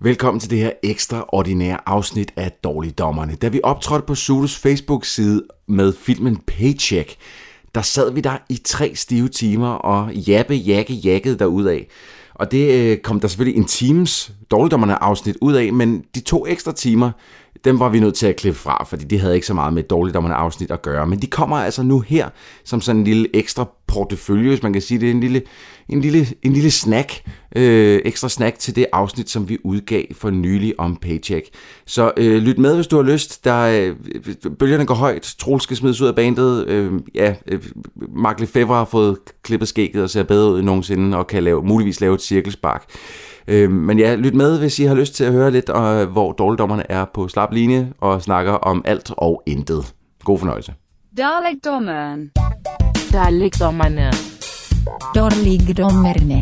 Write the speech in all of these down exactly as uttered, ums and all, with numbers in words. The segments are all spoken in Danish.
Velkommen til det her ekstraordinære afsnit af Dårligdommerne. Da vi optrådte på Zulus Facebook-side med filmen Paycheck, der sad vi der i tre stive timer og jabbe, jakke, jakkede derudad. Og det øh, kom der selvfølgelig en times Dårligdommerne afsnit ud af, men de to ekstra timer, dem var vi nødt til at klippe fra, fordi de havde ikke så meget med Dårligdommerne afsnit at gøre. Men de kommer altså nu her som sådan en lille ekstra portefølje, hvis man kan sige det. En lille, en lille, en lille snack, øh, ekstra snack til det afsnit, som vi udgav for nylig om Paycheck. Så øh, lyt med, hvis du har lyst. Der, øh, bølgerne går højt. Troels skal smides ud af bandet. Øh, ja, øh, Mark Lefebvre har fået klippet skægget og ser bedre ud end nogensinde og kan lave, muligvis lave et cirkelspark. Øh, men ja, lyt med, hvis I har lyst til at høre lidt, og, hvor Dårligdommerne er på slap linje og snakker om alt og intet. God fornøjelse. Dårligdommerne. Dårligdommerne. Dårligdommerne.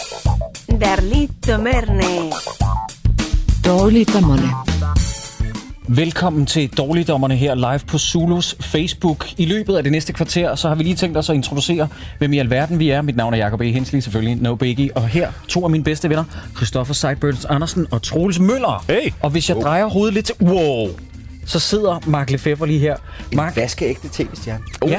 Dårligdommerne. Dårligdommerne. Velkommen til Dårligdommerne her live på Zulus Facebook. I løbet af det næste kvarter, så har vi lige tænkt os at introducere, hvem i alverden vi er. Mit navn er Jacob E. Hensley, selvfølgelig, no biggie. Og her to af mine bedste venner, Christoffer Sideburns Andersen og Troels Møller. Hey. Og hvis jeg drejer hovedet lidt til... Wow! Så sidder Mark Lefebvre lige her. Mark, vaskeægte tv-stjerne. Ja.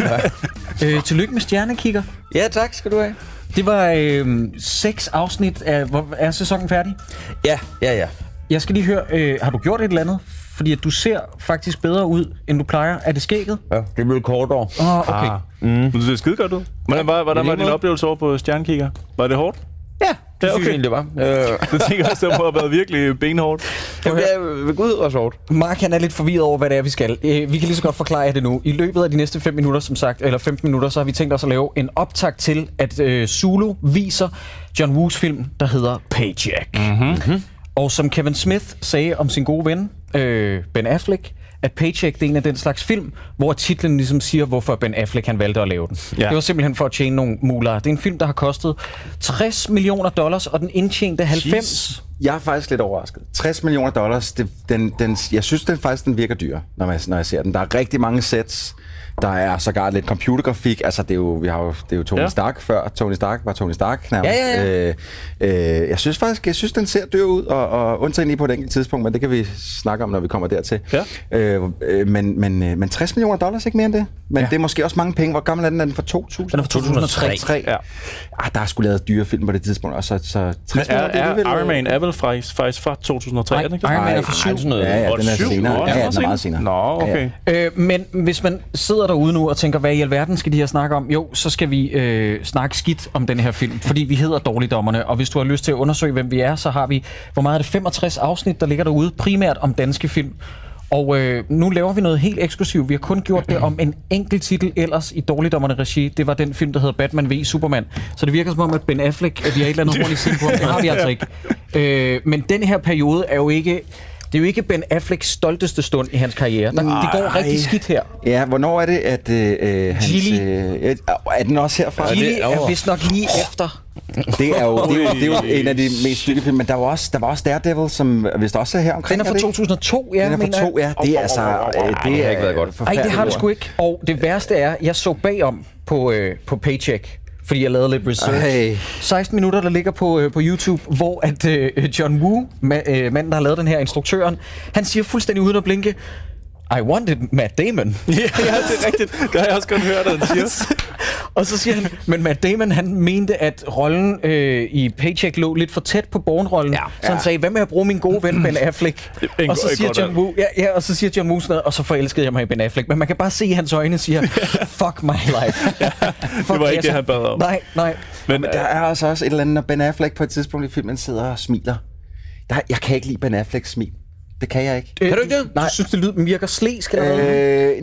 øh, tillykke med stjernekigger. Ja, tak skal du have. Det var øh, seks afsnit af... Hvor er sæsonen færdig? Ja, ja, ja. Jeg skal lige høre, øh, har du gjort et eller andet? Fordi at du ser faktisk bedre ud, end du plejer. Er det skægget? Ja, det er blevet kortere. Åh, oh, okay. Ah. Mm. Men du ser skide godt ud. Hvordan var, hvordan var din oplevelse over på Stjernekigger? Var det hårdt? Ja, det ja, synes okay. jeg egentlig, det var. Øh. Du tænker også, det har været virkelig benhårdt. Jamen, det er ved Gud og sjovt. Mark, han er lidt forvirret over, hvad det er, vi skal. Vi kan lige så godt forklare jer det nu. I løbet af de næste fem minutter, som sagt, eller femten minutter, så har vi tænkt os at lave en optakt til, at øh, Zulu viser John Woos film, der hedder Paycheck. Mm-hmm. Mm-hmm. Og som Kevin Smith sagde om sin gode ven, øh, Ben Affleck, at Paycheck, det er en af den slags film, hvor titlen ligesom siger, hvorfor Ben Affleck han valgte at lave den. Ja. Det var simpelthen for at tjene nogle muler. Det er en film, der har kostet tres millioner dollars, og den indtjente halvfems. Jesus. Jeg er faktisk lidt overrasket. tres millioner dollars, det, den, den, jeg synes den faktisk den virker dyr, når jeg, når jeg ser den. Der er rigtig mange sets. Der er sågar lidt computergrafik. Altså, det er jo, vi har jo, det er jo Tony ja. Stark før. Tony Stark var Tony Stark nærmest. Ja, ja, ja. Øh, øh, jeg synes faktisk, jeg synes, den ser dyr ud, og, og undtagen lige på et enkelt tidspunkt, men det kan vi snakke om, når vi kommer dertil. Ja. Øh, øh, men, men, men tres millioner dollars, ikke mere end det? Men ja. Det er måske også mange penge. Hvor gammel er den? Er den fra to tusind? Den er fra to tusind og tre. Ja. Ah, der er sgu lavet dyre film på det tidspunkt, og så, så tres men er, millioner, er, er Iron Man er vel faktisk fra to tusind og tre? Nej, er den ikke? Iron Man er fra syv. Ja, ja, den er senere. Ja, ja, den er meget senere. Nå, okay. Ja, ja. Øh, men hvis man sidder derude nu og tænker, hvad i alverden skal de her snakke om? Jo, så skal vi øh, snakke skidt om den her film, fordi vi hedder Dårligdommerne, og hvis du har lyst til at undersøge, hvem vi er, så har vi, hvor meget er det, femogtres afsnit, der ligger derude, primært om danske film. Og øh, nu laver vi noget helt eksklusivt. Vi har kun gjort det om en enkelt titel ellers i Dårligdommerne regi. Det var den film, der hedder Batman v Superman. Så det virker som om, at Ben Affleck, at vi har et eller andet hurtigt siden på. Det har vi altså ikke. Øh, men den her periode er jo ikke... Det er jo ikke Ben Afflecks stolteste stund i hans karriere. Det går rigtig skidt her. Ja, hvornår er det, at øh, hans... Gilly. Øh, er den også herfra? Gilly er vist nok lige efter. Det er jo, det er jo, det er jo en af de mest stygge film, men der var også, der var også Daredevil, som vist også er her omkring. Den er fra to tusind og to, ja. Den er fra to, ja. Det er altså... Det, det har ikke været godt. Nej, det har det sgu ikke. Og det værste er, jeg så bagom på, øh, på Paycheck, fordi jeg lavede lidt research. Ej. seksten minutter, der ligger på, øh, på YouTube, hvor at øh, John Woo, ma- øh, manden, der har lavet den her, instruktøren, han siger fuldstændig uden at blinke, I wanted Matt Damon. Ja, ja, det er rigtigt. Det har jeg også godt hørt, at han siger. Og så siger han, men Matt Damon, han mente, at rollen øh, i Paycheck lå lidt for tæt på Bourne-rollen. Ja, så han ja. sagde, hvad med at bruge min gode ven Ben Affleck? En, og så siger John Woo, ja, ja, og så siger John Woo sådan noget, og så forelskede jeg mig i Ben Affleck. Men man kan bare se i hans øjne, siger, fuck my life. Ja, fuck det var ikke det, han bad om. Nej, nej. Men, men der er altså også et eller andet, når Ben Affleck på et tidspunkt i filmen sidder og smiler. Der, jeg kan ikke lide Ben Afflecks smil. Det kan jeg ikke. Øh, kan du ikke det? Nej. Du synes, det lyder, virker slæsk eller hvad? Øh,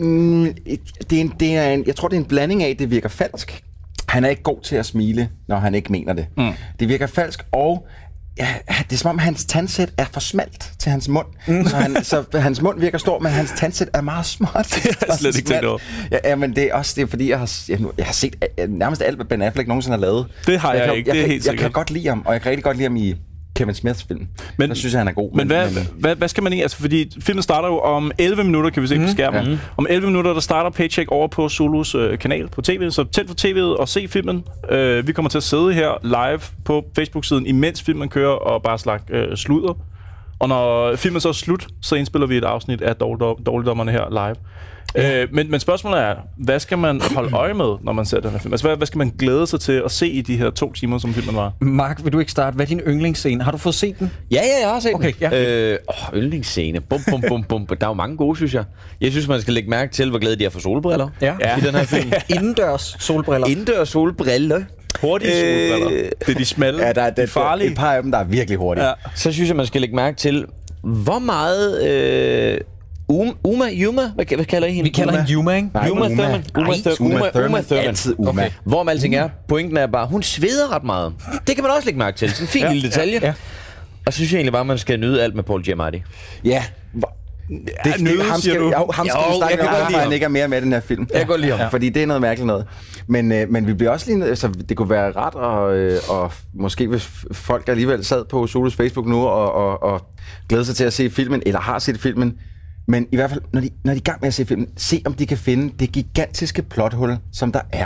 det er en, det er en, jeg tror, det er en blanding af, at det virker falsk. Han er ikke god til at smile, når han ikke mener det. Mm. Det virker falsk, og ja, det er som om, hans tandsæt er for smalt til hans mund. Mm. Så, han, så hans mund virker stor, men hans tandsæt er meget småt. Det har jeg slet ikke tænkt over. Ja, ja, men det er også det er, fordi, jeg har, jeg, jeg har set nærmest alt, hvad Ben Affleck nogensinde har lavet. Det har jeg, jeg kan, ikke, det er jeg, helt jeg, sikkert. Jeg kan godt lide ham, og jeg kan rigtig godt lide ham i Kevin Smiths film. Men, der synes jeg, han er god. Men, men, hvad, men hvad, hvad skal man egentlig... Altså, fordi filmen starter jo om elleve minutter, kan vi se mm, på skærmen. Ja. Om elleve minutter, der starter Paycheck over på Zulus øh, kanal på tv. Så tænd for tv'et og se filmen. Øh, vi kommer til at sidde her live på Facebook-siden, imens filmen kører, og bare slakke øh, sludder. Og når filmen så er slut, så indspiller vi et afsnit af Dårligdommerne her live. Ja. Øh, men, men spørgsmålet er, hvad skal man holde øje med, når man ser den her film? Altså, hvad, hvad skal man glæde sig til at se i de her to timer, som filmen var? Mark, vil du ikke starte? Hvad er din yndlingsscene? Har du fået set den? Ja, ja, jeg har set Okay, den. ja. Øh, åh, yndlingsscene. Bum, bum, bum, bum. Der er jo mange gode, synes jeg. Jeg synes, man skal lægge mærke til, hvor glade de er for solbriller Ja. i den her film. Indendørs solbriller. Indendørs solbriller. Hurtige solbriller. Det er de smalle, Ja, der er, der, de farlige. et par af dem, der er virkelig hurtige. Ja. Så synes jeg, man skal lægge mærke til, hvor meget... Øh, Um, Uma, Yuma, hvad, hvad kalder I hende? Vi kalder hende Yuma, ikke? Nej, Yuma Uma. Thurman. Uma, Nej, Thur- Uma Uma, Thurman. Uma Thurman. Altid Uma. Okay. Hvorom alting er, pointen er bare, hun sveder ret meget. Det kan man også lægge mærke til. Sådan en fin ja, lille detalje. ja. Og så synes jeg egentlig bare, man skal nyde alt med Paul Giamatti. Ja. Hvor- Det, det, nyde, ham siger skal, du? jo, ham skal Jo, vi snakke jeg kan om, godt hvorfor lide han ham. ikke er mere med i den her film. Jeg kan godt lide ham. Fordi det er noget mærkeligt noget. Men, øh, men vi bliver også lige... Altså, det kunne være ret, og, øh, og måske hvis folk alligevel sad på Solus Facebook nu og, og, og glæder sig til at se filmen, eller har set filmen, men i hvert fald, når de, når de er i gang med at se filmen, se om de kan finde det gigantiske plothul, som der er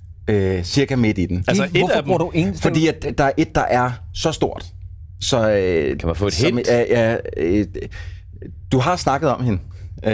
øh, cirka midt i den. Altså, et Hvorfor af dem. bruger du ingen? Fordi at der er et, der er så stort. Så, øh, Kan man få et som, hint? Ja, ja, øh, du har snakket om hende.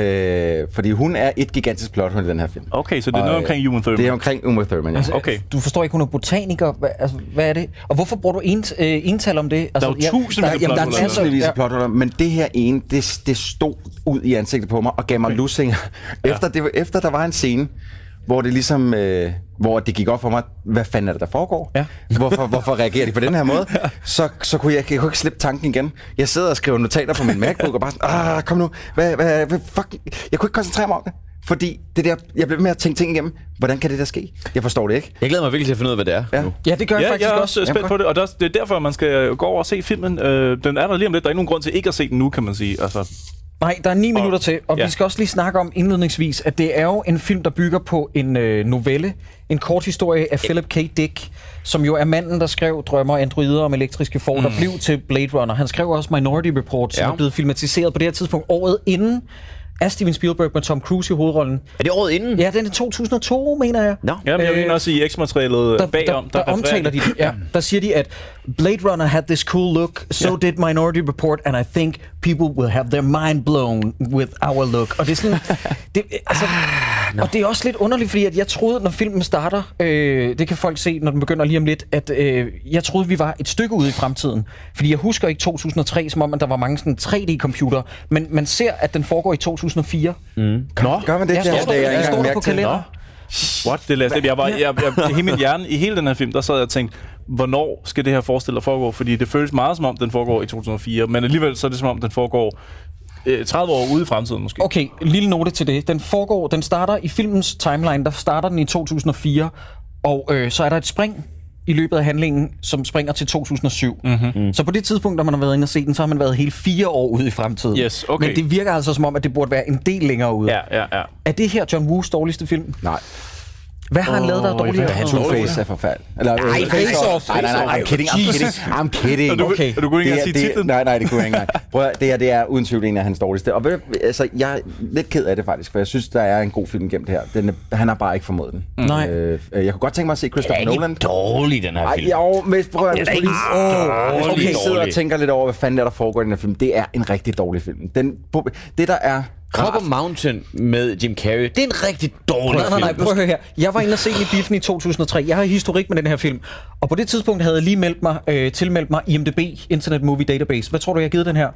Øh, fordi hun er et gigantisk plothul i den her film. Okay, så det er Og, noget øh, omkring Uma Thurman. Det er omkring Uma Thurman, ja. Okay. Du forstår ikke, hun er botaniker. Hvad, altså, hvad er det? Og hvorfor bruger du en, øh, ental om det? Altså, Der er jo tusindvis af Jamen, der er plothuller. tusindvis af Ja. plothuller, men det her ene, det, det stod ud i ansigtet på mig og gav mig lussinger. Efter, det, efter der var en scene, hvor det ligesom, øh, hvor det gik op for mig, hvad fanden er det, der foregår? Ja. Hvorfor, hvorfor reagerer de på den her måde? Så, så kunne jeg, jeg kunne ikke slippe tanken igen. Jeg sidder og skriver notater på min MacBook og bare sådan, ah, kom nu, hvad, hvad, hvad, fuck. Jeg kunne ikke koncentrere mig om det. Fordi det der, jeg blev med at tænke ting igennem. Hvordan kan det der ske? Jeg forstår det ikke. Jeg glæder mig virkelig til at finde ud af, hvad det er. Ja. Nu. Ja, det gør jeg Ja, faktisk jeg er også. også spændt Jamen, på det, og det er, også, det er derfor, man skal gå over og se filmen. Øh, den er der lige om lidt. Der er ikke nogen grund til ikke at se den nu, kan man sige. Altså, Nej, der er ni minutter til, og ja. vi skal også lige snakke om indledningsvis, at det er jo en film, der bygger på en øh, novelle, en kort historie af Philip K. Dick, som jo er manden, der skrev Drømmer og androider om elektriske får, der blev til Blade Runner. Han skrev også Minority Report, som Ja. er blevet filmatiseret på det her tidspunkt året inden af Steven Spielberg med Tom Cruise i hovedrollen. Er det året inden? Ja, den er to tusind og to, mener jeg. Nå. ja, men jeg mener også i X-materialet der, bagom, der, der, der omtaler de det. Ja, der siger de, at Blade Runner had this cool look, so Ja. did Minority Report, and I think people will have their mind blown with our look. Og det er sådan, det, altså, no. Og det er også lidt underligt, fordi at jeg troede, når filmen starter, øh, det kan folk se, når den begynder lige om lidt, at øh, jeg troede, vi var et stykke ude i fremtiden. Fordi jeg husker ikke to tusind og tre, som om, at der var mange sådan tre D-computer, men man ser, at den foregår i to tusind og fire. Nå, Gør man det? Ja, står det, der- det er jeg det ikke står engang der på mærke til. kalenderen. what? Det læste jeg. Jeg var, jeg, jeg, jeg, hele min hjerne, i hele den her film, der sad jeg og tænkte, hvornår skal det her forestille at foregå? Fordi det føles meget som om, den foregår i to tusind og fire, men alligevel så er det som om, den foregår øh, tredive år ude i fremtiden måske. Okay, lille note til det. Den foregår, den starter i filmens timeline, der starter den i to tusind og fire, og øh, så er der et spring i løbet af handlingen, som springer til to tusind og syv. Mm-hmm. Så på det tidspunkt, når man har været inde og se den, så har man været hele fire år ude i fremtiden. Yes, okay. Men det virker altså som om, at det burde være en del længere ude. Ja, ja, ja. Er det her John Woos dårligste film? Nej. Hvad har han lavet, der er dårligere? hvad- Two-Face er forfærd. Eller, Nej, Face-Off. Nej, nej, nej, I'm kidding, I'm kidding. I'm kidding. Og du, Okay. og du kunne ikke engang sige det, titlen? Nej, nej, det kunne jeg ikke engang. Prøv at, det her, det er uden tvivl en af hans dårligste. Og ved, du, altså, jeg er lidt ked af det faktisk, for jeg synes, der er en god film gennem det her. Den er, han har bare ikke formået den. Mm. Nej. Øh, jeg kunne godt tænke mig at se Christopher Nolan. dårlig, den her Ej, film. jo, men prøv at Den er hvis du ikke lige, dårlig, okay, sidder og dårlig. tænker lidt over, hvad fanden er der foregår i den her film. Det er en rigtig dårlig film. Den, det, der er Copper Mountain med Jim Carrey, det er en rigtig dårlig Nej, nej, nej, film. prøv at høre her. Jeg var inde og se den i biffen i to tusind og tre. Jeg har historik med den her film. Og på det tidspunkt havde jeg lige meldt mig, øh, tilmeldt mig I M D B, Internet Movie Database. Hvad tror du, jeg har givet den her?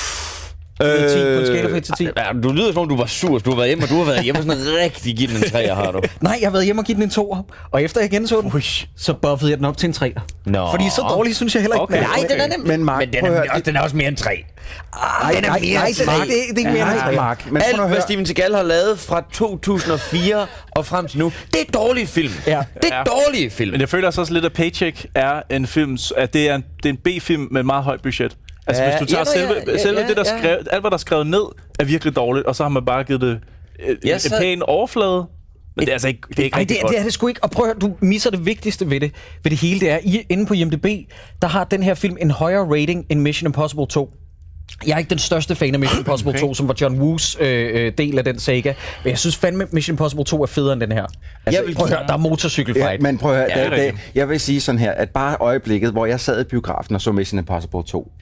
Øh, ti, på en skala fra et til ti. Ja, du lyder som om, du var sur. Du har været hjemme, og du har været hjemme sådan rigtig givet den en træer, har du. Nej, jeg har været hjemme og givet den en toer. Og efter jeg genså den, så buffede jeg den op til en treer. Nå. Fordi så dårlig synes jeg heller ikke, Okay. den er. Nej, den er nem. Men Mark, Men den prøv at er, høre, også, den er også mere end tre. Nej, den er nej, mere nej, end det er tre. Det, det er ikke mere end Nej, tre. Mark. Men Alt, prøv at hvad høre. Steven Seagal har lavet fra to tusind og fire og frem til nu, det er dårlige film. Ja. Det er Ja. dårlige film. Men jeg føler altså også lidt, at Paycheck er en film, at det er en, det er en B-film med et meget højt budget. Altså Ja, hvis du tager ja, selve, ja, ja, selve ja, det, der ja. skrev, alt hvad der er skrevet ned, er virkelig dårligt, og så har man bare givet det et, Jeg et sad- pæn overflade. Men det er altså ikke, det er ikke Ej, rigtig det, godt. det er det sgu ikke. Og prøv at høre, du misser det vigtigste ved det, ved det hele. Det er, I, inde på I M D B, der har den her film en højere rating end Mission Impossible to. Jeg er ikke den største fan af Mission Impossible okay. to, som var John Woos øh, øh, del af den saga. Men jeg synes fandme, Mission Impossible to er federe end den her. Altså, vil prøv at høre, der er motorcykelfight. Ja, men prøv at høre, Ja, det er det, det, rigtigt. jeg vil sige sådan her, at bare øjeblikket, hvor jeg sad i biografen og så Mission Impossible to,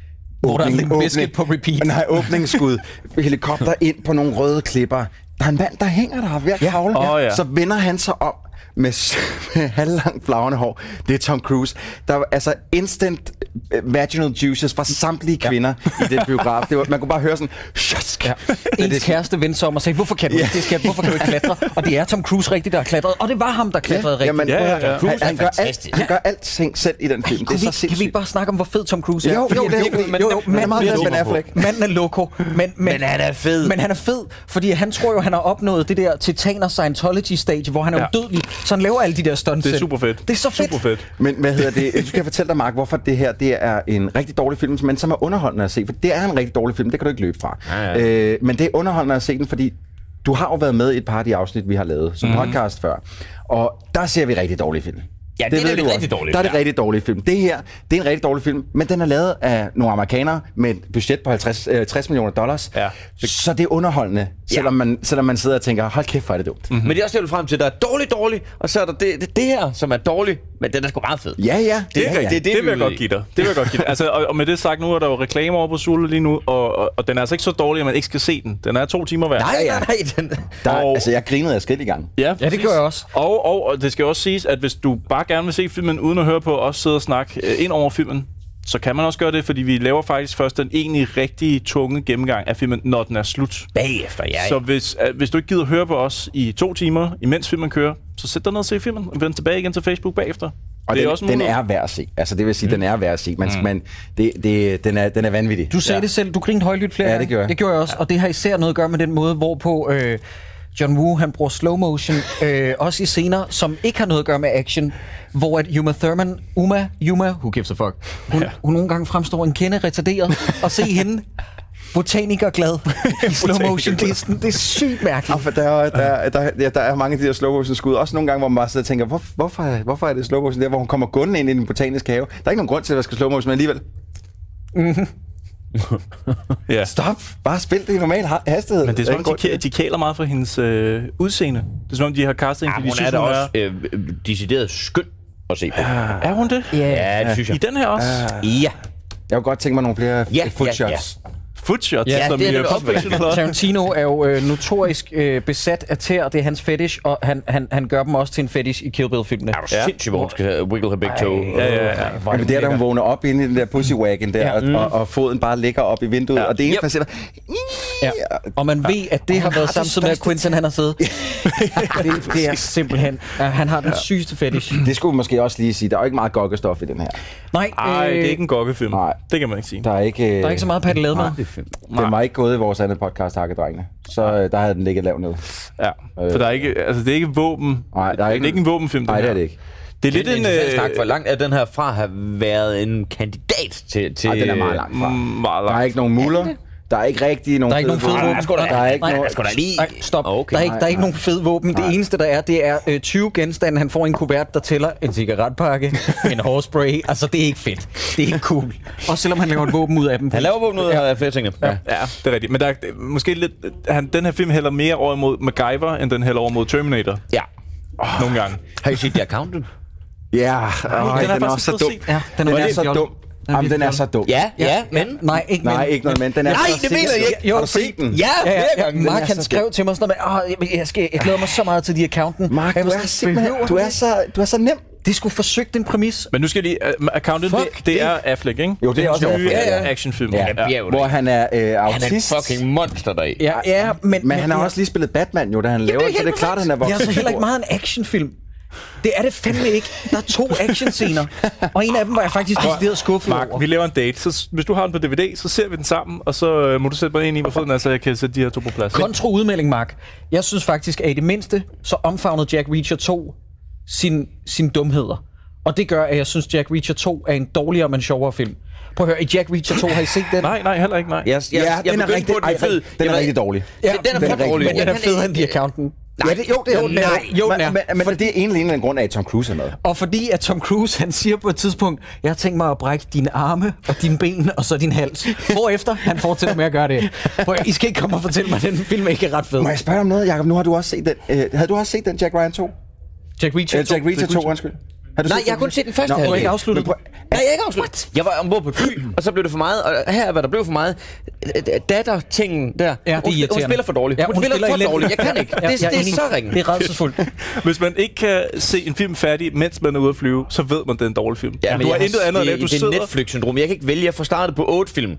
Hvor der er åbning, Limp Bizkit på repeat. Nej, åbningsskud. Helikopter ind på nogle røde klipper. Der er en mand, der hænger der ved at kravle. Åh, ja. Så vender han sig om med, med halvlangt flagrende hår. Det er Tom Cruise. Der var altså instant vaginal juices fra samtlige kvinder ja. i den biograf. Det var, man kunne bare høre sådan... Ja. Ens det, kæreste vendte sig om og sagde, hvorfor kan du ikke det, skat? Hvorfor kan du ikke klatre? Og det er Tom Cruise rigtigt, der har klatret. Og det var ham, der klatrede ja, rigtigt. Jamen, ja, ja, ja. Han, han, gør alt, han gør alting selv i den film. Ej, det er så vi, sindssygt. kan vi ikke bare snakke om, hvor fed Tom Cruise er? Jo, jo, det er virkelig, jo, jo, jo, manden, meget er Ben Affleck. Manden er loco. Men, men, Men han er fed. Men han er fed, fordi han tror jo, han har opnået det der Titaner Scientology-stage, hvor han er Ja. udødelig, så han laver alle de der stunts. Det er selv. super fedt. Det er så fedt. Super fedt. Men hvad hedder det? Du skal fortælle dig, Mark, hvorfor det her det er en rigtig dårlig film, men som er underholdende at se. For det er en rigtig dårlig film, det kan du ikke løbe fra. Ja, ja. Øh, men det er underholdende at se den, fordi du har jo været med i et par af de afsnit, vi har lavet som mm. podcast før. Og der ser vi rigtig dårlige film. Ja, det er ved det du rigtig også. dårlige Der er det film. rigtig dårlige film. Det her, det er en rigtig dårlig film, men den er lavet af nogle amerikanere med et budget på halvtreds, øh, tres millioner dollars. Ja. Så det er underholdende, selvom, man, selvom man sidder og tænker, hold kæft, hvor er det dumt. Mm-hmm. Men det er også det, frem til, der er dårligt, dårligt, og så er der det, det, det her, som er dårligt, men den er sgu meget fed. Ja, ja. Det, ja, ja, ja. det, det, det vil jeg godt give dig. Det vil jeg godt give dig. Altså, og, og med det sagt, nu er der jo reklamer over på Zulu lige nu, og, og, og den er altså ikke så dårlig, at man ikke skal se den. Den er to timer hver. Nej, Ja, ja. nej, nej. Den, Der, er- Og- altså, jeg grinede af skridt i gang. Ja, Ja, det gør jeg også. Og, og, og det skal også siges, at hvis du bare gerne vil se filmen uden at høre på os sidde og snakke øh, ind over filmen, så kan man også gøre det, fordi vi laver faktisk først den egentlig rigtig tunge gennemgang af filmen, når den er slut. bagefter, ja. Så hvis, øh, hvis du ikke gider høre på os i to timer, imens filmen kører, så sæt dig ned og se filmen, og vend tilbage igen til Facebook bagefter. Og det den, er også den muligt. er værd at se. Altså, det vil sige, mm. den er værd at se. Man, mm. man, det, det, den, er, den er vanvittig. Du sagde Ja. det selv, du grinede højlydt flere Ja, gange. det gjorde jeg. Det gjorde jeg også, og det har især noget at gøre med den måde, hvorpå øh, John Woo, han bruger slow motion, øh, også i scener, som ikke har noget at gøre med action, hvor at Uma Thurman, Uma, Uma, who gives a fuck, hun, ja. hun nogle gange fremstår en kende retarderet, og se hende, botanikerglad i slow motion. Det er, sådan, det er sygt mærkeligt. Ja, for der, er- der, er- der, der, der er mange af de der slow motion skud. Også nogle gange, hvor man bare sidder og tænker, hvor, hvorfor, er- hvorfor er det slow motion der, hvor hun kommer gående ind i den botaniske have? Der er ikke nogen grund til, at der skal slow motion, men alligevel. Ja. Stop! Bare spil det i normal ha- hastighed. Men det er Der som ingen om, grund de, til ka- de kæler meget for hendes øh, udseende. Det er som om, de har castet hende, Ja, fordi hun de er synes, da hun også øh, decideret skøn at se på. Er hun det? Ja, det synes I jeg. den her også? Ja. Jeg kunne godt tænke mig nogle flere Ja, footshots. ja, Footshots, Ja, som det er i det uh, også Pulp Fiction, eller hvad? Tarantino er jo øh, notorisk øh, besat af tæer, det er hans fetish, og han, han, han gør dem også til en fetish i Kill Bill-filmene. Er du sindssygt, hvor hun skal wiggle her big toe? Ja, ja, ja. Ja, men det er, da hun vågner op inde i den der pussy wagon der, Ja. ja. og, og, og foden bare ligger op i vinduet, Ja. og det eneste, Yep. man siger, Ja. Og man ved, at det har været samtidig med, at Quentin han har siddet. det, det er simpelthen... Ja, han har den sygeste fetish. det skulle vi måske også lige sige, der er jo ikke meget gokkestof i den her. Nej, Ej, øh, det er ikke en gokkefilm. Nej. Det kan man ikke sige. Der er ikke, der er ikke så meget Patte Lademad. Den var ikke gået i vores andet podcast, Hakkedrengene. Så øh, der havde den ligget lavt ned. Ja, for der er ikke, altså det er ikke våben. Nej, der er ikke- det er ikke en våbenfilm, Nej, den det er her. det ikke. Det er Lidt lidt en en... interessant øh, snak. Hvor langt er den her fra at have været en kandidat til... til Ej, den er meget langt fra. mm, meget Der er langt. ikke nogen muller. Der er ikke rigtig nogen Der er ikke nogen fede våben. våben. sgu da- Der er ikke Nej, nogen... Jeg skal da lige... Nej, stop. Okay. Okay, der er ikke, der er ikke nogen fed våben. Det eneste, der er, det er øh, tyve genstande. Han får en kuvert, der tæller en cigaretpakke, en hårspray. Altså, det er ikke fedt. Det er ikke cool. Også selvom han laver et våben ud af dem. Han laver våben ud af flere tingene. Ja. Ja, det er rigtigt. Men der er det er måske lidt... Han, den her film hælder mere over mod MacGyver, end den hælder over mod Terminator. Ja. Nogle gange. Har I set The Accountant? Ja, Nej, den, den den er er faktisk også så ikke dum. Ja, den er, Den er virkelig så fjollet. dum. Jamen, den er så dum. Ja, ja, men... Nej, ikke Nej, men. ikke noget, men den er Nej, så det mener jeg ikke. Jo, Har du set den? Ja, Ja, ja, flere ja. gange. Mark, er han så skrev til mig sådan noget med, Åh, jeg, jeg, skal, jeg glæder mig så meget til The Accountant. Mark, Jeg du var er sådan, simpelthen... behøver Du han er så, du er så nem. Det er sgu forsøgt en præmis. Men nu skal jeg lige... Uh, Accountant, Fuck det, det er Affleck, ikke? Jo, det er også Nye Affleck, ja. actionfilm. Ja, Ja, bjerg, hvor han er øh, Han er autist. en fucking monster deri. Ja, ja, men... Men han har også lige spillet Batman, jo, da han laver det er det, så det er helt klart, at han er Det er vokset. altså heller ikke meget en actionfilm. Det er det fandme ikke. Der er to actionscener, og en af dem var jeg faktisk decideret skuffet Mark, over. vi laver en date. Så hvis du har den på D V D, så ser vi den sammen, og så øh, må du sætte mig ind i, hvor fed den er, så jeg kan sætte de her to på plads. Kontro udmelding, Mark. Jeg synes faktisk, at i det mindste, så omfavnede Jack Reacher to sin, sin dumheder. Og det gør, at jeg synes, Jack Reacher to er en dårligere, men sjovere film. Prøv at høre, i Jack Reacher to, har I set den? Nej, nej, heller ikke, nej. Jeg, jeg, Ja, jeg den er begyndte rigtig, på, den er fed. den er Jeg- rigtig dårlig. Ja, den er den er for rigtig dårlig. Men den er Jeg kan federe ikke- end The Accountant. Ja, det, jo, det er Jo, den er. Jo, den er. Men, men, men det er en eller anden grund af, at Tom Cruise er med. Og fordi at Tom Cruise, han siger på et tidspunkt, jeg har tænkt mig at brække dine arme og dine ben og så din hals. Hvorefter han fortsætter med at gøre det. Prøv, I skal ikke komme og fortælle mig, at den film ikke er ret fed. Må jeg spørge om noget, Jacob? Nu har du også set den. Øh, havde du også set den Jack Ryan to? Jack Reacher Eller Jack Reacher to, undskyld. Har du Nej, set jeg har kun set den første Nå, halvdel. Du har ikke afsluttet Men den? prøv- Nej, jeg er ikke afsluttet. Jeg var ombord på et fly, og så blev det for meget. Og her er, hvad der blev for meget. Datter-tingen der. Ja, det er hun, hun irriterende. spiller for dårligt. Ja, hun, hun spiller spiller for elendigt. dårligt. Jeg kan ikke. Ja, Det, jeg er det er enig. så ringe. Det er rædselsfuldt. Hvis man ikke kan se en film færdig, mens man er ude at flyve, så ved man, det er en dårlig film. Ja, du men har jeg intet andet end det, det, du det er sidder... Netflix-syndrom. Jeg kan ikke vælge at få startet på otte film.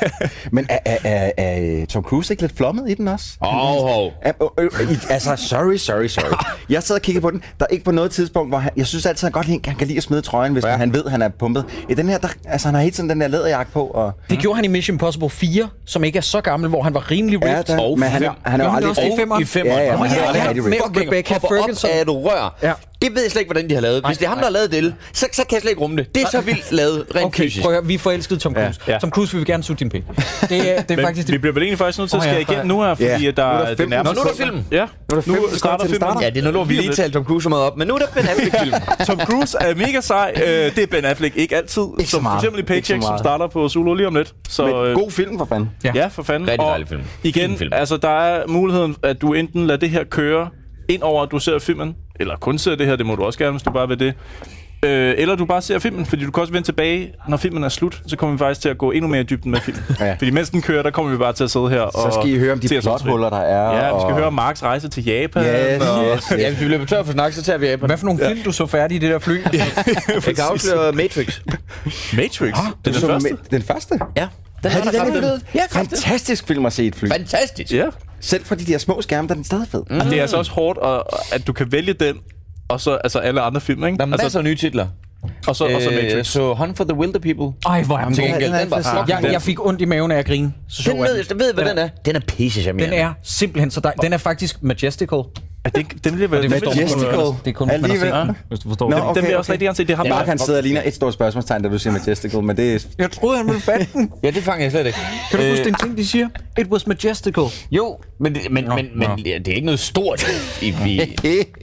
Men er, er, er, er Tom Cruise ikke lidt flommet i den også? Åh, hov. Er- øh, øh, i- Altså, sorry, sorry, sorry. Jeg sad og kiggede på den. Der er ikke på noget tidspunkt, hvor han... Jeg synes altid, han godt lide, han kan lide at smide trøjen, hvis Ja. han ved, han er pumpet. I den her, der, altså, han har hele tiden den der læderjakke på. Og, Det gjorde han i Mission Impossible fire, som ikke er så gammel, hvor han var rimelig ja, ripped. der, Og men han, er- fem. han er jo Gjorde han aldrig... også det i femmeren? I femmeren. Ja, ja, Nå, men han er ja, aldrig ja, rigtig med ripped. Rebecca hopper Ferguson. op af et rør. Ja. Det ved jeg slet ikke, hvordan de har lavet. Hvis det er ham, der har lavet det, så, så kan jeg slet ikke rumme det. Det er så vildt lavet, rent Okay, fysisk. prøv at høre, vi er forelskede Tom Cruise. Ja. Ja. Tom Cruise vil vi gerne suge din pik. Det er, det er Men faktisk vi det. bliver vel egentlig faktisk nødt til at Åh, ja. skære igennem nu her, fordi Ja. yeah. der, Nu er der er fem det nærmest... Nå, nu er der film. Ja, Nu er der fem nu sekunder starter til den filmen. starter. Ja, det er noget lort, vi lige talte Tom Cruise så meget op. Men nu er der Ben Affleck-film. Tom Cruise er mega sej. Øh, det er Ben Affleck ikke altid. Ikke så som for meget. eksempel i Ikke så Paycheck, som meget. starter på Zulu lige om lidt. Så, Men øh, god film, for fanden. Ja. ja, for fanden. Rigtig Og dejlig film. Igen, Fin film. altså der er muligheden, at du enten lader det her køre ind over, at du ser filmen, eller kun ser det her, det må du også gerne, hvis du bare vil det. Øh, eller du bare ser filmen, fordi du kan også vende tilbage, når filmen er slut, så kommer vi faktisk til at gå endnu mere i dybden med filmen. Ja. Fordi mens den kører, der kommer vi bare til at sidde her og... Så skal I høre om de se os plothuller, der er. Ja, vi skal og... høre om Marks rejse til Japan. Yes, og... yes, yes. Ja, hvis vi løber tør for snak, så tager vi Japan. Hvad for nogle film, du så færdig i det der fly? Jeg kan afsløre Matrix. Matrix? Ah, det er den så første? med- Den første? Ja. Den Har de den kraftigt. i flyet? Ja, kraftigt. Fantastisk film at se i et fly. Fantastisk. Ja. Selv for de der små skærme, der er den stadig fed. Mm. Og det er altså også hårdt, at, at du kan vælge den, og så altså alle andre film, ikke? Der er masser altså, af nye titler. og så, og så Øh, Matrix. Så Hunt for the Wilder People. Ej, hvor er han Til god. gengæld, den er den var interessant. fucking Jeg, jeg fik ondt i maven af at grine. Så så Den jeg ved, jeg ved, hvad Ja. den er. Den er pisse charmerende. Den er simpelthen så dejlig. Den er faktisk majestical. Er det, den vil jeg Det forstår man kun, Majestical. Det er kun, hvis man har set Alligevel. den, hvis du forstår Nå, det. Den vil jeg Okay, også rigtig gerne se. Det er ham, Mark, der... han sidder og ligner et stort spørgsmålstegn, da du siger Majestical, men det er... Jeg troede, han ville fatte den. Ja, det fanger jeg slet ikke. Kan du Øh, huske den ting, de siger? It was majestical. Jo, men, det- men, Nå, men, men nå. ja, det er ikke noget stort i... i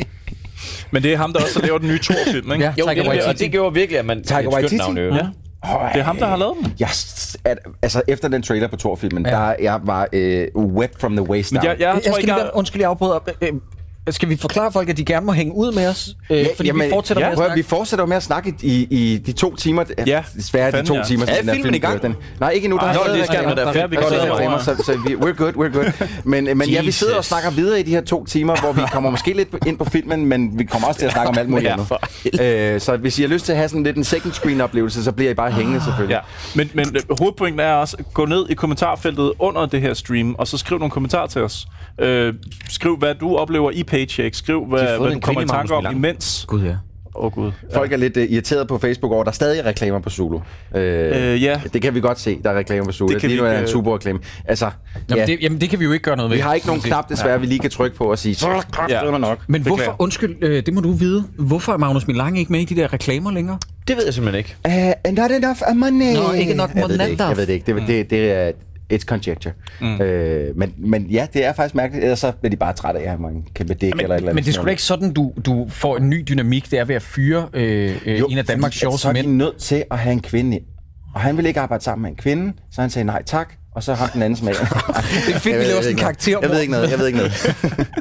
Men det er ham, der også laver den nye Thor-film, ikke? Ja. jo, Taika det, og Waititi. det gjorde virkelig, at man... Taika et skønt Waititi? navn, jo. Ja. Det er ham, der har lavet den. Jeg, at, altså, efter den trailer på Thor-filmen, ja. der jeg var øh, wet from the waist Men down. jeg, jeg, Jeg tror skal ikke, lige jeg... være, undskyld, jeg afbryder. Øh, øh, Skal vi forklare folk, at de gerne må hænge ud med os? Øh, Ja, fordi jamen, vi fortsætter ja, med at Prøv, at- snakke. vi fortsætter jo med at snakke i, i de to timer. Ja, Desværre de fanden, to ja. timer. Er den her filmen film i gang? kører. Den, nej, ikke endnu. Der Ej, er nå, stadig det skal reklamer. den, der er Der er fedt. Vi går stadig videre. reklamer, så, så vi, we're good, we're good. Men, men ja, vi sidder og Jesus. snakker videre i de her to timer, hvor vi kommer måske lidt ind på filmen, men vi kommer også til at snakke om alt muligt Ja, andet. for Øh, så hvis I har lyst til at have sådan lidt en second screen oplevelse, så bliver I bare hængende selvfølgelig. Ja, men, men øh, hovedpointen er også, gå ned i kommentarfeltet under det her stream, og så skriv nogle kommentarer til os. Øh, skriv, hvad du oplever i Paycheck. Skriv, hvad, fået hvad du en kommer i kvindelig tanke om Magnus imens. Gud, ja. Åh, oh, Gud. Folk er lidt uh, irriteret på Facebook over, der er stadig reklamer på Zulu. Øh, Øh, ja. Det kan vi godt se, der er reklamer på Zulu. Det Det kan lige vi nu er ikke, en øh, super reklame. Altså, Jamen, ja, det, jamen, det kan vi jo ikke gøre noget ved. vi har ikke nogen knap desværre, vi lige kan trykke på og sige, så er Ja. der nok. Men Beklager. hvorfor, undskyld, øh, det må du vide. Hvorfor er Magnus Milang ikke med i de der reklamer længere? Det ved jeg simpelthen ikke. Uh, not enough money. Nå, ikke nok Jeg ved det money. ikke. Jeg ved det ikke. Det, det, det er it's conjecture. Mm. Øh, men, men ja, det er faktisk mærkeligt. Ellers så bliver de bare trætte af at have en kæmpe dæk eller et eller andet. Men det er sgu da ikke sådan, du, du får en ny dynamik, det er ved at fyre øh, øh, Jo, en af Danmarks fordi, sjoveste så er de mænd. nødt til at have en kvinde ind. Og han vil ikke arbejde sammen med en kvinde, så han sagde nej tak. Og så har den anden smag. Det er fedt, vi laver sådan en karakter. Jeg ved ikke noget, jeg ved ikke noget.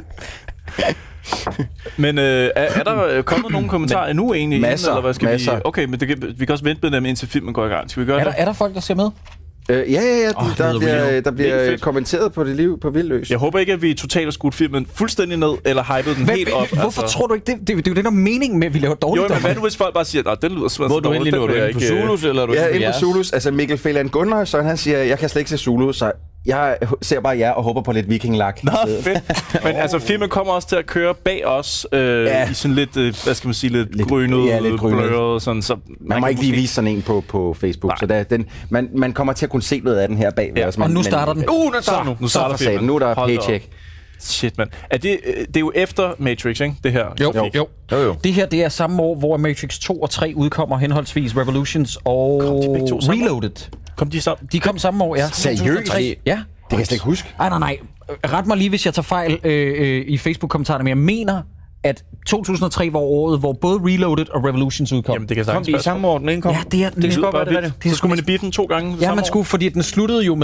Men øh, er, er der øh, kommet nogle kommentarer endnu egentlig? inden, Masser, eller hvad skal masser. vi? Okay, men det kan, vi kan også vente med dem, indtil filmen går i gang. Skal vi gøre Er der, det? er der folk, der ser med? Øh, ja, ja, ja. Åh, Oh, det der, lyder bliver, real. der Mega bliver fedt. kommenteret på det liv på Vildløs. Jeg håber ikke, at vi totalt har skudt filmen fuldstændig ned, eller hypet den Hvad, helt op. hvorfor tror du ikke det? Det, det er jo det, der er meningen med, at vi laver Jo, dårligt. men hvad nu, hvis folk bare siger, at den lyder svært. Hvor er du inde lige nu? Er du inde på Zulus, eller er du Jeg er inde på inde på jeres? Zulus. Altså Mikkel Fæland Gunnarsson, han siger, jeg kan slet ikke se Zulu, så jeg ser bare jer og håber på lidt vikinglak. Nå, fedt. Men altså, filmen kommer også til at køre bag os øh, Ja. i sådan lidt, øh, hvad skal man sige, lidt, Lidt- grønnet, ja, lidt grønnet. bløret, sådan, så Man må kan ikke lige måske- vise sådan en på, på Facebook, Nej. så der, den, man, man kommer til at kunne se noget af den her bag. Ja, os, Og men- nu men- starter den. Uh, nu starter Nu, nu Så starter for satan, filmen. nu er der Hold da op. paycheck. Shit, mand. Er det, øh, det er jo efter Matrix, ikke? Det her. Jo, Sofie? jo. Jo, jo. Det her, det er samme år, hvor Matrix to og tre udkommer, henholdsvis Revolutions og Kom de begge to samme år? Reloaded. Kom de sammen? De kom samme år, ja. Seriøst? to tusind og tre. Ja. Det kan jeg slet ikke huske. Ej, nej, nej. Ret mig lige, hvis jeg tager fejl øh, øh, i Facebook-kommentarerne, men jeg mener, at to tusind og tre var året, hvor både Reloaded og Revolutions udkom. Jamen, det kan Kom sagtens de i passe. samme år, den ene kom? Ja, det er den. Det kan godt være, det er vildt. det. Så skulle man i biffen to gange Ja, samme man år? skulle, fordi den sluttede jo med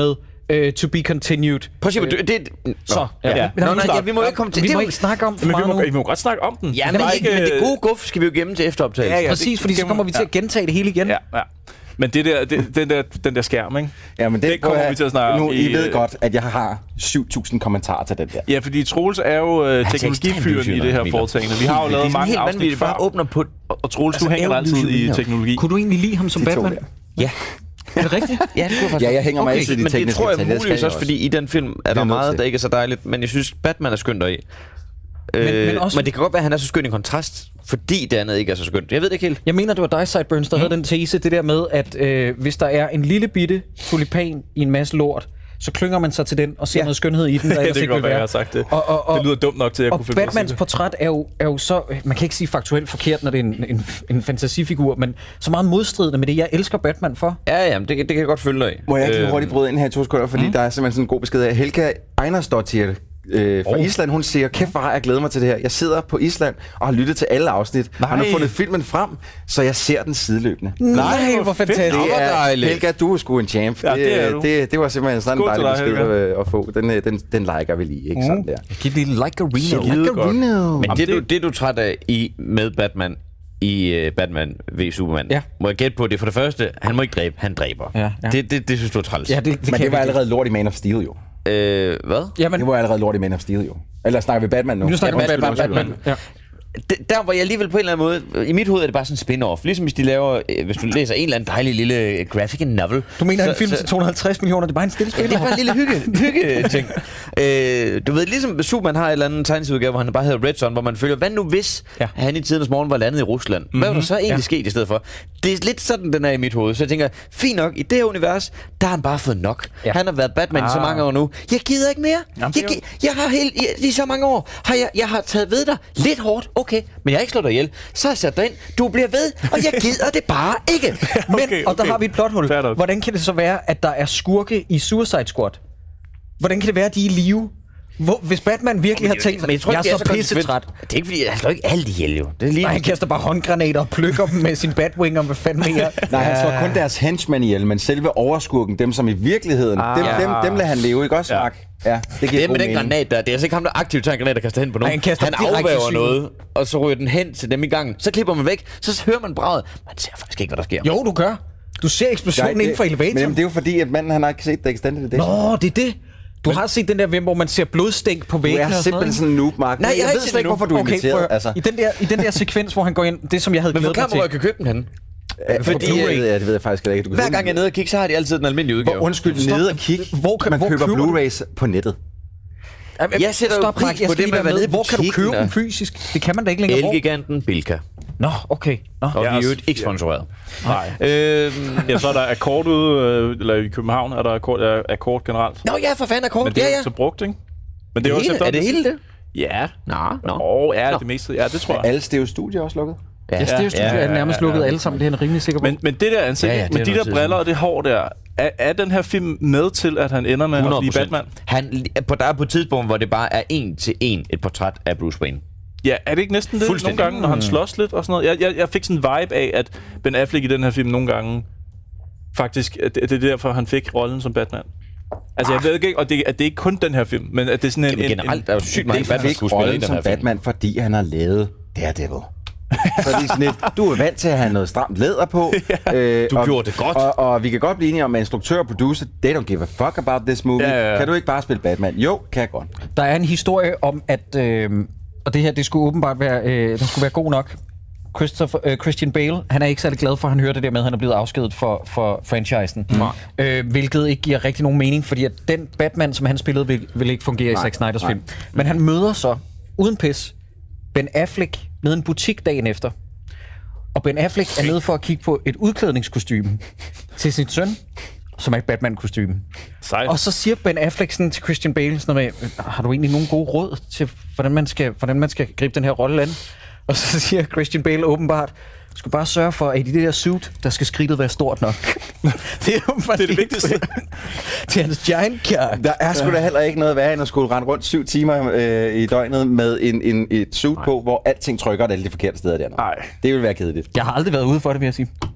uh, to be continued. Prøv at sige, det... det Så, ja. ja. Nå, nej, ja, vi må ikke komme til... Vi det må er jo- ikke snakke om for Men vi meget må, nu. vi må godt snakke om den. Ja, Den men, var ikke, men det gode guf skal vi jo gemme til efteroptagelsen. Ja, ja. Præcis, fordi så kommer vi til at gentage det hele igen. Ja, ja. Men det der, det, den, der, den der skærm, ikke? Ja, men det, Det kommer prøv at- vi til at snakke om nu, i, I ved øh, godt, at jeg har syv tusind kommentarer til den der. Ja, fordi Troels er jo øh, ekstremt teknologifyren i dygtig, det her Emil. foretagende. Vi har jo Det er lavet sådan mange helt vanvittigt, afsnit bare før. åbner på... Og Troels, du Altså, hænger er jo altid i visioner. teknologi. Kunne du egentlig lide ham som De to Batman? der. Ja, Er det rigtigt? ja, det kunne jeg faktisk. Ja, jeg hænger mig okay, altid i de men det tekniske tror jeg detaljer. Det skal muligvis jeg også, også. fordi i den film er der er nødt meget, til. der ikke er så dejligt, men jeg synes, Batman er skøn deri. Men, men øh, også- men det kan godt være, at han er så skøn i kontrast, fordi det andet ikke er så skønt. Jeg ved det ikke helt. Jeg mener, det var dig, Sideburns, der mm. havde den tese, det der med, at øh, hvis der er en lille bitte tulipan i en masse lort, så klynger man sig til den og ser ja. noget skønhed i den, der Ja, ellers det ikke kan vil godt være, jeg være. har sagt det. Og, og, og, Det lyder dumt nok til, at jeg og kunne finde på at sige Batmans det. portræt er jo, er jo så, man kan ikke sige faktuelt forkert, når det er en, en, en fantasifigur, men så meget modstridende med det, jeg elsker Batman for. Ja, ja, men det, det kan jeg godt følge dig i. Må jeg ikke lige Øh, hurtigt bryde ind her i to sekunder, fordi mm. der er simpelthen sådan en god besked af Helga Einarsdottir øh, fra Oh. Island. Hun siger, kæft hvor har jeg glædet mig til det her. Jeg sidder på Island og har lyttet til alle afsnit. Nej. Han har fundet filmen frem, så jeg ser den sideløbende. Nej, hvor fantastisk. Det Det var er, dejligt. Helga, du er sgu en champ. Ja, det er du. det, det var simpelthen sådan en Skål til dejlig dig, besked Helga. at, at få. Den, øh, den, den liker vi lige, ikke sådan der. Giv det like a Reno. Skide godt. Reno. Men det, det- du, det, du er træt af i med Batman, i uh, Batman v Superman, Ja. må jeg gætte på det? For det første, han må ikke dræbe, han dræber. Ja, ja. Det, det, det synes du er træls. Ja, det, det, Men kan det var jeg allerede lort i Man of Steel jo. Øh, hvad? Jamen, Det var allerede lort i Man of Steel jo. Eller snakker vi Batman nu? nu snakker vi Ja, om Batman, Batman. Batman. Ja. Det, der var jeg alligevel på en eller anden måde, i mit hoved er det bare sådan en spin-off. Ligesom hvis de laver, øh, hvis du læser en eller anden dejlig lille graphic novel. Du mener, så, en film så, til to hundrede og halvtreds millioner, det er bare en stille Ja, spil? det er bare en lille hygge, hygge ting. Øh, du ved, ligesom Superman har et eller andet tegneserieudgave, hvor han bare hedder Red Son, hvor man følger, hvad nu hvis Ja. ja. han i tidens morgen var landet i Rusland? Mm-hmm. Hvad var der så egentlig Ja. ja. sket i stedet for? Det er lidt sådan, den er i mit hoved. Så jeg tænker, fint nok, i det her univers, der har han bare fået nok. Ja. Ja. Han har været Batman ah. i så Ah. mange år nu. Jeg gider ikke mere. Jamen, jeg, det er jo- gi- jeg har helt, i, i så mange år, har jeg, jeg har taget ved dig lidt hårdt, okay, men jeg har ikke slået dig ihjel. Så har jeg sat dig ind, du bliver ved, og jeg gider det bare ikke. Men, Okay, og der okay. har vi et plothul. Fair nok. Hvordan kan det så være, at der er skurke i Suicide Squad? Hvordan kan det være, at de er i live? Hvor, hvis Batman virkelig har tænkt, Men jeg tror jeg ikke, er det så er pisse træt. Det er ikke fordi, han slår ikke alt ihjel jo. Det er lige Nej, han kaster bare håndgranater og plukker dem med sin Batwing, og hvad fanden mere. Nej, han slår kun deres henchmen ihjel, men selve overskurken, dem som i virkeligheden, Ah. dem, Ja. dem, dem lader han leve, ikke også, Ja. Mark? Ja, det giver Det er god med den mening. granat der. Det er altså ikke ham, der aktivt tager en granat og kaster hen på nogen. Nej, han kaster han direkte i afværger synet. noget, og så ryger den hen til dem i gangen. Så klipper man væk, så hører man braget. Man ser faktisk ikke, hvad der sker. Jo, du gør. Du ser eksplosionen Nej, inden for Men elevatoren. det er jo fordi, at manden han har ikke set The Extended Edition. Nå, det er det. Du har set den der, hvor man ser blodstænk på Du væggene er og sådan simpelthen noget, sådan en noob, Mark. Nej, jeg har jeg ikke ved set slet ikke, det hvorfor du er Okay, inviteret. prøv at- Altså. I den der, i den der sekvens, hvor han går ind, det som jeg havde Men glædet forklar mig mig, hvor jeg til. kan købe den henne. Fordi, Fordi, det, øh, ved jeg, det ved jeg faktisk ikke. Du kan Hver købe gang jeg er den- nede og kigge, så har de altid den almindelige udgave. Hvor, undskyld, Stop. nede og kig. Hvor kan- Man hvor køber køber du? Blu-rays på nettet. Jeg sætter jo Stop, pris Mark, jeg på skal det lige med at være nede i Hvor kan du butikken købe og- den fysisk? Det kan man da ikke længere. Hvor? Elgiganten Bilka. Nå, okay. Nå. Og vi Ja, er jo også- ikke sponsoreret. Nej. Øhm, Ja, så er der akkord ude, øh, eller i København er der akkord, er akkord generelt. Nå, ja, for fanden er kort. Men det Ja, er ja. jo så brugt, ikke? Men Det jo er, hele, er det efterhånden- hele det? Ja. Nå, nå. Åh, ja, Nå. det meste. Ja, det tror jeg. Alle Steve Studio også lukket. Ja, Ja, det er jo ja, ja, nærmest ja, lukket ja. alle sammen, det er jeg rimelig sikker på. Men, men det der ansigt, Ja, ja, ja, ja, det med er de noget der tid briller og det hår der, er, er den her film med til, at han ender med at blive Batman? Han, på, der er på et tidspunkt, hvor det bare er en til en et portræt af Bruce Wayne. Ja, er det ikke næsten det nogle Fuldstændig. gange, når han slås lidt og sådan noget? Jeg, jeg, jeg fik sådan en vibe af, at Ben Affleck i den her film nogle gange faktisk, at det, det er derfor, han fik rollen som Batman. Altså, jeg ved ikke, og det, at det er ikke kun den her film, men at det er sådan en... Jamen en, generelt, der er jo sygt Det mange fik Batman-skuespillere i rollen den som her film. Batman, fordi han har lavet Daredevil. Så det er sådan lidt, du er vant til at have noget stramt læder på. ja, øh, Du og, gjorde det godt. Og, og vi kan godt blive enige om, at instruktør og producer, they don't give a fuck about this movie. Ja, ja, ja. Kan du ikke bare spille Batman? Jo, kan jeg godt. Der er en historie om, at... Øh, og det her, det skulle åbenbart være... Øh, den skulle være god nok. Christopher, øh, Christian Bale, han er ikke særlig glad for, at han hører det der med, at han er blevet afskedet for, for franchisen. Mm. Øh, hvilket ikke giver rigtig nogen mening, fordi at den Batman, som han spillede, vil, vil ikke fungere nej, i Zack Snyders nej. film. Men han møder så, uden pis, Ben Affleck nede i en butik dagen efter. Og Ben Affleck er nede for at kigge på et udklædningskostyme til sin søn, som er et Batman-kostyme. Sejt. Og så siger Ben Affleck sådan til Christian Bale sådan noget med, har du egentlig nogen gode råd til, hvordan man skal, hvordan man skal gribe den her rolle an? Og så siger Christian Bale åbenbart, du skal bare sørge for, at i det der suit, der skal skridtet være stort nok. det er jo Det er det vigtigste. til hans giant car. Der er sgu da heller ikke noget værre, end at skulle rende rundt syv timer øh, i døgnet med en, en, et suit Nej. på, hvor alting trykker alle de forkerte steder dernede. Nej. Det vil være kedeligt. Jeg har aldrig været ude for det, vil jeg sige.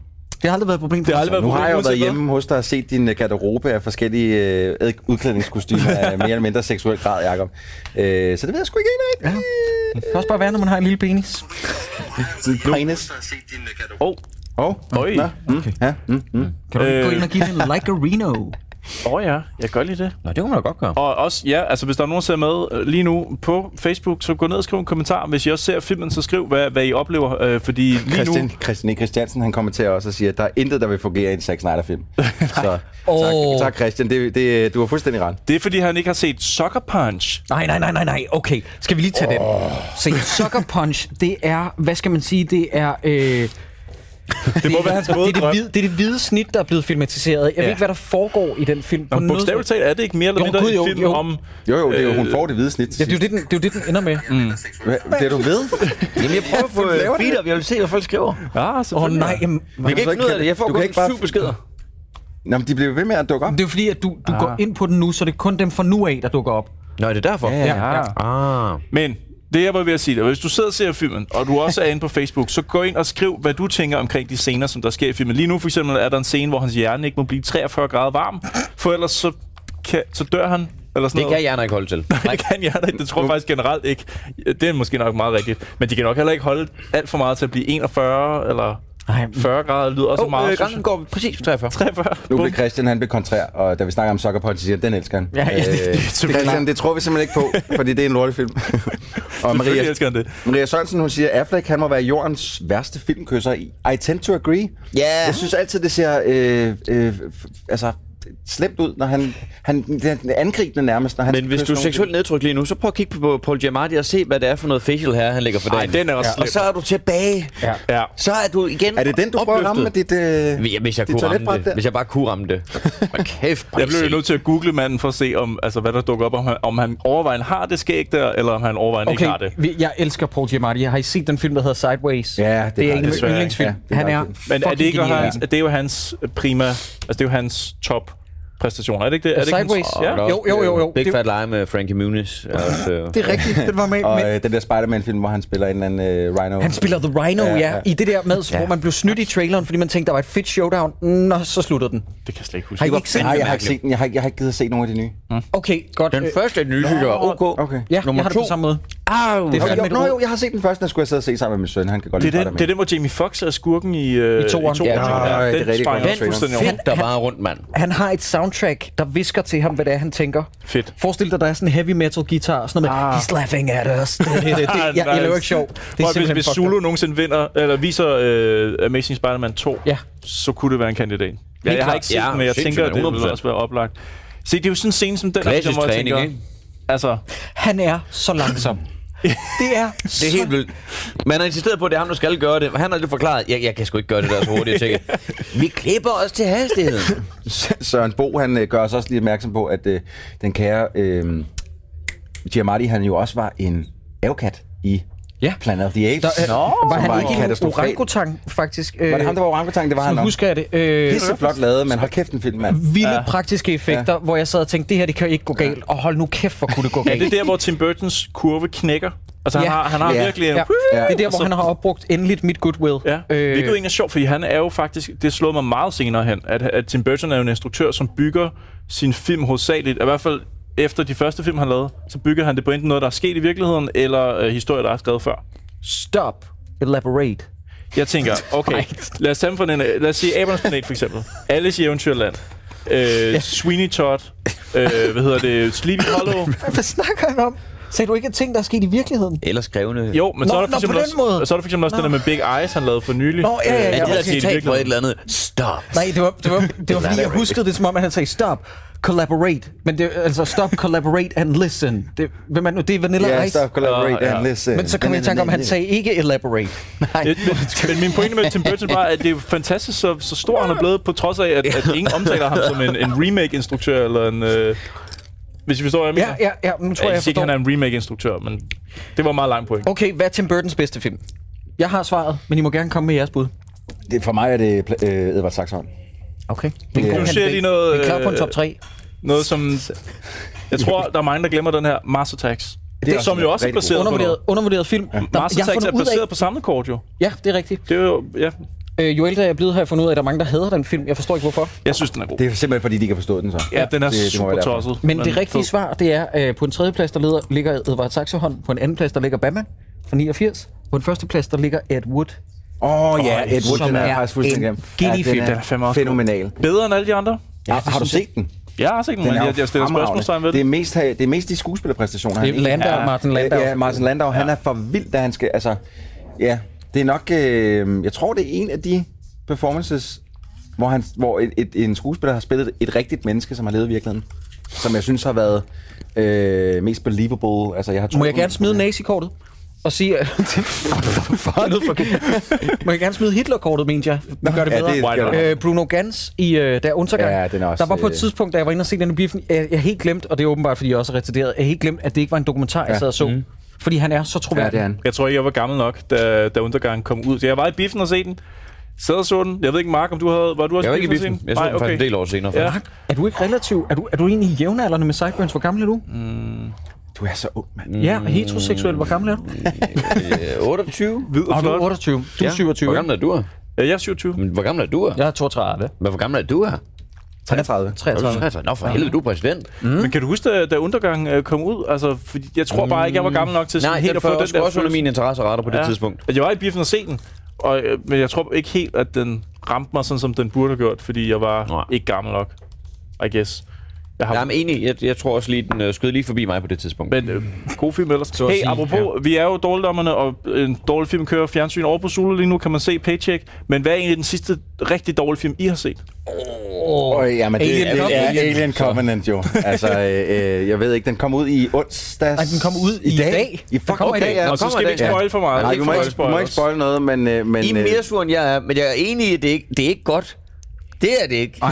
Det har aldrig været et problem. Det har aldrig været Nu et problem. har jeg jo været uanset hvad. hjemme hos dig og set din øh, garderobe af forskellige øh, udklædningskostymer af mere eller mindre seksuel grad, Jacob. Øh, så det ved jeg sgu ikke helt rigtigt. Det kan også bare være, når man har en lille penis. Penis. Åh, Åh, Oj. nå, mm, ja, mm, mm. Kan du ikke Øh. gå ind og give den like a Reno? åh oh, ja, jeg gør lige det. Nå, det kunne man da godt gøre. Og også, ja, altså hvis der er nogen, der ser med øh, lige nu på Facebook, så gå ned og skriv en kommentar. Hvis I også ser filmen, så skriv, hvad, hvad I oplever. Øh, fordi lige Christian, nu... Christian E. Christiansen, han kommenterer også og siger, at der er intet, der vil fungere i en Zack Snyder-film. så Åh. tak, tak, Christian. Det, det, du har fuldstændig ret. Det er, fordi han ikke har set Sucker Punch. Nej, nej, nej, nej, nej. Okay, skal vi lige tage oh. den? Se, Sucker Punch, det er, hvad skal man sige, det er... Øh, Det må være hans det, våde er det, drøm. hvide, det er det hvide snit, der er blevet filmatiseret. Jeg ved Ja. ikke, hvad der foregår i den film. Nå, bogstaveligt talt er det ikke mere eller Jo, mindre gud, en jo, film jo. om... Jo, jo, det er jo, hun Øh, får det hvide snit. Ja, det er jo det, den, det, er jo det, den ender med. Mm. Hvad, det er du ved? Jamen, jeg prøver at få øh, feed op. Jeg vil se, hvad folk skriver. Ja, Åh oh, selvfølgelig. nej, jamen, Jeg kan ikke finde ud af det. Jeg får Du kan kun ikke bare- syv beskeder. Nå, men de bliver ved med at dukke op. det er jo fordi, at du, du Ah. går ind på den nu, så det er kun dem fra nu af, der dukker op. Nå, er det derfor? Ja, Ja, ja. Ah. Men det jeg var ved at sige, det, hvis du sidder og ser filmen, og du også er inde på Facebook, så gå ind og skriv, hvad du tænker omkring de scener, som der sker i filmen. Lige nu for eksempel er der en scene, hvor hans hjerne ikke må blive treogfyrre grader varm, for ellers så, kan, så dør han. Eller sådan Det noget. kan hjerner ikke holde til. Nej, det kan hjerner ikke. Det tror jeg faktisk generelt ikke. Det er måske nok meget rigtigt. Men de kan nok heller ikke holde alt for meget til at blive enogfyrre eller Nej, fyrre grader. Det lyder også Åh, meget. oh, øh, synes grænsen går præcis på treogfyrre. jeg. treogfyrre. Nu Bum. blev Christian, han blev kontrær, og da vi snakker om Sucker Punch, så siger han, den elsker han. Ja, ja, det- det er Øh, selvfølgelig Christian, det tror vi simpelthen ikke på, fordi det er en lortefilm. og Selvfølgelig Maria, elsker han det. Maria Sørensen, hun siger, Affleck, han må være jordens værste filmkysser. I tend to agree. Ja. Jeg synes altid, det ser øh, øh, f- altså, slemt ud, når han, han det er angribende nærmest, når han Men skal hvis kysse du er nogen. seksuelt nedtrykt lige nu, så prøv at kigge på Paul Giamatti og se, hvad det er for noget facial her, han lægger for Nej, dagen. den er også Og slem. så er du tilbage. Ja. Ja. Så er du igen Er det den, du prøver at ramme med dit, øh, Ja, hvis jeg dit kunne ramme toiletbræt det. der? Hvis jeg bare kunne ramme det. Men kæft, Jeg blev jo nødt til at google manden for at se, om, altså, hvad der dukker op, om han, om han overvejende har det skæg der, eller om han overvejende ikke har Okay, det. vi- jeg elsker Paul Giamatti. Har I set den film, der hedder Sideways? Ja, det det er har en jeg af mine desværre yndlingsfilm. ikke. Ja, det Han er er meget Men er det ikke fucking hans, genial. det er jo hans prima, altså det er jo hans top præstationer, er det ikke det? Er det ikke Sideways? hans, ja. Jo, jo, jo, jo. Big Det- Fat Lie med Frankie Muniz. Er også, øh, Det er rigtigt, den var med. Og Men øh, den der Spider-Man-film, hvor han spiller en eller anden øh, rhino. han spiller The Rhino, Ja, ja, ja. ja. I det der med, ja. hvor man blev snydt i traileren, fordi man tænkte, der var et fedt showdown. Nå, så sluttede den. Det kan jeg slet ikke huske. Har I var ikke set Nej, den? jeg har ikke set den. Jeg har, ikke- jeg har ikke givet at se nogen af de nye. Okay, godt. Den Øh, første af den nye, synes jeg var ok. Okay. Ja, Nummer jeg har det to. på samme måde. Au, Det er Okay, fandme jo, et nå, råd. jo, jeg har set den første, den skulle jeg sidde og se sammen med min søn. Han kan godt Det er, lide den, det er den, hvor Jamie Foxx er skurken i, øh, I toeren. Ja, Ja, det er den rigtig sprænger godt. også den fuldstændig over. fedt der bare rundt, mand. Han har et soundtrack, der visker til ham, hvad det er, han tænker. Fedt. Forestil dig, der er sådan en heavy metal guitar, sådan noget med, Ah. he's laughing at us. Det, det, det, det. Jeg, jeg laver ikke sjov. Det er Prøv, hvis, simpelthen hvis fucked Zulu up. nogensinde vinder, eller viser øh, Amazing Spider-Man to, Ja. så kunne det være en kandidat. Ja, jeg har klart. ikke set Ja, den, men jeg sindssygt, tænker, at det hundrede vil procent. også være oplagt. Se, det er jo sådan en scene som den, Klassisk hvor jeg træning, tænker, ikke? altså, Han er så langsom. Det er Det er helt vildt. Man har insisteret på, at det er ham, der skal gøre det. Han har lidt forklaret, jeg, jeg kan sgu ikke gøre det der så hurtigt. Jeg tænker, vi klipper os til hastigheden. Søren Bo, han øh, gør os også lige opmærksom på, at øh, den kære øh, Giamatti, han jo også var en avokat i Ja. Planet of the Apes. Der, øh, Nå, var som han var ikke en katastrofal. orangutang, faktisk? Øh, Var det ham, der var orangutang? Det var han så nok. husker jeg det. Øh, Pisse flot lavet, men hold kæft en film, mand. vilde ja. praktiske effekter, ja. hvor jeg sad og tænkte, det her det kan ikke gå galt. Og hold nu kæft, hvor kunne det gå er galt. det der, hvor Tim Burtons kurve knækker? Altså, han Ja. har, han har Ja. virkelig en... Ja. Ja. Det er der, Og hvor så- han har opbrugt endeligt mit goodwill. Ja, øh, hvilket egentlig er sjovt, fordi han er jo faktisk, det slår mig meget senere hen, at, at Tim Burton er jo en instruktør, som bygger sin film hovedsageligt, i hvert fald efter de første film, han lavede, så bygger han det på enten noget, der er sket i virkeligheden, eller øh, historier, der er skrevet før. Stop. Elaborate. Jeg tænker, okay, lad os tage for den, lad os sige Abernes Planet for eksempel. Alice i Eventyrland. Øh, Sweeney Todd. Øh, hvad hedder det? Sleepy Hollow. Hvad snakker han om? Sagde du ikke en ting, der er sket i virkeligheden? Eller skrevne. Jo, men Nå, så er der nå, for eksempel på den også, måde. så er der for eksempel også Nå. den der med Big Eyes, han lavede for nylig. Nå, ja, ja, ja. Er det der der er sket i citat for et virkeligheden. eller andet? Stop. Nej, det var, det var, det var fordi, jeg huskede det, som om han havde sagt stop, collaborate. Men det er altså stop, collaborate and listen. Det, hvem er nu? Det er Vanilla Ja, Ice. stop, collaborate Ja, ja. and listen. Men så kom jeg i tanke om, at han sagde ikke elaborate. Nej. Det, men, men min pointe med Tim Burton var, at det er fantastisk, så, så stor han er blevet, på trods af, at, at ingen omtaler ham som en, en remake-instruktør, eller en... Øh, hvis I forstår, hvad jeg mener. Ja, ja, ja, nu tror jeg, jeg jeg siger ikke, forstår. han er en remake-instruktør, men det var meget langt point. Okay, hvad er Tim Burtons bedste film? Jeg har svaret, men I må gerne komme med jeres bud. Det, for mig er det pla- øh, Edvard Saxon. Okay. Det Nu er ser jeg lige noget, Vi er klar på en øh, top tre. Noget som... Jeg tror, der er mange, der glemmer den her Mars Attacks. Det er Det, som også jo også er rigtig baseret på Undervurderet, noget. undervurderet film. Ja. Mars Attacks er baseret på samme kort, jo. Ja, det er rigtigt. Det er jo... Ja. Øh, jo ældre jeg er blevet, har jeg fundet ud af, at der er mange, der hader den film. Jeg forstår ikke, hvorfor. Jeg synes, den er god. Det er simpelthen, fordi de ikke har forstået den så. Ja, den er det, det super tosset. Men det rigtige svar, det er, øh, på en tredje plads, der leder, ligger Edvard Saxehånd. På en anden plads, der ligger Batman fra niogfirs. På en første plads, der ligger Ed Wood. Åh oh, ja, Ed Wood, som den er, er faktisk fuldstændig en glemt. geni-film. Ja, Den er fandme også fænomenal. Bedre end alle de andre? Ja, har du set den? Jeg har set den, men Den er jeg, jeg stiller fremragende. spørgsmålstegn ved det. Er det. mest, det er mest de skuespillerpræstationer. Det er han Landau, Ja. Martin Landau. Ja, Martin Landau, ja. Han er for vild, da han skal... Altså, ja, det er nok... Øh, jeg tror, det er en af de performances, hvor, han, hvor et, et, en skuespiller har spillet et rigtigt menneske, som har levet i virkeligheden. Som jeg synes har været øh, mest believable. Altså, jeg har Må jeg gerne smide nazikortet? Og sige... at- Må jeg gerne smide Hitlerkortet, mente jeg. Det gør det Ja, bedre. det gør det. Øh, Bruno Gans i øh, Der Untergang. Ja, den er også, der var på et øh, tidspunkt, da jeg var inde og se den i biffen, jeg, jeg helt glemt, og det er åbenbart, fordi jeg også er retarderet, jeg helt glemt, at det ikke var en dokumentar, jeg sad og så. Mm. Fordi han er så Ja, troværdig. det er han. Jeg tror ikke, jeg var gammel nok, da, da Undergang kom ud. Så jeg var i biffen og se den. Sad og så den. Jeg ved ikke, Mark, om du havde... Var du også Jeg var ikke i og se biffen. den? Jeg så Nej, den faktisk en del år senere. Ja. faktisk. Er du ikke relativ? Er du, er du egentlig jævnaldrende med Sideburns? Hvor gammel er du? Mm. Du er så ung, mand. Mm. Ja, heteroseksuel. Hvor gammel er du? Øh, otteogtyve. Hvid og Og du er flot. otteogtyve. Du er Ja. syvogtyve. Hvor gammel er du? Ja, jeg er syvogtyve. Men hvor gammel er du? Jeg er toogtredive. Men hvor gammel er du? treogtredive. treogtredive. Nå, for helvede, du er præsident. Mm. Men kan du huske, da, da Undergang øh, kom ud? Altså, fordi jeg tror bare ikke, jeg var gammel nok til sådan Nej, helt den at få får den også der også under følelse. mine interesseretter på det Ja. tidspunkt. Jeg var i biffen og se den, og, øh, men jeg tror ikke helt, at den ramte mig sådan, som den burde have gjort, fordi jeg var Nej. ikke gammel nok, I guess. Jeg har Jeg er enig. Jeg, jeg tror også lige, den øh, skød lige forbi mig på det tidspunkt. Men øh, god film ellers. at Hey, sige, apropos, ja. Vi er jo dårligdommerne, og en dårlig film kører fjernsyn over på Zulu lige nu, kan man se Paycheck. Men hvad er egentlig den sidste rigtig dårlige film, I har set? Oh, ja, men det, Alien det er Covenant. Alien Covenant jo. Altså, øh, jeg ved ikke, den kom ud i onsdags. Nej, den kom ud i dag. I Den fuck, kommer i okay, dag. ja. Og så skal vi ikke spoil for meget. Nej, Ikke du må for ikke, meget du må ikke spoil noget, men... Øh, men I er øh, mere sur, end jeg er, men jeg er enig i, at det ikke det er ikke godt. Det er det ikke.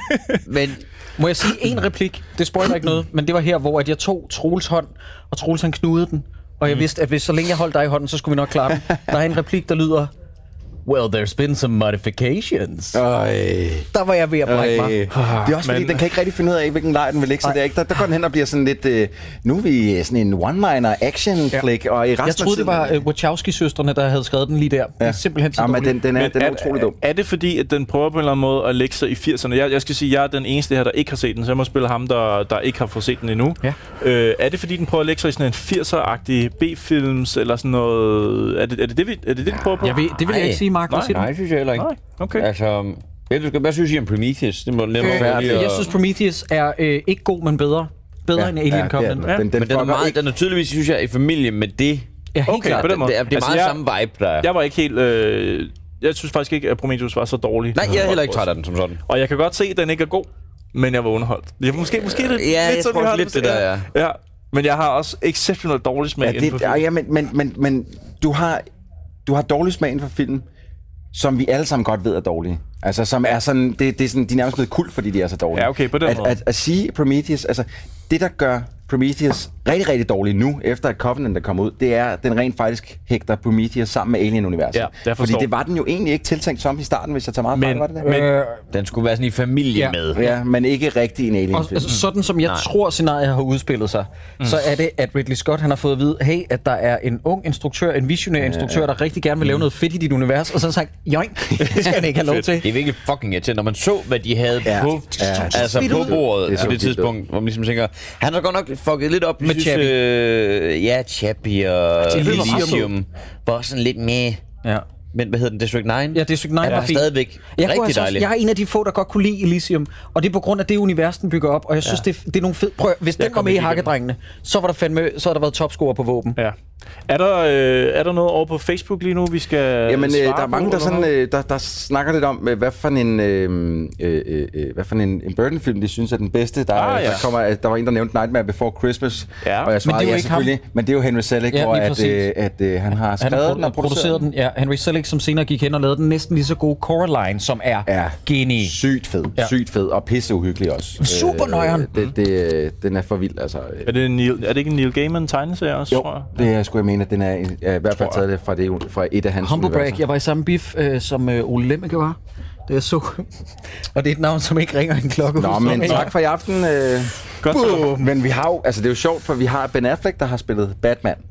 Men Må jeg sige en replik? Det spoiler ikke noget, men det var her, hvor at jeg tog Troels hånd, og Troels han knudede den. Og jeg vidste, at hvis så længe jeg holdt dig i hånden, så skulle vi nok klare den. Der er en replik, der lyder... Well, there's been some modifications. Øh, Der var jeg ved at brække mig. øh, det er også fordi, Men- den kan ikke rigtig finde ud af, hvilken leg den vil lægge sig der. Ikke? Der, der går den hen og bliver sådan lidt... Øh, nu er vi sådan en one-liner action-flick, og i resten Jeg troede, det var af uh, Wachowski-søstrene, der havde skrevet den lige der. Det er simpelthen så ja, men dårligt. den, den er, Men den er utrolig dum. Er, er det fordi, at den prøver på en eller anden måde at lægge sig i firserne? Jeg, jeg skal sige, at jeg er den eneste her, der ikke har set den, så jeg må spille ham, der, der ikke har fået set den endnu. Ja. Øh, er det fordi, den prøver at lægge sig i sådan en firser-agtig B-films, eller sådan noget... Er det er det, det, vi, er det, det de prøver på? Jeg ved, det vil jeg Nej. ikke sige, Mark. Nej, nej, synes jeg heller ikke. Nej, okay. Altså, jeg skal, hvad synes I om Prometheus? Det må lade mig Øh, lige at- jeg synes, Prometheus er øh, ikke god, men bedre. Bedre end Alien Covenant. Ja, den, den, Men den er, fucker meget, ikke. den er tydeligvis, synes jeg, i familie med det. Ja, helt Okay, klart. på den måde. Det er, det er Altså, meget jeg- samme vibe, der er. Jeg var ikke helt... Øh, jeg synes faktisk ikke, at Prometheus var så dårlig. Nej, jeg er heller ikke træt af den som sådan. Og jeg kan godt se, at den ikke er god, men jeg var underholdt. Det er måske, måske lidt, Ja, jeg lidt sådan, tror vi har også lidt det der, ja. ja. Men jeg har også exceptionelt dårlig smag Ja, inden for det, film. ja, men, men, men, men du har, du har dårlig smag inden for film, som vi alle sammen godt ved er dårlige. Altså, som er sådan, det, det er sådan, de er nærmest blevet kult, fordi de er så dårlige. Ja, okay, på den at, måde. at, at sige Prometheus, altså, det der gør Prometheus rigtig, rigtig dårlig nu, efter at Covenant er kommet ud, det er, at den rent faktisk hægter Prometheus sammen med Alien-universet. Ja, det fordi forstår. det var den jo egentlig ikke tiltænkt som i starten, hvis jeg tager meget Men- fejl, var det det? men- Øh, Den skulle være sådan i familie Ja. med. Ja, men ikke rigtig en og, Alien-film. altså, sådan som jeg Nej. tror, scenariet har udspillet sig, mm. så er det, at Ridley Scott han har fået at vide, hey, at der er en ung instruktør, en visionær instruktør, der rigtig gerne vil lave noget fedt i dit univers, og så har han sagt, joink, det skal han ikke have lov til. Det er virkelig fucking irriterende, når man så, hvad de havde Ja. på, Ja, altså skidt på ud. bordet Det er så på det skidt tidspunkt, hvor man ligesom tænker, han har godt nok fucket lidt op. Jeg Med synes, Chappie. øh, ja, Chappie og Chappie var meget Elysium var sådan lidt med. Ja. Men hvad hedder den? District ni? Ja, District ni Han var var fint. stadigvæk Jeg, kunne rigtig altså også, dejlig. jeg er en af de få, der godt kunne lide Elysium, og det er på grund af det univers, den bygger op, og jeg synes, ja. det, det er nogle fede... Prøv, hvis den var kom med i ikke igennem. Hakkedrengene, så var der fandme, så havde der været topscorer på våben. Ja. Er der, øh, er der noget over på Facebook lige nu, vi skal Jamen, øh, svare der er mange, på, der, eller sådan, noget? øh, der, der snakker lidt om, øh, hvad for en, øh, øh, øh, hvad for en, en Burton-film, de synes er den bedste. Der, Ah, ah, ja. der, kommer, øh, der var en, der nævnte Nightmare Before Christmas, Ja. og jeg Men svarede det er jo ja, ikke ham. selvfølgelig. Men det er jo Henry Selick, Ja, hvor lige at, præcis. øh, at, øh, han har Han skrevet har den og produceret den. Ja, Henry Selick, som senere gik hen og lavede den næsten lige så gode Coraline, som er Ja. geni. Sygt fed, Ja. ja. sygt fed og pisse uhyggelig også. Super nøjeren. Øh, det, det, øh, den er for vild, altså. øh. Er det, en Neil, er det ikke en Neil Gaiman tegneserie også, Jo, tror jeg? det er, skulle jeg mene, at den er, en- er i hvert fald taget det fra, det fra et af hans Humble universer. Brag. Jeg var i samme bif, øh, som øh, Ole Lemmeke var, da jeg så. Og det er et navn, som ikke ringer en klokke. Nå, men tak for i aften. Øh, Godt så. Men vi har jo, altså det er jo sjovt, for vi har Ben Affleck, der har spillet Batman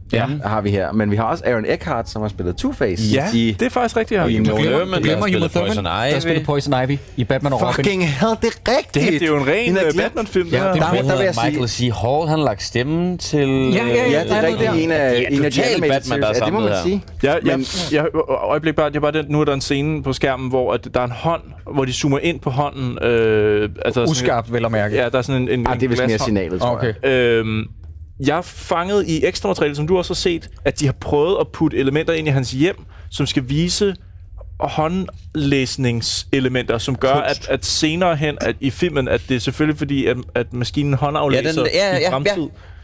Ja. Har vi her. Men vi har også Aaron Eckhart, som har spillet Two-Face. Ja, i, det er faktisk rigtigt. i Ja. Nolan. Thurman, Du glemmer der Uma spillede Poison Thurman, Ivy. der spillede Poison Ivy i Batman og Robin. Fucking hell, det er rigtigt. Det, det er jo en ren Hende havde uh, glemt. Batman-film. Ja, det her. det er Der, der vil jeg Michael sige... C. Hall, han har lagt stemmen til... Ja, ja, ja. Ja, det er der er rigtigt. noget En af, Ja, en af de totalt animated Batman, der er series. Ja, det må samlet man her. sige. Ja, jeg, Men- jeg, øjeblik bare, det er bare den, nu er der en scene på skærmen, hvor at der er en hånd, hvor de zoomer ind på hånden. Øh, altså Uskarpt, vel at mærke. Ja, der er sådan en, en, Ah, det er vist mere glashånd. signalet, tror Okay. jeg. Øhm, jeg fangede i ekstra materiale, som du også har set, at de har prøvet at putte elementer ind i hans hjem, som skal vise håndlæsningselementer, som gør, at, at senere hen at i filmen, at det er selvfølgelig fordi, at, at maskinen håndaflæser Ja, den- ja, i ja, fremtid.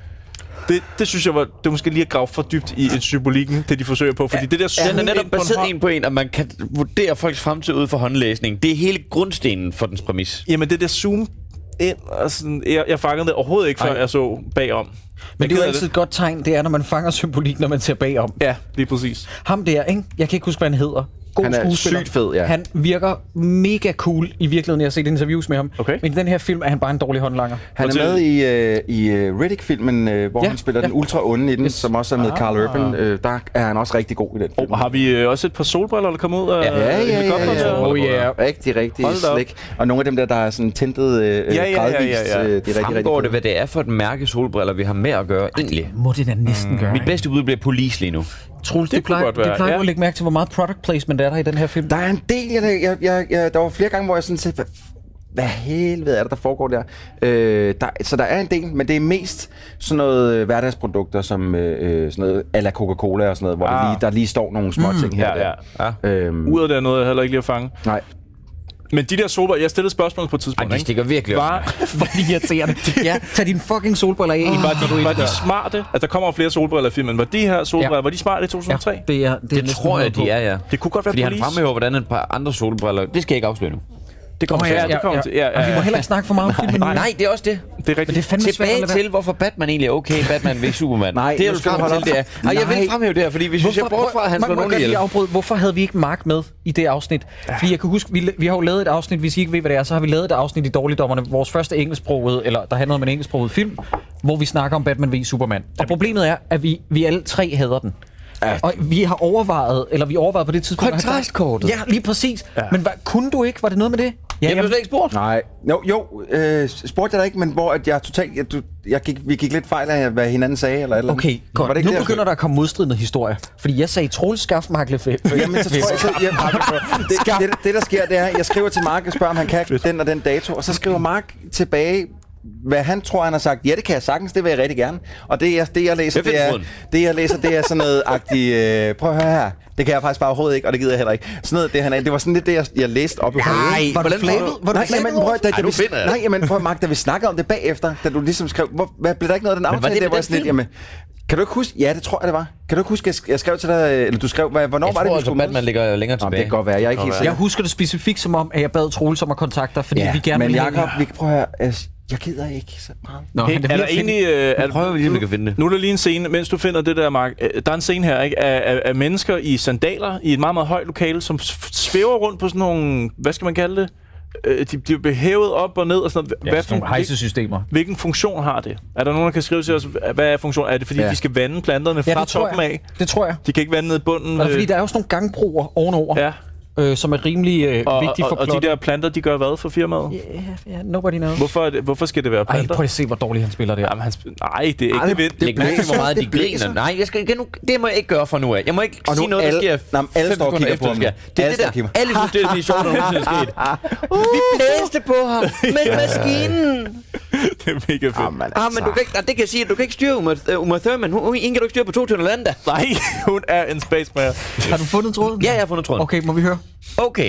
Det, det synes jeg var, det er måske lige at grave for dybt i en symbolikken, det de forsøger på, fordi det der zoom Den er netop ind på en baseret hånd, en på en, at man kan vurdere folks fremtid ud fra håndlæsning. Det er hele grundstenen for dens præmis. jamen det der zoom ind, og sådan, jeg, jeg fangede det overhovedet ikke, før Ej. jeg så bagom. Men det er jo ked af altid et godt tegn, det er, når man fanger symbolik, når man ser bagom. Ja, lige præcis. Ham der, ikke? Jeg kan ikke huske, hvad han hedder. God Han er skuespiller. sygt fed, ja. Han virker mega cool i virkeligheden. Jeg har set interviews med ham. Okay. Men i den her film er han bare en dårlig håndlanger. Han er Fortæl. med i, uh, i uh, Riddick-filmen, uh, hvor Ja, han spiller ja. den ultra onde i den, Yes. som også er med Carl Urban. Uh, der er han også rigtig god i den film. Og har vi øh, også et par solbriller, der kommer ud af Ja, ja, ja, helikopteren? ja, ja. Oh, yeah. Rigtig, rigtig Hold da op. slik. Og nogle af dem der, der er sådan tintet uh, ja, ja, gradvist. ja, ja. Uh, de er rigtig, rigtig Fremgår det, fede. hvad det er for et mærke solbriller, vi har med at gøre egentlig? Må det da næsten gøre, Mit bedste bud bliver Police lige nu. Troels, Det det kunne plejer, godt være, det plejer ja. at lægge mærke til, hvor meget product placement er der i den her film. Der er en del, jeg, jeg, jeg, jeg, der var flere gange, hvor jeg sådan sagde, hvad, hvad helvede er det, der foregår der? Øh, der? Så der er en del, men det er mest sådan noget øh, hverdagsprodukter, som øh, sådan noget a la Coca-Cola og sådan noget, hvor Ah. der, lige, der lige står nogle små ting her Ja, og der. ja. Ja. Øhm, Uret der er noget, jeg heller ikke lige at fange. nej. Men de der solbriller, jeg stillede spørgsmål på et Ej, tidspunkt, de ikke? stikker virkelig op. Var, Hvor er de irriterende. Ja, tag dine fucking solbriller af. var, de, var de smarte? Altså, der kommer jo flere solbriller i filmen. Var de her solbriller, Ja. var de smarte i to tusind og tre? det er, det, er Det tror jeg, de er, ja. Det kunne godt være Fordi han Police. fremhæver, hvordan et par andre solbriller... Det skal jeg ikke afsløre nu. Det kommer Åh, til. ja, det kommer til. Ja, ja, Og vi må ja. heller ikke snakke for meget om filmen nu. Nej, det er også det. Det er rigtigt. Men det er fandme svært at Tilbage lade være. til, hvorfor Batman egentlig er okay, Batman ved Superman. Nej, det jeg nu vil skal du frem holde til, det er... op. Ej, jeg vil Nej. fremhæve det her, fordi hvis vi ser bort fra, at han Må- slår må nogen jeg lige ihjel... afbryde? Hvorfor havde vi ikke Mark med i det afsnit? Fordi jeg kan huske, vi, vi har jo lavet et afsnit, hvis I ikke ved, hvad det er, så har vi lavet et afsnit i Dårligdommerne, vores første engelsksprogede, eller der handler om en engelsksproget film, hvor vi snakker om Batman v Superman. Og problemet er, at vi, vi alle tre hader den. Ja. Og vi har overvejet, eller vi overvejede på det tidspunkt... Kontrastkortet. Ja, lige præcis. Ja. Men hvad, kunne du ikke? Var det noget med det? Ja, Jeg blev slet ikke spurgt. Nej. Jo, jo øh, spurgte jeg dig ikke, men hvor at jeg totalt... Jeg, du, jeg gik, vi gik lidt fejl af, hvad hinanden sagde, eller et eller andet. Okay, godt. Var det ikke Nu det, jeg begynder der at komme modstridende historier. Fordi jeg sagde, Troels, skaf Mark Lefebvre. Jamen, så tror jeg, så, jeg, det, det, det, der sker, det er, jeg skriver til Mark og spørger, om han kan den og den dato, og så skriver Mark tilbage, hvad han tror, han har sagt. Ja, det kan jeg sagtens, det vil jeg rigtig gerne. Og det, jeg, det jeg læser, Jeg det er, finder det, jeg læser, det er sådan noget agtigt, øh, prøv at høre her, det kan jeg faktisk bare overhovedet ikke, og det gider jeg heller ikke. Sådan noget, det, han er, det var sådan lidt det, jeg, jeg læste op i hovedet. Var du Hvordan får flabet? du- Var du Nej, flabet? jamen, prøv, at- da, Ej, da nu vi, finder jeg det. nej, jamen, prøv, Mark, da vi snakkede om det bagefter, da du ligesom skrev, hvor, hvad blev der ikke noget af den var aftale? det der, med hvor den jeg sådan lidt, film? jamen, kan du ikke huske? Ja, det tror jeg, det var. Kan du ikke huske, jeg- jeg skrev til dig, eller du skrev, hvad- hvornår Jeg var det, tror vi altså, skulle Batman ligger længere Nå, tilbage. det kan godt være, jeg er ikke helt Jeg sikker. husker det specifikt som om, at jeg bad Troels om at kontakte dig, fordi Ja, vi gerne men ville Jacob, vi kan prøve at høre, altså, jeg gider ikke så meget. Nå, Hey, han er ved der at finde- egentlig... Øh, er, prøver vi lige, om vi kan finde det. Nu er der lige en scene, mens du finder det der, Mark. Øh, Der er en scene her, ikke? Af, af, af mennesker i sandaler i et meget, meget højt lokale, som s- svæver rundt på sådan nogle... Hvad skal man kalde det? Øh, de, de bliver hævet op og ned og sådan noget. Ja, sådan nogle hejsesystemer. Hvilken funktion har det? Er der nogen, der kan skrive til os, hvad er funktionen? Er det, fordi Ja. ja. de skal vande planterne fra Ja, det tror toppen jeg. af? Det tror jeg. De kan ikke vande ned i bunden? Og fordi øh, der er jo sådan nogle gangbroer ovenover, Ja, øh, som er rimelig øh, og, vigtige for og, og de plottet. der planter, de gør hvad for firmaet? Ja, ja, nobody knows. Hvorfor, er det, hvorfor skal det være Ej, planter? prøv at se, hvor dårligt han spiller der. Jamen, han sp- nej, det er ikke Ej, det, det, Læg mærke til, hvor meget de Det blæser. griner. Nej, jeg skal, jeg nu, det må jeg ikke gøre fra nu af. Jeg må ikke Og nu sige noget, der alle- sker Nå, men alle fem står og sekunder kigger efter, på det ham. sker. Det er Alle det står der. og kigger. Alle synes, det er lige sjovt, når nogensinde er sket. Vi blæste på ham med maskinen. det er mega fedt. Jamen, Ah, men du kan ikke, ah, det kan jeg sige, at du kan ikke styre Uma, uh, Uma Thurman. Hun, hun, ingen kan du ikke styre på to tusind lande. Nej, hun er en space player. Har du fundet tråden? Ja, jeg har fundet tråden. Okay, må vi høre? Okay.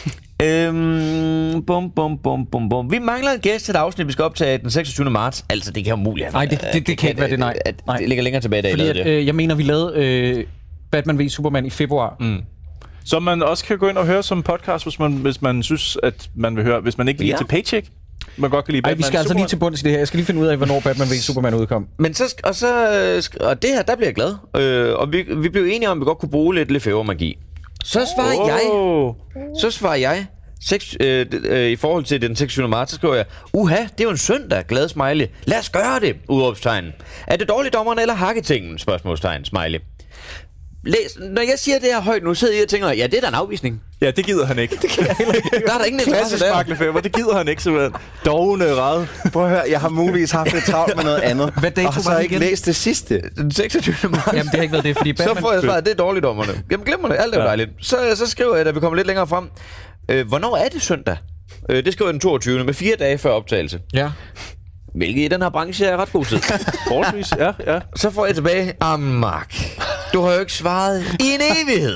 Øhm, bum, bum, bum, bum, bum. Vi mangler en gæst til et afsnit, vi skal optage den seksogtyvende marts. Altså, det kan jo muligt. Nej, det, det, det kan ikke være det, nej. At, nej. at det ligger længere tilbage, da I Fordi lavede at, det. øh, jeg mener, vi lavede øh, Batman v Superman i februar. Mm. Som man også kan gå ind og høre som podcast, hvis man, hvis man synes, at man vil høre. Hvis man ikke lige Ja. til Paycheck, man godt kan lide Ej, Batman. vi skal altså lige til bunds i det her. Jeg skal lige finde ud af, hvornår Batman v Superman udkom. Men så, sk- og, så, øh, sk- og det her, der bliver jeg glad. Øh, og vi, vi blev enige om, at vi godt kunne bruge lidt Lefebvre-magi. Så svarer oh. jeg, så svarer jeg, Seks, øh, øh, i forhold til den seksogtyvende marts, så skriver jeg, uha, det er jo en søndag, glad smiley. Lad os gøre det, udråbstegn. Er det dårligdommerne eller hakketingen, spørgsmålstegn, smiley. Læs, når jeg siger det her højt nu, sidder I og tænker, ja, det er da en afvisning. Ja, det gider han ikke. Det gider ikke. Der er der ingen interesse der. Sparklefeber, det gider han ikke simpelthen. Dovne ræd. Prøv at høre, jeg har muligvis haft lidt travlt med noget andet. Hvad dato og så var har jeg det ikke igen? læst det sidste. Den seksogtyvende marts. Jamen, det har ikke været det, fordi Batman... Så får jeg svaret, det er dårligdommerne. Jamen, glemmer det. Alt er jo Ja. dejligt. Så, så skriver jeg, da vi kommer lidt længere frem. Øh, hvornår er det søndag? Øh, det skriver jeg den toogtyvende med fire dage før optagelse. Ja. Hvilket i den her branche er ret god tid. Forholdsvis, ja, ja. Så får jeg tilbage, ah, Mark, du har jo ikke svaret i en evighed.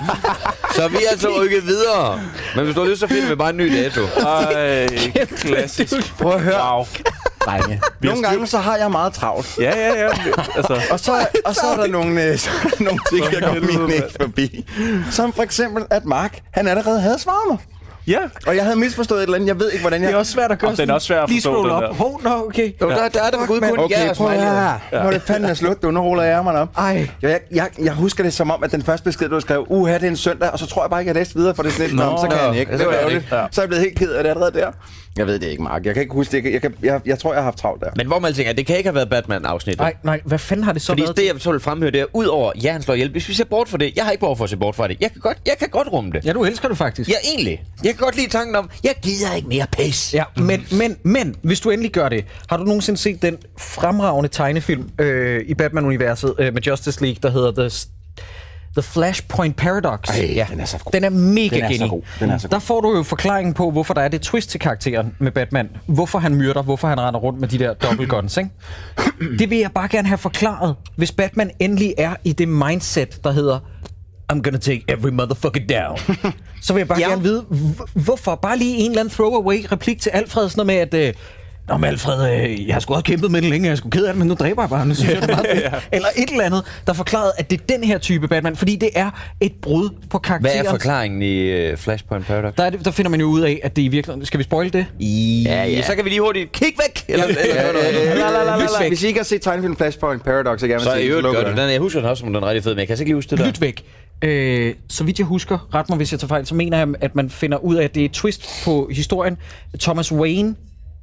Så vi er altså rykket videre. Men hvis du har lyst, så finder vi bare en ny dato. Ej, klassisk. Prøv at høre. Wow. Drenge. Nogle gange så har jeg meget travlt. Ja, ja, ja. Altså, Og så, og så er der nogle, øh, så er der nogle ting, der går min næse forbi. Som for eksempel, at Mark, han allerede havde svaret mig. ja. Og jeg havde misforstået et eller andet. Jeg ved ikke, hvordan jeg... Det er også svært at gøre Og den er også svær at Lige forstå, scroll den op. der. Hov, nå, okay. Jo, der, der er det med Gud kun Okay, ja og prøv at smiley. høre. Når det fanden er slut, du, nu ruller jeg ærmerne op. Ej. Jeg, jeg, jeg husker det som om, at den første besked, du skrev, uha, det er en søndag, og så tror jeg bare ikke, jeg læste videre, for det er sådan lidt, Nå, nå, så kan nå, jeg ikke. ja, Det var så kan jeg ærgerligt. ikke. Ja. Så er jeg blevet helt ked af det allerede der. Jeg ved det ikke, Mark. Jeg kan ikke huske det. Jeg, kan, jeg, jeg tror, jeg har haft travlt der. Men hvor man tænker, det kan ikke have været Batman-afsnittet. Nej, nej, hvad fanden har det så Fordi været? det, jeg så vil fremhøre, det er, udover, ja, han slår ihjel. Hvis vi ser bort fra det, jeg har ikke behov for at se bort fra det. Jeg kan godt, jeg kan godt rumme det. Ja, du elsker det faktisk. Ja, egentlig. Jeg kan godt lide tanken om, jeg gider ikke mere pis. Ja, men, men, men, hvis du endelig gør det, har du nogensinde set den fremragende tegnefilm øh, i Batman-universet øh, med Justice League, der hedder The, The Flashpoint Paradox? Ej, ja. den er så god. Den er mega Den er så genial. god. Den er så god. Der får du jo forklaringen på, hvorfor der er det twist til karakteren med Batman. Hvorfor han myrder, hvorfor han render rundt med de der dobbeltguns, ikke? Det vil jeg bare gerne have forklaret, hvis Batman endelig er i det mindset, der hedder I'm gonna take every motherfucker down. Så vil jeg bare Ja. ja. gerne vide, h- hvorfor? Bare lige en eller anden throwaway replik til Alfred, sådan noget med, at... Øh, Nå, men Alfred, øh, jeg har sgu også kæmpet med det længe, jeg er sgu ked af det, men nu dræber jeg bare, nu synes jeg, det er meget fedt. Eller et eller andet, der forklarede, at det er den her type Batman, fordi det er et brud på Hvad karakteren. er forklaringen i uh, Flashpoint Paradox? Der, er det, der finder man jo ud af, at det i virkeligheden... Skal vi spoil det? Ja, ja. Så kan vi lige hurtigt kigge væk. Eller, eller, eller, eller, eller, eller, eller, eller, Hvis, hvis I ikke har set tegnefilm Flashpoint Paradox, så gerne Så vil i se øvrigt lukker gør du den. Jeg husker den også som den er rigtig fed, men jeg kan altså ikke lige huske det der. Lyt væk. Øh, så vidt jeg husker, ret mig hvis jeg tager fejl, så mener jeg, at man finder ud af, at det er et twist på historien. Thomas Wayne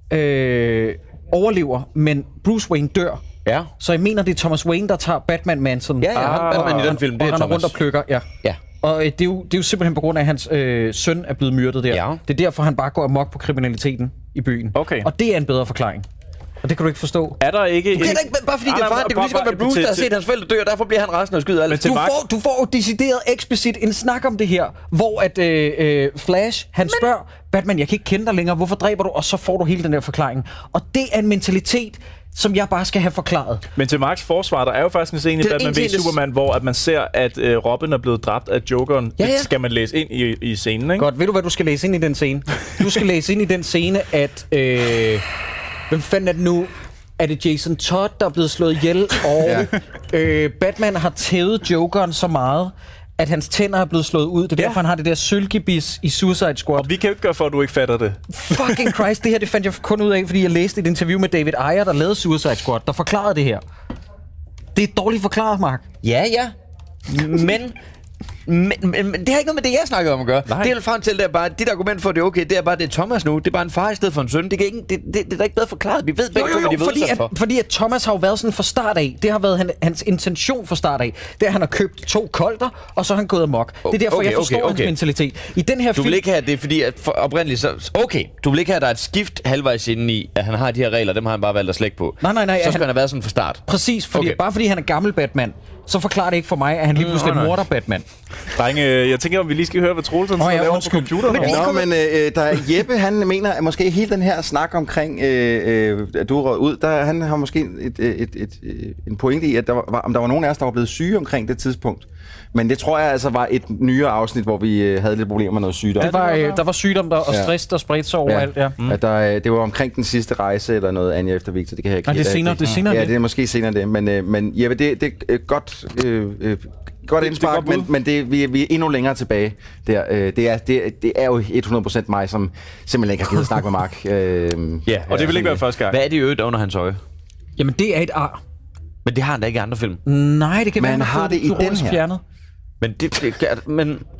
øh, overlever, men Bruce Wayne dør. Ja. Så jeg mener, det er Thomas Wayne, der tager Batman-mansen. Ja, ja, han- Batman i den film, det er og render Thomas. rundt og plukker, ja. Ja. Og øh, det, er jo, det er jo simpelthen på grund af, at hans øh, søn er blevet myrdet der. Ja. Det er derfor, han bare går amok på kriminaliteten i byen. Okay. Og det er en bedre forklaring. Og det kan du ikke forstå. Er der ikke... Du kan da ikke, bare fordi det er far, det kunne lige så godt være Bruce, der har set hans forældre dø, og derfor bliver han rasende og skyder alle. til Du Mark- får, du får jo decideret eksplicit en snak om det her, hvor at øh, øh, Flash, han Men... spørger, Batman, jeg kan ikke kende dig længere, hvorfor dræber du? Og så får du hele den der forklaring. Og det er en mentalitet, som jeg bare skal have forklaret. Men til Marks forsvar, der er jo faktisk en scene i Det er Batman en v scene, der- Superman, hvor at man ser, at øh, Robin er blevet dræbt af Jokeren. Ja, ja. Det skal man læse ind i, i scenen, ikke? Godt, ved du hvad du skal læse ind i den scene? Du skal læse ind i den scene, at... Øh, hvem fanden er det nu? Er det Jason Todd, der er blevet slået ihjel, og ja. øh, Batman har tævet Jokeren så meget, at hans tænder er blevet slået ud. Det er Ja. derfor, han har det der sølvgebis i Suicide Squad. Og vi kan jo ikke gøre for, at du ikke fatter det. Fucking Christ, det her det fandt jeg kun ud af, fordi jeg læste et interview med David Ayer, der lavede Suicide Squad, der forklarede det her. Det er dårligt forklaret, Mark. Ja, ja. Men... Men, men, men det har ikke noget med det, jeg snakkede om at gøre. Nej. Det jeg vil frem til, det er bare, dit argument for, at det er okay, det er bare, det er Thomas nu. Det er bare en far i stedet for en søn. Det, kan ikke, det, det, det er da ikke bedre forklaret. Vi ved begge to, hvad de er fordi, udsat at, for. fordi at Thomas har jo været sådan fra start af. Det har været han, hans intention fra start af. Det er, at han har købt to kolter, og så har han gået amok. Det er derfor, Okay, jeg forstår okay, okay. hans mentalitet. I den her Du film... vil ikke have det, fordi at for oprindeligt så... Okay, du vil ikke have, at der er et skift halvvejs inden i, at han har de her regler, dem har han bare valgt at slække på. Nej, nej, nej, Så han- skal han have været sådan fra start. Præcis, fordi Okay. okay. bare fordi han er gammel Batman, så forklarer det ikke for mig, at han lige pludselig nej, nej. morder Batman. Drenge, jeg tænker, om vi lige skal høre, hvad Troels han Nå, sidder ja, og laver på undskyld. computeren. Men herovre. Nå, men øh, der er Jeppe, han mener, at måske hele den her snak omkring, øh, øh, at du er røget ud, der, han har måske et, et, et, et, et, en pointe i, at der var, om der var nogen af os, der var blevet syge omkring det tidspunkt. Men det tror jeg altså var et nyere afsnit, hvor vi øh, havde lidt problemer med noget sygdom. Det var, øh, der var sygdom der, og Ja. stress, der spredte sig overalt. Ja. Mm. At der, øh, det var omkring den sidste rejse, eller noget Anja efter Victor, det kan jeg ikke Nej, det er helt- senere, det er senere Ja, det. det er måske senere det, men, øh, men Jeppe, det, det er et godt... Øh, øh, Godt indspark, godt bud. men, men det, vi, vi er endnu længere tilbage. Der, øh, det, er, det, det er jo hundrede procent mig, som simpelthen ikke har givet at snakke med Mark. Øh, Ja, Og det vil ikke være første gang. Hvad er det i øvrigt under hans øje? Jamen, det er et ar. Men det har han da ikke i andre film. Nej, det kan Men være, han har fået det i den kirurgisk her. fjernet. Men det... det kan- men...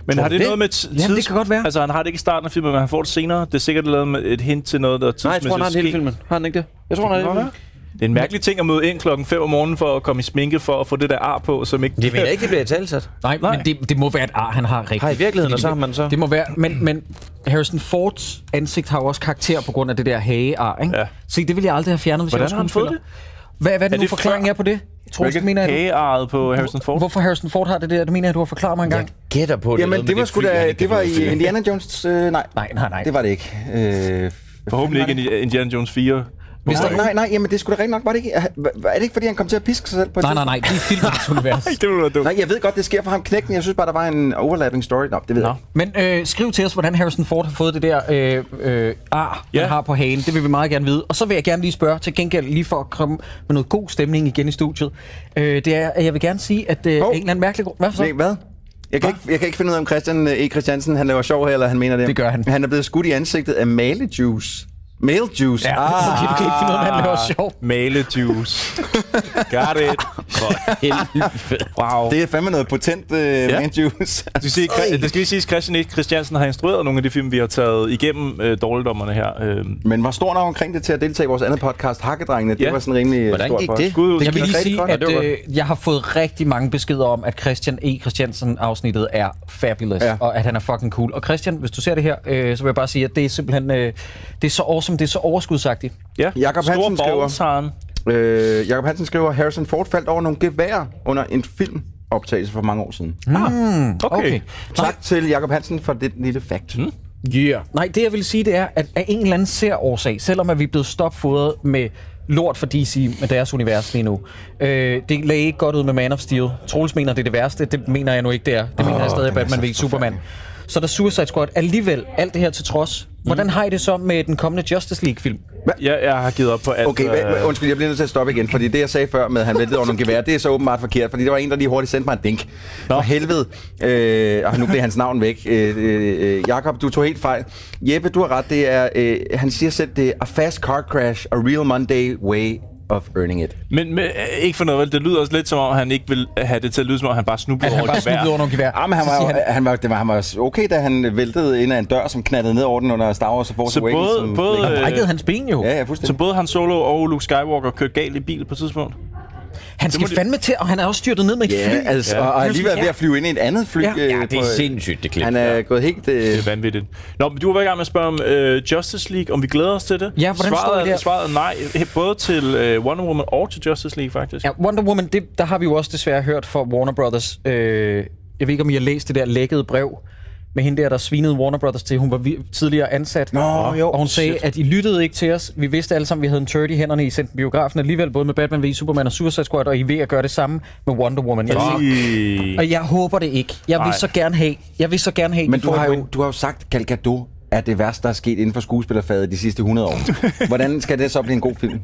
Men Tror har du det, det? noget med t- Jamen, det kan godt være. Altså, han har det ikke i starten af filmen, men han får det senere. Det er sikkert lavet med et hint til noget, der Nej, jeg tidsmæssigt tror, han har det hele sker. filmen. Har han ikke det? Jeg tror, han har det hele filmen. Det er en mærkelig ting at møde ind klokken fem om morgenen for at komme i sminke for at få det der ar på, som ikke... Det mener jeg ikke, det bliver talsat. Nej, Nej. men det, det må være et ar, han har rigtigt. Har i virkeligheden, og så har man så... Det må være, men, men Harrison Fords ansigt har jo også karakter på grund af det der hagear, ikke? Ja. Se, det ville jeg aldrig have fjernet, hvis Hvordan jeg var har han fået skuespiller. Hvad, hvad er det Er nu det forklaringen før- er på det? Troels, Hvilket mener jeg, hagearet på Harrison Ford? hvorfor Harrison Ford har det der? Det mener jeg, du har forklaret mig en gang. Jeg gætter på det. Jamen, noget det med var sgu fly, han da... ikke Det kan var få i fly. Indiana Jones... Øh, nej, Nej, nej, nej. det var det ikke. Øh, Forhåbentlig ikke Indiana Jones fire. Hvis der, nej, nej, nej, jamen det skulle da rent nok, var det ikke? Er er det ikke, fordi han kom til at piske sig selv på et nej, nej, tidspunkt? nej, det er filmens univers. Det ville være dumt. Nej, jeg ved godt, det sker for ham knækken. Jeg synes bare, der var en overlapping story. Nå, det ved Nå. jeg ikke. Men øh, skriv til os, hvordan Harrison Ford har fået det der øh, øh, ar, Ja. han har på hagen. Det vil vi meget gerne vide. Og så vil jeg gerne lige spørge til gengæld, lige for at komme med noget god stemning igen i studiet. Øh, det er, at jeg vil gerne sige, at øh, Hov. en eller anden mærkelig grund... Hvad så? Nej, hvad? Jeg kan, ikke, jeg kan ikke finde ud af, om Christian E. Christiansen, han laver sjov her, eller han mener det. Det gør han. Han er blevet skudt i ansigtet af malejuice. Male juice. Ja, Ah. okay, du kan ikke finde ud af, at han laver sjov. Malejuice. Got it. For helvede. Wow. Det er fandme noget potent uh, ja. man juice. Det skal, sige, det skal lige sige, at Christian E. Christiansen har instrueret nogle af de film, vi har taget igennem øh, dårligdommerne her. Øh, Men var stor nok omkring det til at deltage i vores andet podcast, Hakkedrengene. Det Ja. var sådan rimelig Hvordan stort gik for os. det? Gud, Jeg vil gik lige rigtig sige, godt. at Ja, det var øh, jeg har fået rigtig mange beskeder om, at Christian E. Christiansen-afsnittet er fabulous, Ja. ja. og at han er fucking cool. Og Christian, hvis du ser det her, øh, så vil jeg bare sige, at det er simpelthen øh, det er så awesome, det er så overskudsagtigt. ja. Jakob Hansen Store skriver- balls har han. Øh, Jakob Hansen skriver, Harrison Ford faldt over nogle geværer under en filmoptagelse for mange år siden. Mm. Okay. Okay. Tak til Jakob Hansen for det lille fact. Mm. Yeah. Nej, det jeg vil sige, det er, at af en eller anden ser-årsag, selvom at vi er blevet stopfodret med lort for D C med deres univers lige nu, øh, det lagde ikke godt ud med Man of Steel. Troels mener, det er det værste. Det mener jeg nu ikke, det er. Det oh, mener jeg stadig, Batman v Superman. Så der Suicide Squad alligevel, alt det her til trods. Hvordan har I det så med den kommende Justice League-film? Jeg, jeg har givet op på alt. Okay, øh... undskyld, jeg bliver nødt til at stoppe igen, fordi det, jeg sagde før med, at han væltede over nogle geværer, det er så åbenbart forkert, fordi det var en, der lige hurtigt sendte mig en dink. For helvede. Øh, og nu blev hans navn væk. Øh, øh, Jakob, du tog helt fejl. Jeppe, du har ret. Det er, øh, han siger selv, det er a fast car crash, a real Monday way of earning it. Men, men ikke for noget, vel? Det lyder også lidt som om, han ikke vil have det til at lyde som om, han bare snublede At han over bare et gevær. snublede over nogle gevær. Ja, men han Så var, siger han, han, var, det var, han var okay, da han væltede ind af en dør, som knaldede ned over den under Star Wars og Force Så Awakens. både- som både- flækker. Han brækkede hans ben jo. Ja, ja, Så fuldstændig. både Han Solo og Luke Skywalker kørte galt i bil på et tidspunkt. Han skal må de- fandme til, og han er også styrtet ned med et Ja, fly. altså, Ja. og, og alligevel ved at flyve ind i et andet fly. Ja. øh, Ja, det er på- sindssygt, det klip. Han er gået helt... Øh, Det er vanvittigt. Nå, men du var i gang med at spørge om uh, Justice League, om vi glæder os til det. Ja, hvordan står svaret, I der? Svaret er nej, både til uh, Wonder Woman og til Justice League, faktisk. Ja, Wonder Woman, det, der har vi jo også desværre hørt fra Warner Brothers. Øh, jeg ved ikke, om I har læst det der lækkede brev med hende der, der svinede Warner Brothers til. Hun var vi- tidligere ansat. Nå, jo, og hun sagde, shit. at I lyttede ikke til os. Vi vidste alle sammen, vi havde en turd i hænderne. I sendte biografen alligevel, både med Batman v Superman og Suicide Squad, og I er ved at gøre det samme med Wonder Woman. Jeg siger, Fuck. og jeg håber det ikke. Jeg vil Nej. så gerne have. Jeg vil så gerne have. Men I du får har, et jo, win. du har jo sagt, Gal Gadot er det værste, der er sket inden for skuespillerfaget de sidste hundrede år. Hvordan skal det så blive en god film?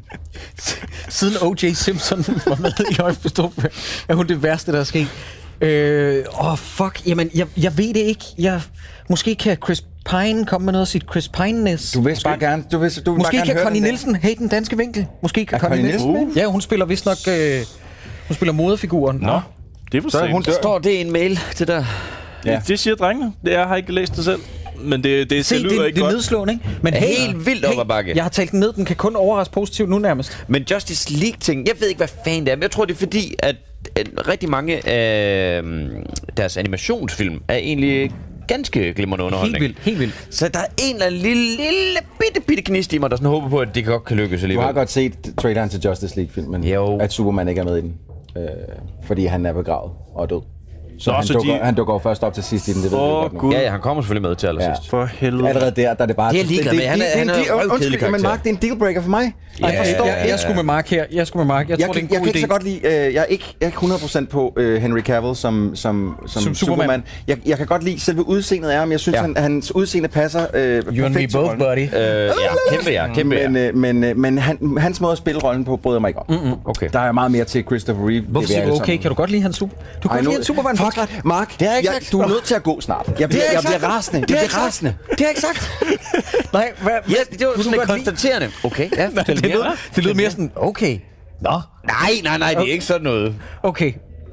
Siden O J Simpson var med i Højforstå, er hun det værste, der er sket. Øh, åh, fuck. Jamen, jeg, jeg ved det ikke. Jeg, måske kan Chris Pine komme med noget af sit Chris Pine-ness. Du vil bare gerne... Du vil, du vil Måske bare gerne kan høre Connie den der. Nielsen have den danske vinkel. Måske kan Er Connie Connie Nielsen. Nielsen Ja, hun spiller vist nok... Øh, hun spiller moderfiguren. Nå, det var Så er hun dør. Står det i en mail til dig? Ja. Det, det siger drengene. Det, jeg har ikke læst det selv. Men det, det, Se, det lyder det, ikke det er godt. nedslående, ikke? Men Er hey, helt vildt op ad bakke. Jeg har talt den ned. Den kan kun overraske positivt nu nærmest. Men Justice League-ting, jeg ved ikke, hvad fanden det er, men jeg tror, det er fordi, at, at rigtig mange af øhm, deres animationsfilm er egentlig ganske glimrende underholdning. Helt vildt, helt vildt. Så der er en eller anden lille, lille bitte, bitte gnist i mig, der sådan håber på, at det godt kan lykkes Du alligevel. har godt set traileren til Justice League-filmen, Jo. at Superman ikke er med i den. Øh, fordi han er begravet og død. Så Nå, han, så dukker, de- han dukker jo først op til sidst i den, det ved vi Åh, godt nu. Gud. Ja, ja, han kommer selvfølgelig med til allersidst. For helvede. Allerede der, der er det bare... Det er jeg ligeglad med. Han er- det- det- han er det- en røvkedelig undskyld, karakter. Men Mark, det er en dealbreaker for mig. Jeg forstår. Jeg, jeg skulle med Mark her. Jeg skulle med Mark. Jeg, Jeg, tror, kan, det er jeg en kan god ikke idé. så godt lide, øh, jeg er ikke, jeg er ikke hundrede procent på øh, Henry Cavill som, som, som, Som Superman. Superman. Jeg, jeg kan godt lide selve udseendet af ham. Jeg synes, Ja. han, hans udseende passer øh, You and me perfekt til both, rollen. buddy. Øh, ja, kæmpe ja, kæmpe ja. Men, øh, men, øh, men han, hans måde at spille rollen på, bryder jeg mig ikke om. Mm-mm. Okay. Der er meget mere til Christopher Reeve. Hvorfor siger du okay? Kan du godt lide hans super? Du kan Ej, godt nu- lide hans Superman. Fuck, Mark, Det har jeg ikke jeg, sagt. du er nødt til at gå snart. Jeg bliver, har jeg ikke bliver sagt. rasende. Jeg Det har jeg bliver ikke rasende. Det har jeg ikke sagt. Nej, hvad? Ja, det var Du sådan kan lidt godt lide- konstaterende. Okay, ja, fortæl Det lyder, mere. det lyder mere sådan, okay. Nå, Nej, nej, nej, det er ikke sådan noget. okay.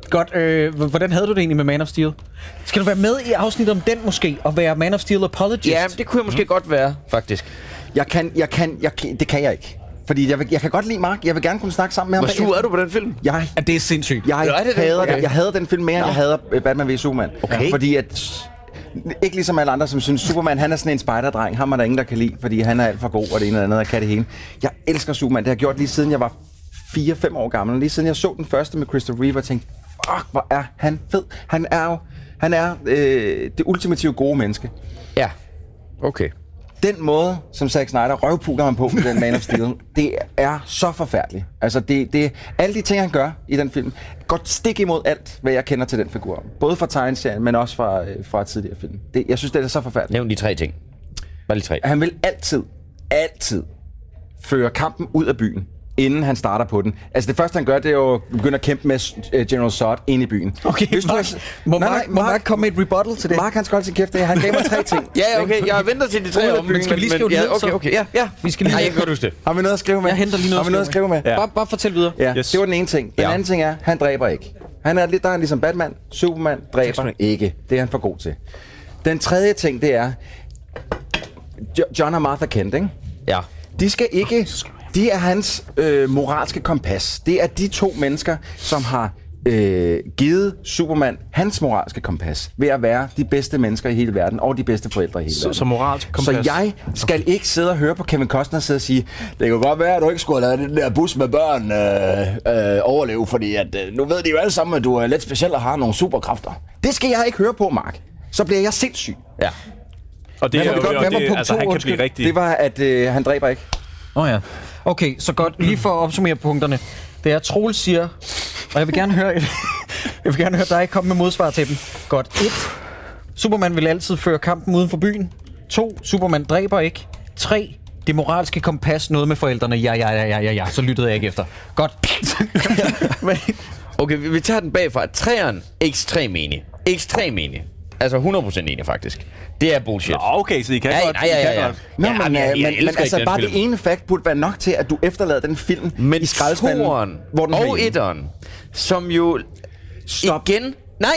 Godt. Øh, h- hvordan havde du det egentlig med Man of Steel? Skal du være med i afsnit om den måske, og være Man of Steel apologist? Ja, det kunne jeg måske mm. godt være, faktisk. Jeg kan, jeg kan, jeg kan, det kan jeg ikke. Fordi jeg, vil, jeg kan godt lide Mark. Jeg vil gerne kunne snakke sammen med ham. Hvor sur er du på den film? Jeg, Ja, det er sindssygt. jeg, Nå, er det det? hader Okay. den. Jeg hader den film mere, end jeg hader Batman v Superman. Okay. Fordi at... Ikke ligesom alle andre, som synes, Superman, han er sådan en spejderdreng. Ham er der ingen, der kan lide, fordi han er alt for god, og det ene eller andet, og kan det hele. Jeg elsker Superman. Det har jeg gjort lige siden jeg var fire fem år gammel. Lige siden jeg så den første med Christopher Reeve, og tænkte, fuck, hvor er han fed. Han er jo... Han er øh, det ultimative gode menneske. Ja. Okay. Den måde, som Zack Snyder røvpuler ham på med den Man of Steel, det er så forfærdeligt. Altså, det, det, alle de ting, han gør i den film, går stik imod alt, hvad jeg kender til den figur. Både fra tegneserien, men også fra, øh, fra tidligere film. Det, jeg synes, det er så forfærdeligt. Nævn de tre ting. Bare lige tre. Han vil altid, altid føre kampen ud af byen, inden han starter på den. Altså det første, han gør, det er jo at begynde at kæmpe med uh, General Zod inde i byen. Okay, Hvis du Mark, har- må, Nej, Mark, nej, må Mark- Mark komme med et rebuttal til det? Mark, han skal holde sin kæft. Han gav mig tre ting. Ja, okay. Jeg venter til de tre om. Men skal vi lige skrive det ja, ned, okay, så? okay. Ja, ja. Vi skal lige- Nej, jeg kan godt huske det. Har vi noget at skrive med? Jeg henter lige noget Har vi noget at skrive med? Ja. Bare, bare fortæl videre. Ja, Yes. det var den ene ting. Den Ja. anden ting er, han dræber ikke. Han er lidt, der er han ligesom Batman. Superman dræber ikke. Det er han for god til. Den tredje ting, det er, Jo- John og Martha Kent, ikke? Ja. De skal ikke... De er hans øh, moralske kompas. Det er de to mennesker, som har øh, givet Superman hans moralske kompas ved at være de bedste mennesker i hele verden og de bedste forældre i hele Så, verden. så moralsk kompas. Så jeg skal ikke sidde og høre på Kevin Costner sidde og sige, det kan godt være, at du ikke skulle have ladet den der bus med børn øh, øh, overleve, fordi at, øh, nu ved de jo alle sammen, at du er lidt speciel og har nogle superkræfter. Det skal jeg ikke høre på, Mark. Så bliver jeg sindssyg. Ja. Og det Hvad er var- jo, hvad og var det, punkt altså, to, han kan undskyld? blive rigtig... Det var, at øh, han dræber ikke. Åh oh, ja. Okay, så godt. Lige for at opsummere punkterne. Det er, Troels siger, og jeg vil gerne høre, jeg vil gerne høre dig komme med modsvar til dem. Godt. et. Superman vil altid føre kampen uden for byen. to. Superman dræber ikke. tre. Det moralske kompas, noget med forældrene. Ja, ja, ja, ja, ja, ja. Så lyttede jeg ikke efter. Godt. Okay, vi, vi tager den bagfra. Træeren, ekstrem enig. Ekstrem enig. Altså hundrede procent enig, faktisk. Det er bullshit. Nå, okay, så I kan Ja, godt. ja, ja, I kan ja, ja. godt. Nå, Ja, men, men jeg- øh, jeg men, elsker men ikke altså den bare film. det ene fakt burde være nok til, at du efterlader den film Men i skraldespanden, toeren hvor den hører og hjemme. etteren, som jo Stop. igen... Nej!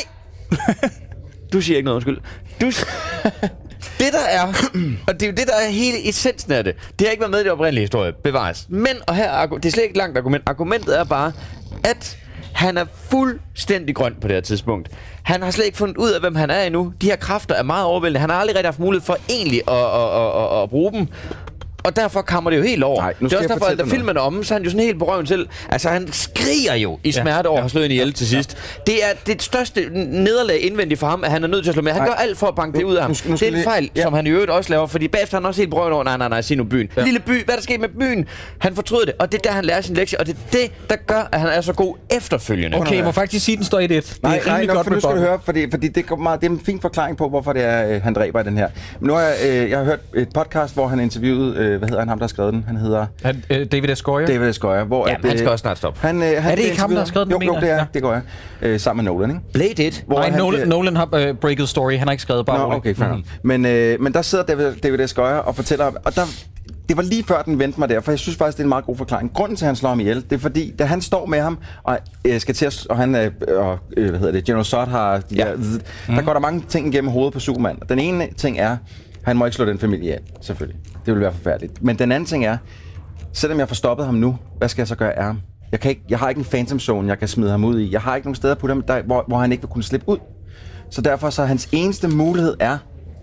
Du siger ikke noget, undskyld. Du... s- Det der er, og det er jo det, der er hele essensen af det. Det har ikke været med i det oprindelige historie, bevares. Men, og her er, argu- det er slet ikke et langt argument. Argumentet er bare, at han er fuldstændig grøn på det her tidspunkt. Han har slet ikke fundet ud af, hvem han er endnu. De her kræfter er meget overvældende. Han har aldrig rigtig haft mulighed for egentlig at, at, at, at, at bruge dem. Og derfor kommer det jo helt over. Nej, nu det er skal også jeg derfor, at da fortælle dig filmen er omme, så er han jo sådan helt på røven selv. Altså, han skriger jo i smerte over at have slået en ihjel til sidst. Det er det største nederlag indvendigt for ham, at han er nødt til at slå med. Han Nej. gør alt for at banke det ud af ham. Nu skal- nu Det skal er en lige- fejl, ja. som han i øvrigt også laver, fordi bagefter er han også helt på røven over, nej, nej, nej, sig nu byen. Lille by, hvad er der sket med byen? Han fortryder det, og det er der, han lærer sin lektie, og det er det, der gør, at han er så god efterfølgende. Okay, jeg må faktisk sige, at den står et et. Det er Nej, nej, rimelig nå, godt for nu skal du rebuttal. høre, fordi, fordi det, går meget, det er en fin forklaring på, hvorfor det er, øh, han dræber i den her. Men nu har jeg, øh, jeg har hørt et podcast, hvor han interviewede, øh, hvad hedder han, ham der har skrevet den? Han hedder Han, øh, David S. Goyer. David Skøyer. Hvor Ja, at, men han skal øh, også snart stoppe. Han, øh, han Er det ikke ham, der har skrevet den, Jo, jo, mener det er, jeg? det går jeg. Øh, sammen med Nolan, ikke? Blade et. Hvor Nej, han Nolan, bliver- Nolan har øh, breaket story. Han har ikke skrevet bare Nå, roligt. okay, fair. Mm. Men, øh, men der sidder David, David S. Goyer og fortæller, og der, det var lige før den vendte mig der, for jeg synes faktisk, det er en meget god forklaring. Grunden til, at han slår ham ihjel, det er fordi, da han står med ham, og øh, skal til at, og han, øh, og, øh, hvad hedder det, General Zod har, de Ja. der, der går der mange ting igennem hovedet på Superman. Den ene ting er, han må ikke slå den familie ihjel, selvfølgelig. Det vil være forfærdeligt. Men den anden ting er, selvom jeg får stoppet ham nu, hvad skal jeg så gøre af ham? Jeg, kan ikke, jeg har ikke en phantom zone, jeg kan smide ham ud i. Jeg har ikke nogen steder at putte ham, der, hvor, hvor han ikke vil kunne slippe ud. Så derfor så hans eneste mulighed er,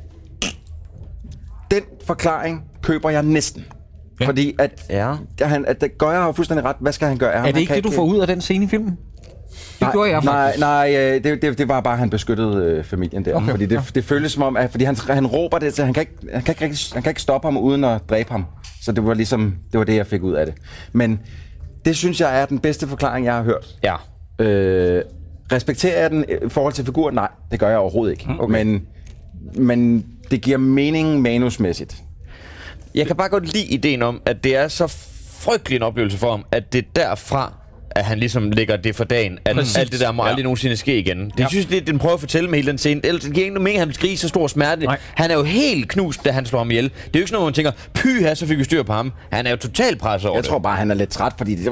den forklaring køber jeg næsten. Ja. Fordi at, Ja. at, han, at det gør jeg jo fuldstændig ret. Hvad skal han gøre af ham? Er Han det ikke kan det, du får ud af den scene i filmen? Det nej, gjorde jeg nej, faktisk. nej, øh, det, det, det var bare, at han beskyttede øh, familien der. Okay, Fordi det, ja. det føles som om, at fordi han, han råber det, så han kan, ikke, han, kan ikke, rigtig- han kan ikke stoppe ham uden at dræbe ham. Så det var ligesom, det var det, jeg fik ud af det. Men det synes jeg er den bedste forklaring, jeg har hørt. Ja. Øh, respekterer jeg den i forhold til figuren? Nej, det gør jeg overhovedet ikke. Okay. Men, men det giver mening manusmæssigt. Jeg kan bare godt lide ideen om, at det er så frygtelig en oplevelse for ham, at det er derfra, at han ligesom lægger det for dagen, at Præcis. alt det der må Ja. aldrig nogensinde ske igen. Det Ja. synes jeg, det den prøver at fortælle med hele den scene. Ellers det giver ikke nogen mening, at han vil skrige så stor smerte. Nej. Han er jo helt knust, da han slår ham ihjel. Det er jo ikke sådan noget, hvor man tænker, py her, så fik vi styr på ham. Han er jo totalt presset over Jeg det. tror bare, han er lidt træt, fordi det var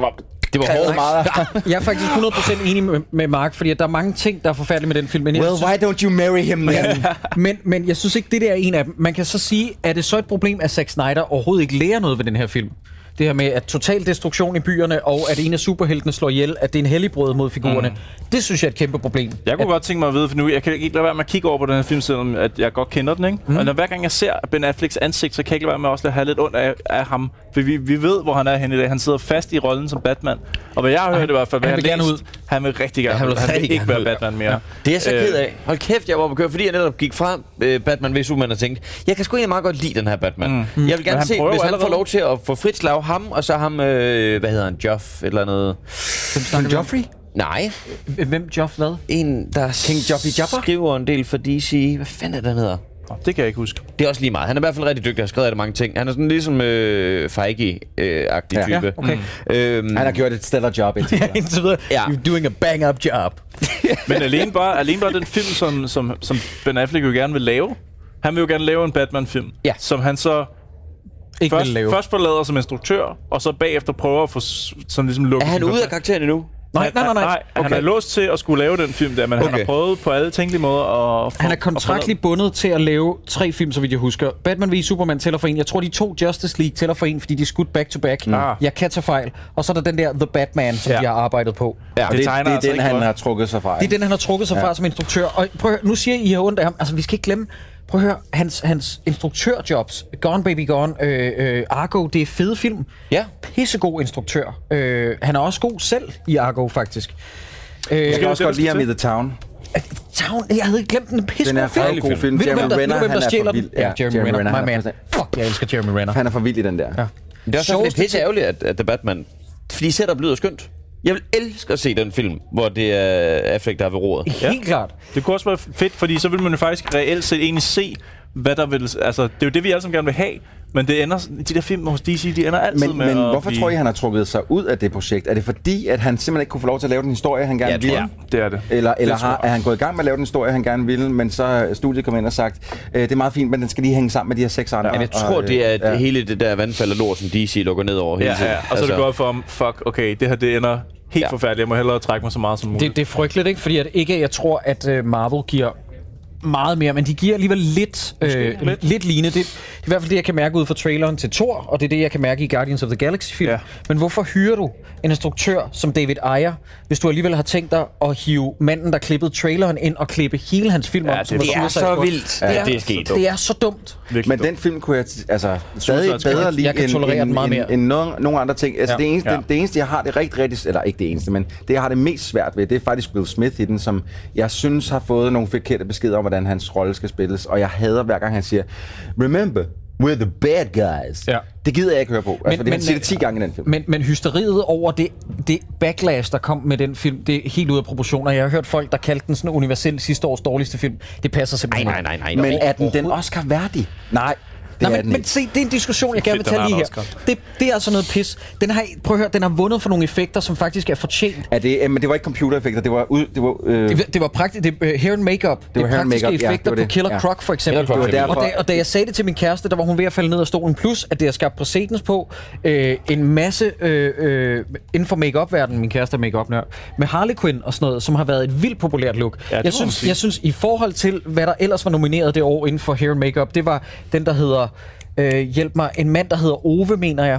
Det var hårdt. meget. Jeg er faktisk hundrede procent enig med, med Mark, fordi at der er mange ting, der er forfærdelige med den film. Men jeg Well, synes, why don't you marry him, man? men, men jeg synes ikke, det der er en af dem. Man kan så sige, er det så et problem, at Zack Snyder overhovedet ikke lærer noget ved den her film? Det her med, at total destruktion i byerne, og at en af superheltene slår ihjel, at det er en helligbrød mod figurerne. Mm. Det synes jeg er et kæmpe problem. Jeg kunne at, godt tænke mig at vide, for nu jeg kan ikke lade være med at kigge over på den her film, selvom at jeg godt kender den, ikke? Mm. Og når hver gang jeg ser Ben Afflecks ansigt, så kan jeg ikke lade være med også at have lidt ondt af, af ham. For vi, vi ved, hvor han er henne i dag. Han sidder fast i rollen som Batman. Og hvad jeg har hørt i hvert fald, han, han vil gerne ud. Han vil rigtig gerne ja, han vil, han vil rigtig ikke være Batman mere. Ja. Det er jeg så ked af. Hold kæft, jeg var på køre, fordi jeg netop gik fra øh, Batman v Superman og tænkte, jeg kan sgu egentlig meget godt lide den her Batman. Mm. Jeg vil gerne se, hvis han allerede får lov til at få frit slag ham, og så ham, øh, hvad hedder han, Joff, eller noget. Hvem Joffrey? Nej. Hvem Joff hvad? En, der King Joffrey Jopper? skriver en del for D C. Hvad fanden er det, han hedder? Det kan jeg ikke huske. Det er også lige meget. Han er i hvert fald rigtig dygtig og har skrevet af det mange ting. Han er sådan ligesom øh, Feige-agtig Ja. type. Ja, okay. Mm. Øhm, Han har gjort et stellar job indtil videre. Indtil videre. Ja. You're doing a bang-up job. Men alene bare, alene bare den film, som, som, som Ben Affleck jo gerne vil lave. Han vil jo gerne lave en Batman-film, Ja. som han så Ikke først, vil lave. først forlader som instruktør, og så bagefter prøver at få s- sådan ligesom lukket er han sin ude af kontrakt. karakteren endnu? Nej, nej, nej, nej. Nej, okay. Han er låst til at skulle lave den film der, men okay. han Okay. har prøvet på alle tænkelige måder at få, Han er at kontraktligt bundet til at lave tre film, så vidt jeg husker. Batman v Superman tæller for en. Jeg tror, de to Justice League tæller for en, fordi de er skudt back-to-back. Mm. Jeg kan tage fejl. Og så er der den der The Batman, som Ja. de har arbejdet på. Ja, det, det, tegner det er altså den, ikke han godt. har trukket sig fra. Det er den, han har trukket sig fra som instruktør. Og prøv at høre, nu siger I, I har ondt af ham. Altså, vi skal ikke glemme... Prøv at høre, hans, hans instruktørjobs, Gone Baby Gone, øh, øh, Argo, det er fede film. Ja. Pissegod instruktør. Øh, han er også god selv i Argo, faktisk. Øh, Jeg kan det, også det, godt du lide ham i skal The Town. Town, jeg havde ikke glemt den. Den Pissegod er film. en god film. Ved du, hvem Jeremy der, ved Renner, du, hvem han der er stjæler for den? vild. Ja, Jeremy Renner, han my er man. for- Fuck, jeg elsker Jeremy Renner. Han er for vild i den der. Ja. Det er også Sjoveste lidt pisse ærgerligt, at, at The Batman... Fordi setup lyder skønt. Jeg vil elske at se den film, hvor det er Affleck, der er ved roret. Helt klart. Det kunne også være fedt, fordi så vil man jo faktisk reelt set egentlig se, hvad der vil... Altså, det er jo det, vi alle sammen gerne vil have, men det ender... De der film hos D C, de ender altid Men, med men at hvorfor blive... tror I, han har trukket sig ud af det projekt? Er det fordi, at han simpelthen ikke kunne få lov til at lave den historie, han gerne Ja, ville? Ja, det er det. Eller, eller Det tror har, jeg. er han gået i gang med at lave den historie, han gerne ville, men så er studiet kommet ind og sagt, øh, det er meget fint, men den skal lige hænge sammen med de her seks andre. Men jeg tror, og, det er ja. det hele det der vandfald og lort, som D C lukker ned over hele Ja, tiden. ja, og så er det godt for ham, fuck, okay, det her det ender helt Ja. forfærdeligt. Jeg må hellere trække mig så meget som muligt. Det, det er frygteligt, ikke? Fordi at ikke, jeg tror, at uh, Marvel giver meget mere, men de giver alligevel lidt, øh, lidt. lidt. lidt lignende. Det, det er i hvert fald det, jeg kan mærke ud fra traileren til Thor, og det er det, jeg kan mærke i Guardians of the Galaxy-film. Ja. Men hvorfor hyrer du en instruktør som David Ayer, hvis du alligevel har tænkt dig at hive manden, der klippede traileren ind og klippe hele hans film Ja, om? det som er- var Det er Suicide så Squad? vildt, Det at er, det er sket. det er så dumt. Virkelig Men dumt. den film kunne jeg t- altså stadig Suicide bedre Squad. lide Jeg kan end, tolerere den end, meget end, mere. end nogle, nogle andre ting. Altså Ja. det, eneste, Ja. det, det eneste, jeg har det rigtig, rigtig... Eller ikke det eneste, men det, jeg har det mest svært ved, det er faktisk Will Smith i den, som jeg synes har fået nogle forkerte beskeder om, hvordan hans rolle skal spilles. Og jeg hader hver gang, han siger, remember, we're the bad guys. Ja. Det gider jeg ikke høre på. Altså, Men- fordi han men- siger det ti gange i den film. Men, men hysteriet over det, det backlash, der kom med den film, det er helt ude af proportioner. Jeg har hørt folk, der kaldte den sådan universelt sidste års dårligste film. Det passer simpelthen Nej, nej, nej, nej. Men er den den Oscar værdig? Nej, det Nej, er men, den men ikke. se, det er en diskussion, jeg gerne vil Fedt, den tage lige har her. en Oscar. Det, det er altså noget pis. Den har, prøv at høre, den har vundet for nogle effekter, som faktisk er fortjent. Er det, øh, men det var ikke computereffekter, det var... Ud, det var øh, Det, det var praktisk, det, uh, hair and makeup. Det, det var er hair and praktiske makeup, ja, effekter det var på det. Killer Ja. Croc, for eksempel. Killer Croc, det var og, derfor- da, og da jeg sagde det til min kæreste, der var hun ved at falde ned af stolen. Plus, at det har skabt præcedens på øh, en masse øh, øh, inden for make-up-verdenen, min kæreste er make-up-nør, med Harley Quinn og sådan noget, som har været et vildt populært look. Ja, det må jeg, man synes, sige. jeg synes, i forhold til, hvad der ellers var nomineret det år inden for hair and makeup, det var den, der hedder, øh, hjælp mig, en mand, der hedder Ove, mener jeg.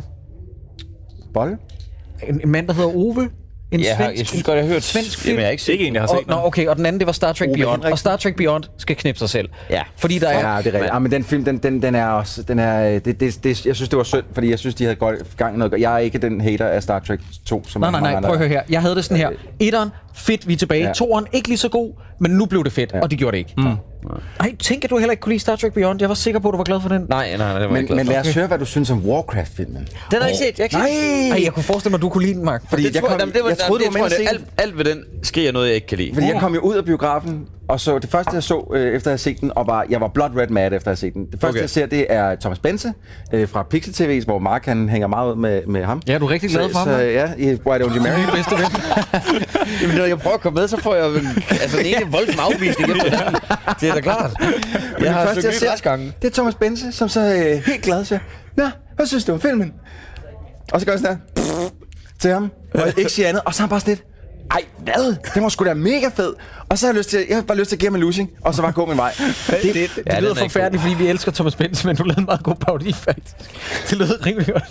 Bolle? En, en mand, der hedder Ove. En Jeg, har, svensk, jeg synes godt, jeg har hørt... svensk film. Jamen, jeg har ikke Det er set ikke en, jeg har Og, set. nå, okay, og den anden, det var Star Trek Ove Beyond. Henriksen. Og Star Trek Beyond skal knippe sig selv. Ja. Fordi der er... Ja, det er rigtigt. Ja, men den film, den, den, den er også... Den er, det, det, det, jeg synes, det var synd, fordi jeg synes, de havde godt gang i noget. Jeg er ikke den hater af Star Trek to, som Nej, nej, mange nej, andre prøv at er. høre her. Jeg havde det sådan her. Etteren, fedt, vi er tilbage. Ja. Toeren, ikke lige så god, men nu blev det fedt, Ja. og det gjorde det ikke. Mm. Ej, tænk, at du heller ikke kunne lide Star Trek Beyond. Jeg var sikker på, at du var glad for den. Nej, nej, nej, det var Men, jeg glad men for. lad os høre, hvad du synes om Warcraft-filmen. Den har jeg ikke set. Jeg har ikke set. Ej, jeg kunne forestille mig, at du kunne lide den, Mark. Fordi Det jeg, tror, kom, jamen, det var, jeg troede, jamen, du var det med tror at jeg, se alt, alt ved den skriger noget, jeg ikke kan lide. Fordi jeg kom jo ud af biografen, og så det første, jeg så, øh, efter jeg havde set den, og var, jeg var blood red mad, efter jeg havde set den. Det første, Okay. jeg ser, det er Thomas Bense øh, fra Pixel T V, hvor Mark han hænger meget ud med, med ham. Ja, du er rigtig glad for ham, Så, så hva'? ja, i Why Don't You Marry Me? Bedste ven. Jamen, når jeg prøver at komme med, så får jeg jo en, altså, en ene voldsom afvisning efter den. Det er da klart. Jeg har første, søgt jeg nyt ser, gange. det er Thomas Bense, som så øh, helt glad siger, nå, hvad synes du om filmen? Og så gør jeg sådan her, til ham, og jeg ikke siger andet, og så er han bare sådan lidt, ej, hvad? Det var sgu da mega fed. Og så har jeg lyst til, jeg har bare lyst til at give ham en lussing, og så bare gå min vej. Det, det, det, det lyder forfærdeligt, fordi vi elsker Thomas Benz, men du lavede en meget god parodi, faktisk. Det lød rimelig godt.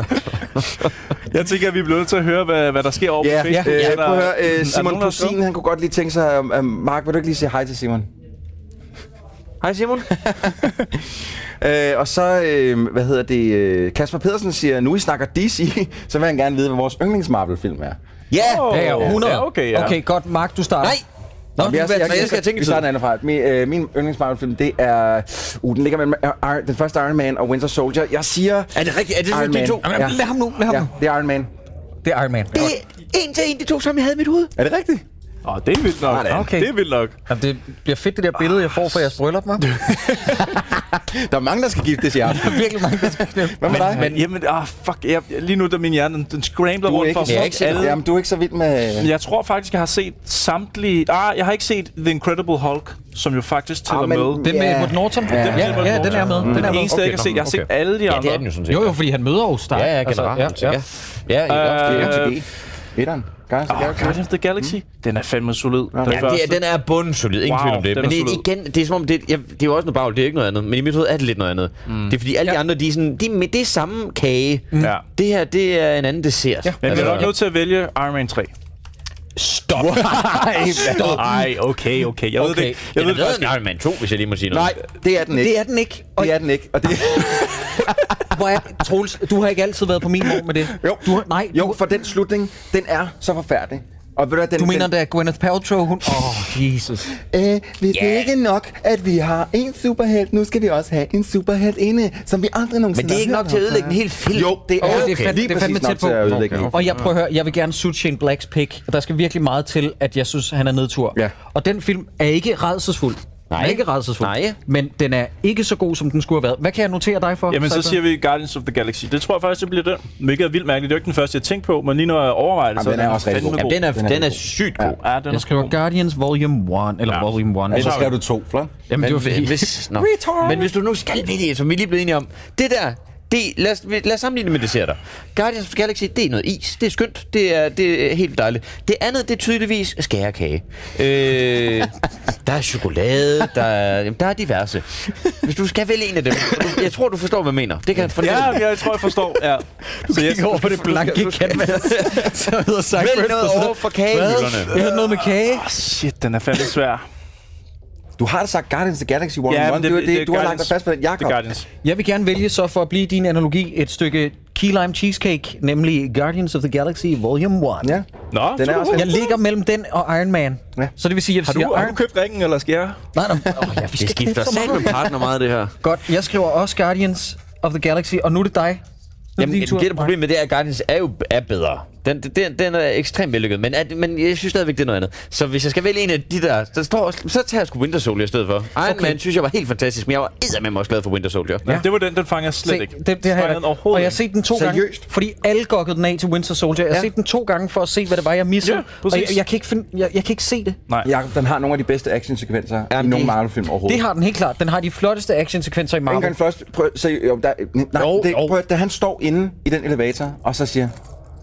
Jeg tænker, at vi bliver nødt til at høre, hvad, hvad der sker over Ja, på Facebook. øh, Er prøv at høre, der- øh, Simon er der nogen, der Plusin, han kunne godt lige tænke sig, uh, Mark, vil du ikke lige sige hej til Simon? Hej Simon. Øh, og så, øh, hvad hedder det, øh, Kasper Pedersen siger, nu I snakker D C, så vil han gerne vide, hvad vores yndlings Marvel-film er. Ja! Åh, Ja, ja, hundrede. Ja, okay, ja. Okay, godt. Mark, du starter. Nej! Nå, Nå, vi, jeg, jeg, jeg, jeg, jeg skal tænke Vi starter anden fra. Min, øh, min yndlings Marvel-film, det er... Uh, den ligger mellem uh, Iron, den første Iron Man og Winter Soldier. Jeg siger... Er det rigtigt? Er det Iron de Man. to? Jamen, lad ham nu, lad ham Ja, nu. det er Iron Man. Det er Iron Man. Det er en til en, de to, som jeg havde i mit hoved. Er det rigtigt? Åh, det er vildt nok. Okay. Det er vildt nok. Jamen, det bliver fedt, det der billede, jeg får fra jeres bryllup, hva'? Der er mange, der skal giftes i aften. Virkelig mange, der skal knæppe. Hvad med dig? Men jamen, ah, fuck. Jeg, lige nu, der min hjerne, den, den scrambler Du er rundt ikke, for jeg er at ikke få alle. Jamen, du er ikke så vild med... Jeg tror faktisk, jeg har set samtlige... Ah, jeg har ikke set The Incredible Hulk, som jo faktisk tæller Ah, men- med. Den med Ja. Edward Norton? Ja. Ja, ja, ja, den er med. Den er Den med. eneste, jeg ikke har set. Jeg har set alle de Ja, andre. det er den jo sådan set. Jo, jo, fordi han møder jo Stark. Ja, ja, generelt. Altså, ja, ja. ja, ja, Øh, ja. M T G. Etteren. Guardians of the Ah, Galaxy. Guardians of the Galaxy. Den er fandme solid. Den Ja, det første. er, den er bundsolid, ingen Wow, tvivl om det. den Men er det, solid. igen, det er som om, det, ja, det er jo også noget bagl, det er ikke noget andet. Men i mit hoved er det lidt noget andet. Mm. Det er fordi alle de Ja. andre, de er sådan, de, er med- det er samme kage. Mm. Ja. Det her, det er en anden dessert. Ja. Men vi er nok nødt til at vælge Iron Man tre. Stop! Stop. Ej, okay, okay. Jeg ved Okay. det ikke. Jeg Den ved er det bedre faktisk end Iron Man to, hvis jeg lige må sige noget. Nej, det er den ikke. Det er den ikke. Og Det er den ikke. Og det... hvor er, Troels, du har ikke altid været på min vogn med det. Jo, Du har, nej, jo, du, for den slutning, den er så forfærdelig. Og ved du, hvad, den, du mener, den, det er Gwyneth Paltrow, hun... Åh, oh, Jesus. Øh, det er ikke nok, at vi har en superhelt. Nu skal vi også have en superhelt inde, som vi aldrig nogensinde Men det er ikke har nok hørt til at om ødelægge før. en hel film. Jo, det er, Okay, okay. det er fandme- lige det er fandme præcis nok tæt på. til at ødelægge en hel Og jeg prøver at høre, jeg vil gerne suge Shane Blacks pick. Der skal virkelig meget til, at jeg synes, han er nedtur. Ja. Og den film er ikke rædselsfuld. Nej. Den er ikke rædselsfuld. Nej. Men den er ikke så god, som den skulle have været. Hvad kan jeg notere dig for? Jamen, så Cypher? siger vi Guardians of the Galaxy. Det tror jeg faktisk, det bliver den. Hvilket er vildt mærkeligt. Det er jo ikke den første, jeg tænkte på, men lige når jeg overvejer det, Jamen, så den er også rigtig fandme god. Jamen, den er, Den er den er god. sygt god. Ja, den er Jeg skriver god. Guardians Volume one, eller Ja. Volume one. Og så Altså, skrev du to, flot. Jamen, det var Men, fordi... hvis, no. Men hvis du nu skal vælge, som vi lige blev enige om, det der, det, lad, os, lad os sammenligne med desserter. Guardians of the Galaxy, det er noget is. Det er skønt. Det er, det er helt dejligt. Det andet, det er tydeligvis skærekage. Øh, der er chokolade, der er, jamen, der er diverse. Hvis du skal vælge en af dem, du, jeg tror, du forstår, hvad jeg mener. Det kan jeg fornemme. Ja, jeg tror, jeg forstår. Ja. Så jeg over på det blanke canvas. Så hedder Cypher. Vælg noget over for kagehylderne. Jeg hørte noget med kage. Oh, shit, den er fandme svær. Du har da sagt Guardians of the Galaxy Volume Ja, one. men Det, det, det, det, du har lagt Guardians. dig fast på den. Det er Jakob. Guardians. Jeg vil gerne vælge så for at blive din analogi et stykke key lime cheesecake, nemlig Guardians of the Galaxy Volume one. Ja. Nå, Den er også Jeg ligger mellem den og Iron Man. Ja. Så det vil sige, at jeg Har siger du, har Iron... du købt ringen, eller skal jeg? Nej, nej. Oh, ja, vi skal Det skifter knæppe så sat med meget. partner meget, det her. Godt, jeg skriver også Guardians of the Galaxy, og nu er det dig. Nu er Jamen, din det, tur. det problem med det er, at Guardians er jo er bedre. Den, den, den er ekstremt vellykket, men, at, men jeg synes stadigvæk, det er noget andet. Så hvis jeg skal vælge en af de der, der står, så tager jeg sgu Winter Soldier i stedet for. Iron Okay. Man synes jeg var helt fantastisk, men jeg var eddermame også glad for Winter Soldier. Ja. Det var den, den fanger jeg slet Se, ikke. det, det har Fanger jeg, den overhovedet og jeg har ikke. set den to gange, Seriøst? fordi alle gokkede den af til Winter Soldier. Jeg har Ja. set den to gange for at se, hvad det var, jeg missede. Ja, og præcis. jeg, jeg, kan ikke finde, jeg, jeg kan ikke se det. Nej. Jakob, den har nogle af de bedste actionsekvenser i Jamen, nogle det- Marvel-film overhovedet. Det har den helt klart. Den har de flotteste actionsekvenser i Ikke Marvel. engang først. Prøv, se, jo, der, nej, Jo, det, jo. prøv, da han står inde i den elevator, og så siger,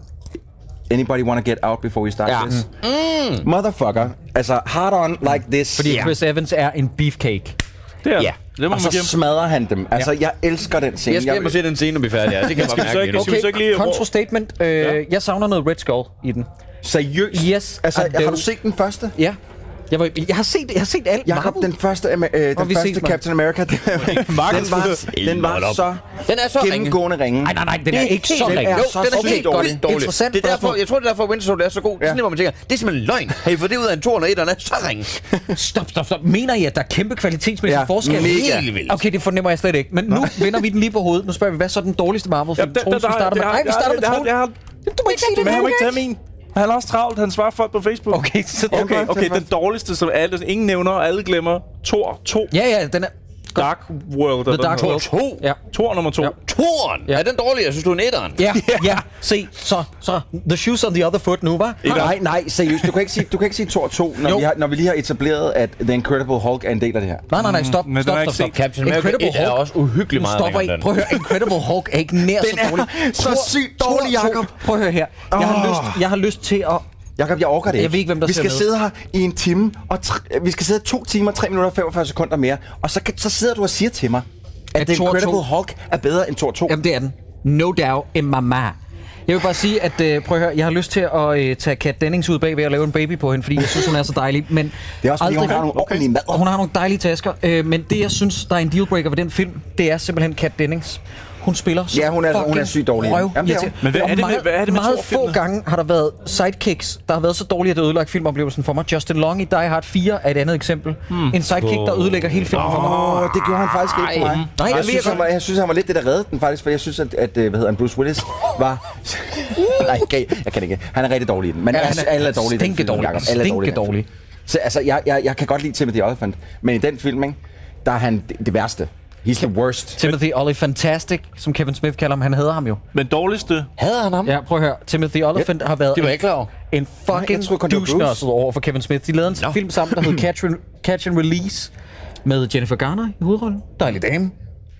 anybody wanna get out before we start Ja. this? Mm. Motherfucker. Altså, hard on like this. Fordi Chris Evans er en beefcake. Det er Ja. det må og man så give. smadrer han dem. Altså, jeg elsker den scene. Jeg skal hjem og se den scene, når vi er færdige. Ja. Det kan jeg Skal vi bare så mærke ikke- lige nu. Skal vi så ikke lige- Control statement. Øh, Ja. Jeg savner noget Red Skull i den. Seriøst? Yes, Altså, I har do. du set den første? Ja. Jeg, var, jeg har set, jeg har set alt Jakob, Marvel. den første, øh, den vi første set, Mark. Captain America, den, den, var, den var så Den er så ringe. gennemgående ringe. Nej, nej, nej, den er Det er ikke så helt- ringe. den er Jo, så den er sygt helt dårlig. dårlig. dårlig. Interessant Det er derfor, spørgsmål. jeg tror, det er derfor, Winter Soldier er så god. Det er sådan, hvor man tænker, det er simpelthen løgn. Har I fået det ud af en toeren og etteren er så ringe? Stop, stop, stop. Mener I, at der er kæmpe kvalitetsmæssig Ja, forskel? mega. Helt vildt. Okay, det fornemmer jeg slet ikke. Men nu vender vi den lige på hovedet. Nu spørger vi, hvad er så den dårligste Marvel-film? Ja, Troels, vi starter med... Nej, vi starter med Troels. Du må ikke sige det. Men han må nu. ikke tage min. Han er også travlt. Han svarer folk på Facebook. Okay, så Okay, okay, den dårligste, som alle, ingen nævner, og alle glemmer. Thor to. Ja, ja, den er... Dark World. The Dark World. To. Ja. Tor nummer to. Ja. Toren. Ja. Er den dårlig? Jeg synes, du er etteren. Ja, ja. Se, så, så. The shoes on the other foot nu, hva'? Nej, nej, seriøst. Du kan ikke sige, du kan ikke sige Thor to, når vi, har, når vi lige har etableret, at The Incredible Hulk er en del af det her. Nej, nej, nej, stop, Men den stop, har stop, jeg stop. ikke Captain America Incredible et er Hulk. også uhyggeligt meget Stopper længere I. end Prøv at høre, Incredible Hulk er ikke nær så Den er dårlig. så Thor- sygt dårlig, Thor to. Jacob. Prøv at høre her. Jeg har, lyst, jeg har lyst til at... Jakob, jeg orker det ikke. Jeg ved ikke, hvem der Vi ser skal med. sidde her i en time, og tre, vi skal sidde to timer, tre minutter og femogfyrre sekunder mere, og så, kan, så sidder du og siger til mig, at, At The Thor Incredible to Hulk er bedre end Thor to. Jamen, det er den. No doubt in my mind. Jeg vil bare sige, at øh, prøv at høre, jeg har lyst til at øh, tage Kat Dennings ud bag ved at lave en baby på hende, fordi jeg synes, hun er så dejlig. Men Det er også fordi, hun har nogle ordentlige mad. Hun har nogle dejlige tasker, øh, men det, jeg synes, der er en dealbreaker ved den film, det er simpelthen Kat Dennings. Hun spiller så Ja, hun er- hun er fucking sygt dårlig i den. røv- Jamen, det er hun. Men hvad er Og det med- meget, hvad er det med meget få Thor-filmene? gange har der været sidekicks, der har været så dårlige, at det ødelagt filmoplevelsen for mig. Justin Long i Die Hard fire er et andet eksempel. Hmm. En sidekick, der ødelægger hele filmen for mig. Åh, det gjorde han faktisk ikke for mig. Nej, jeg, det synes, virker- han var, jeg synes, han var lidt det, der reddede den faktisk, for jeg synes, at, at øh, hvad hedder han, Bruce Willis var... Nej, okay, jeg kan ikke. Han er rigtig dårlig i den. Men Ja, ja, han er alle er dårlige i den stinke film, dårlig. Jacob. Alle er dårlige i Stinke den dårlig. film. Så altså, jeg, jeg, jeg kan godt lide Timothy Olyphant, men i den film, ikke, der er han det, det værste. He's the worst. Timothy Olyphantastic, som Kevin Smith kalder ham, han hader ham jo. Men dårligste... Hader han ham? Ja, prøv at høre. Timothy Olyphant har været Det var en, jeg ikke klar over. en fucking jeg troede kun, det var Bruce. douche over for Kevin Smith. De lavede en Nå. film sammen, der hed Catch, Catch and Release, med Jennifer Garner i hovedrollen. Dejlig dame.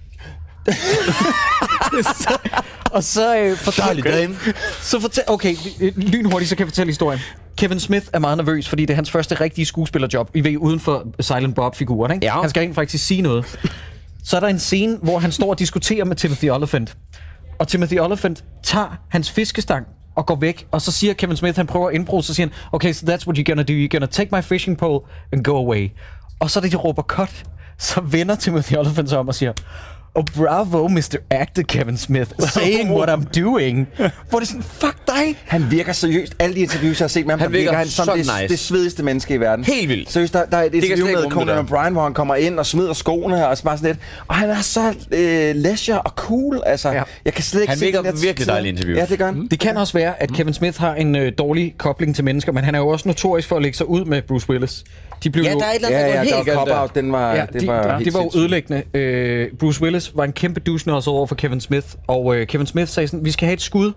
så, og så øh, fortæl, Dejlig dame. Så fortæl, okay, øh, lynhurtigt, så kan jeg fortælle historien. Kevin Smith er meget nervøs, fordi det er hans første rigtige skuespillerjob. I ved, uden for Silent Bob-figuren, ikke? Ja. Han skal rent faktisk sige noget. Så er der en scene, hvor han står og diskuterer med Timothy Olyphant. Og Timothy Olyphant tager hans fiskestang og går væk. Og så siger Kevin Smith, han prøver at indbruge, så siger han, okay, so that's what you're gonna do. You're gonna take my fishing pole and go away. Og så da de råber cut, så vender Timothy Olyphant sig om og siger, oh, bravo, mister Actor Kevin Smith, saying what I'm doing. Hvor det er sådan, fuck dig. Han virker seriøst. Alle de interviews, jeg har set med ham, Han der virker virker han som så det, nice. det svedigste menneske i verden. Helt vildt. Seriøst, der, der er et kan interview slet ikke med rumme det Conan der. O'Brien, hvor han kommer ind og smider skoene og bare sådan lidt. Og han er så øh, leisure og cool. Altså, Ja. ja. jeg kan slet ikke Han se virker den der virkelig tid. dejlig interview. Ja, det gør han. Det kan også være, at Kevin Smith har en øh, dårlig kobling til mennesker, men han er jo også notorisk for at lægge sig ud med Bruce Willis. De blev Ja, jo, der er et eller Ja, andet, der ja, går der helt var galt der. cop-out, den var, ja, det de, var, det helt var jo sindssygt. ødelæggende. Øh, Bruce Willis var en kæmpe douche over for Kevin Smith, og øh, Kevin Smith sagde sådan, vi skal have et skud,